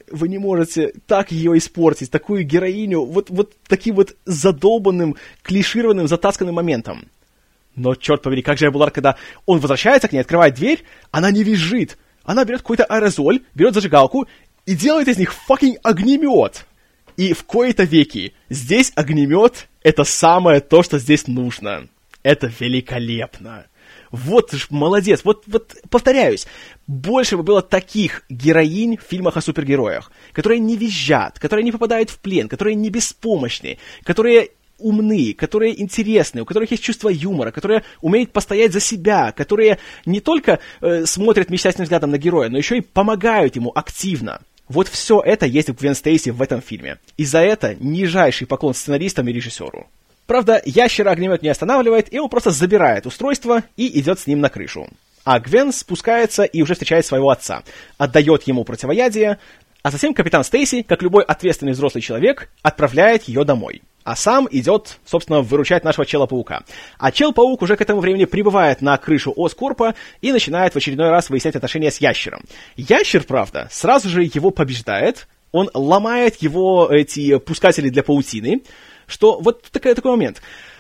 так ее испортить, такую героиню, вот таким вот задолбанным, клишированным, затасканным моментом. Но, черт побери, как же я был рад, когда он возвращается к ней, открывает дверь, она не визжит, Она берет какой-то аэрозоль, берет зажигалку и делает из них fucking огнемет. И в кои-то веки здесь огнемет — это самое то, что здесь нужно. Это великолепно. Вот ж молодец. Вот повторяюсь, больше бы было таких героинь в фильмах о супергероях, которые не визжат, которые не попадают в плен, которые не беспомощны, которые умны, которые интересны, у которых есть чувство юмора, которые умеют постоять за себя, которые не только смотрят мечтательным взглядом на героя, но еще и помогают ему активно. Вот все это есть у Гвен Стейси в этом фильме. И за это нижайший поклон сценаристам и режиссеру. Правда, ящера огнемет не останавливает, и он просто забирает устройство и идет с ним на крышу. А Гвен спускается и уже встречает своего отца, отдает ему противоядие, а затем капитан Стейси, как любой ответственный взрослый человек, отправляет ее домой. А сам идет, собственно, выручать нашего Чела-паука. А Чел-паук уже к этому времени прибывает на крышу Оскорпа и начинает в очередной раз выяснять отношения с ящером. Ящер, правда, сразу же его побеждает, он ломает его эти пускатели для паутины, что вот такой момент.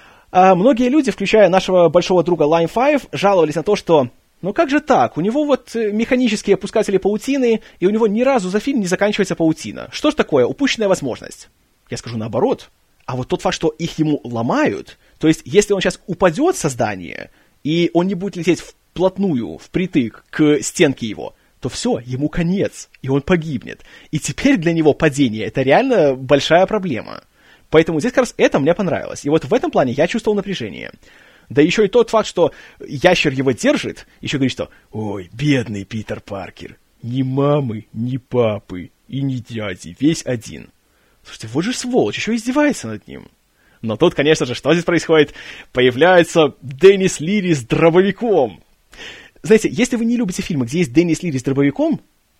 Многие люди, включая нашего большого друга Line 5, жаловались на то, что ну как же так, у него вот механические пускатели паутины, и у него ни разу за фильм не заканчивается паутина. Что ж такое, упущенная возможность? Я скажу наоборот. А вот тот факт, что их ему ломают, то есть если он сейчас упадет со здания, и он не будет лететь вплотную, впритык к стенке его, то все, ему конец, и он погибнет. И теперь для него падение — это реально большая проблема. Поэтому здесь как раз это мне понравилось. И вот в этом плане я чувствовал напряжение. Да еще и тот факт, что ящер его держит, еще говорит, что «Ой, бедный Питер Паркер, ни мамы, ни папы и ни дяди, весь один». Слушайте, вот же сволочь, еще издевается над ним. Но тут, конечно же, что здесь происходит? Появляется Деннис Лири с дробовиком. Знаете, если вы не любите фильмы, где есть Деннис Лири с дробовиком,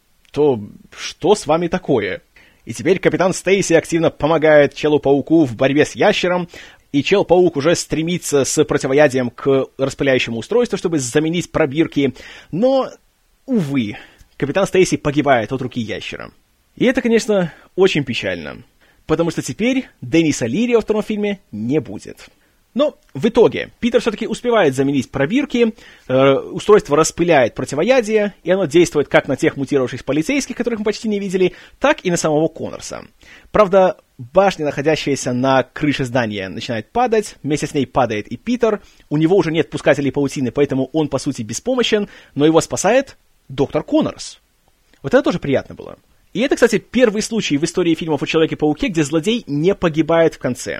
то что с вами такое? И теперь капитан Стейси активно помогает Челу-пауку в борьбе с ящером, и Чел-паук уже стремится с противоядием к распыляющему устройству, чтобы заменить пробирки, но, увы, капитан Стейси погибает от руки ящера. И это, конечно, очень печально, потому что теперь Денниса Лири во втором фильме не будет. Но в итоге Питер все-таки успевает заменить пробирки, устройство распыляет противоядие, и оно действует как на тех мутировавших полицейских, которых мы почти не видели, так и на самого Коннорса. Правда, башня, находящаяся на крыше здания, начинает падать, вместе с ней падает и Питер, у него уже нет пускателей паутины, поэтому он, по сути, беспомощен, но его спасает доктор Коннорс. Вот это тоже приятно было. И это, кстати, первый случай в истории фильмов о Человеке-пауке, где злодей не погибает в конце,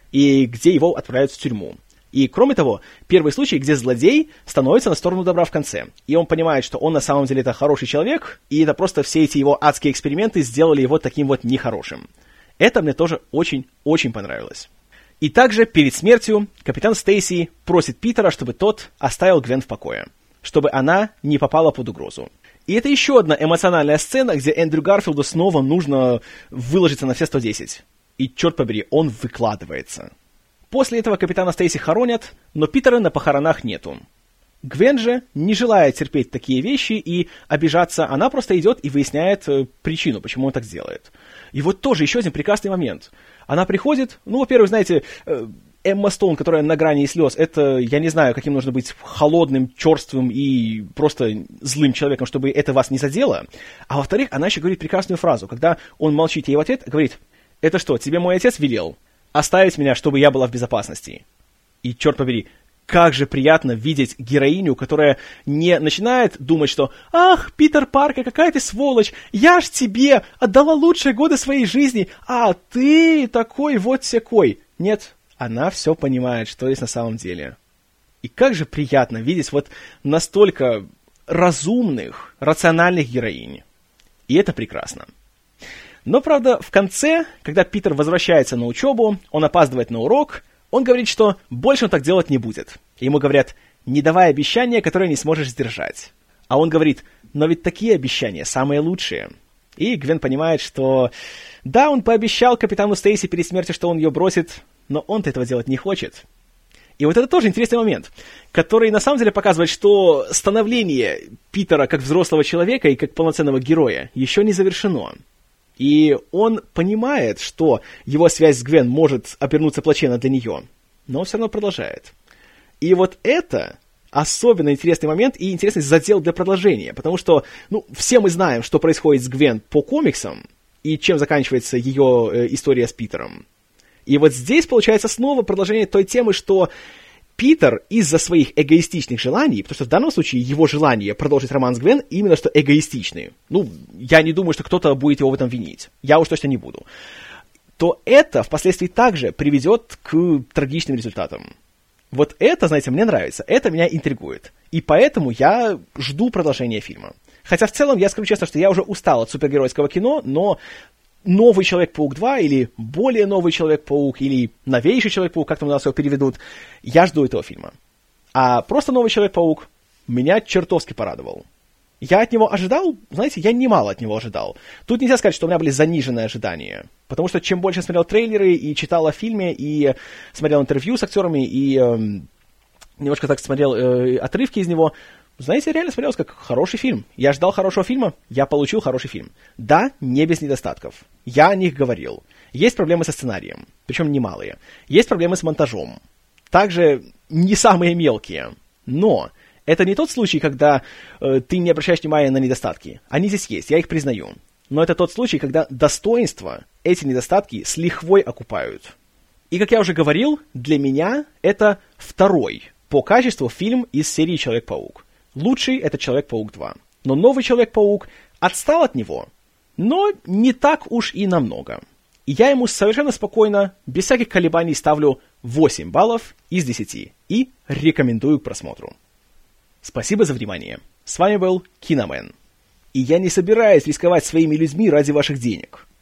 и где его отправляют в тюрьму. И, кроме того, первый случай, где злодей становится на сторону добра в конце. И он понимает, что он на самом деле это хороший человек, и это просто все эти его адские эксперименты сделали его таким вот нехорошим. Это мне тоже очень-очень понравилось. И также, перед смертью, капитан Стейси просит Питера, чтобы тот оставил Гвен в покое, чтобы она не попала под угрозу. И это еще одна эмоциональная сцена, где Эндрю Гарфилду снова нужно выложиться на все 110. И, черт побери, он выкладывается. После этого капитана Стейси хоронят, но Питера на похоронах нету. Гвен же не желает терпеть такие вещи и обижаться, она просто идет и выясняет причину, почему он так делает. И вот тоже еще один прекрасный момент. Она приходит, ну, во-первых, знаете, Эмма Стоун, которая на грани слез, это, я не знаю, каким нужно быть холодным, черствым и просто злым человеком, чтобы это вас не задело. А во-вторых, она еще говорит прекрасную фразу, когда он молчит ей в ответ, говорит: «Это что, тебе мой отец велел оставить меня, чтобы я была в безопасности?» И, черт побери, как же приятно видеть героиню, которая не начинает думать, что «Ах, Питер Паркер, какая ты сволочь! Я ж тебе отдала лучшие годы своей жизни, а ты такой вот сякой!» Нет, она все понимает, что есть на самом деле. И как же приятно видеть вот настолько разумных, рациональных героинь. И это прекрасно. Но, правда, в конце, когда Питер возвращается на учебу, он опаздывает на урок, он говорит, что больше он так делать не будет. Ему говорят: «Не давай обещания, которые не сможешь сдержать». А он говорит: «Но ведь такие обещания самые лучшие». И Гвен понимает, что да, он пообещал капитану Стейси перед смертью, что он ее бросит, но он-то этого делать не хочет. И вот это тоже интересный момент, который на самом деле показывает, что становление Питера как взрослого человека и как полноценного героя еще не завершено. И он понимает, что его связь с Гвен может обернуться плачевно для нее, но он все равно продолжает. И вот это особенно интересный момент и интересный задел для продолжения, потому что, все мы знаем, что происходит с Гвен по комиксам, и чем заканчивается ее история с Питером. И вот здесь получается снова продолжение той темы, что Питер из-за своих эгоистичных желаний, потому что в данном случае его желание продолжить роман с Гвен именно что эгоистичные. Я не думаю, что кто-то будет его в этом винить. Я уж точно не буду. То это впоследствии также приведет к трагичным результатам. Вот это, знаете, мне нравится, это меня интригует. И поэтому я жду продолжения фильма. Хотя в целом, я скажу честно, что я уже устал от супергеройского кино, но новый Человек-паук 2, или более новый Человек-паук, или новейший Человек-паук, как там у нас его переведут, я жду этого фильма. А просто новый Человек-паук меня чертовски порадовал. Я от него ожидал, знаете, я немало от него ожидал. Тут нельзя сказать, что у меня были заниженные ожидания. Потому что чем больше я смотрел трейлеры и читал о фильме, и смотрел интервью с актерами, и немножко так смотрел отрывки из него, знаете, реально смотрелось как хороший фильм. Я ждал хорошего фильма, я получил хороший фильм. Да, не без недостатков. Я о них говорил. Есть проблемы со сценарием, причем немалые. Есть проблемы с монтажом. Также не самые мелкие. Но это не тот случай, когда ты не обращаешь внимания на недостатки. Они здесь есть, я их признаю. Но это тот случай, когда достоинства эти недостатки с лихвой окупают. И, как я уже говорил, для меня это второй по качеству фильм из серии «Человек-паук». Лучший — это «Человек-паук 2». Но новый «Человек-паук» отстал от него, но не так уж и намного. И я ему совершенно спокойно, без всяких колебаний ставлю 8 баллов из 10 и рекомендую к просмотру. Спасибо за внимание. С вами был Киномен. И я не собираюсь рисковать своими людьми ради ваших денег.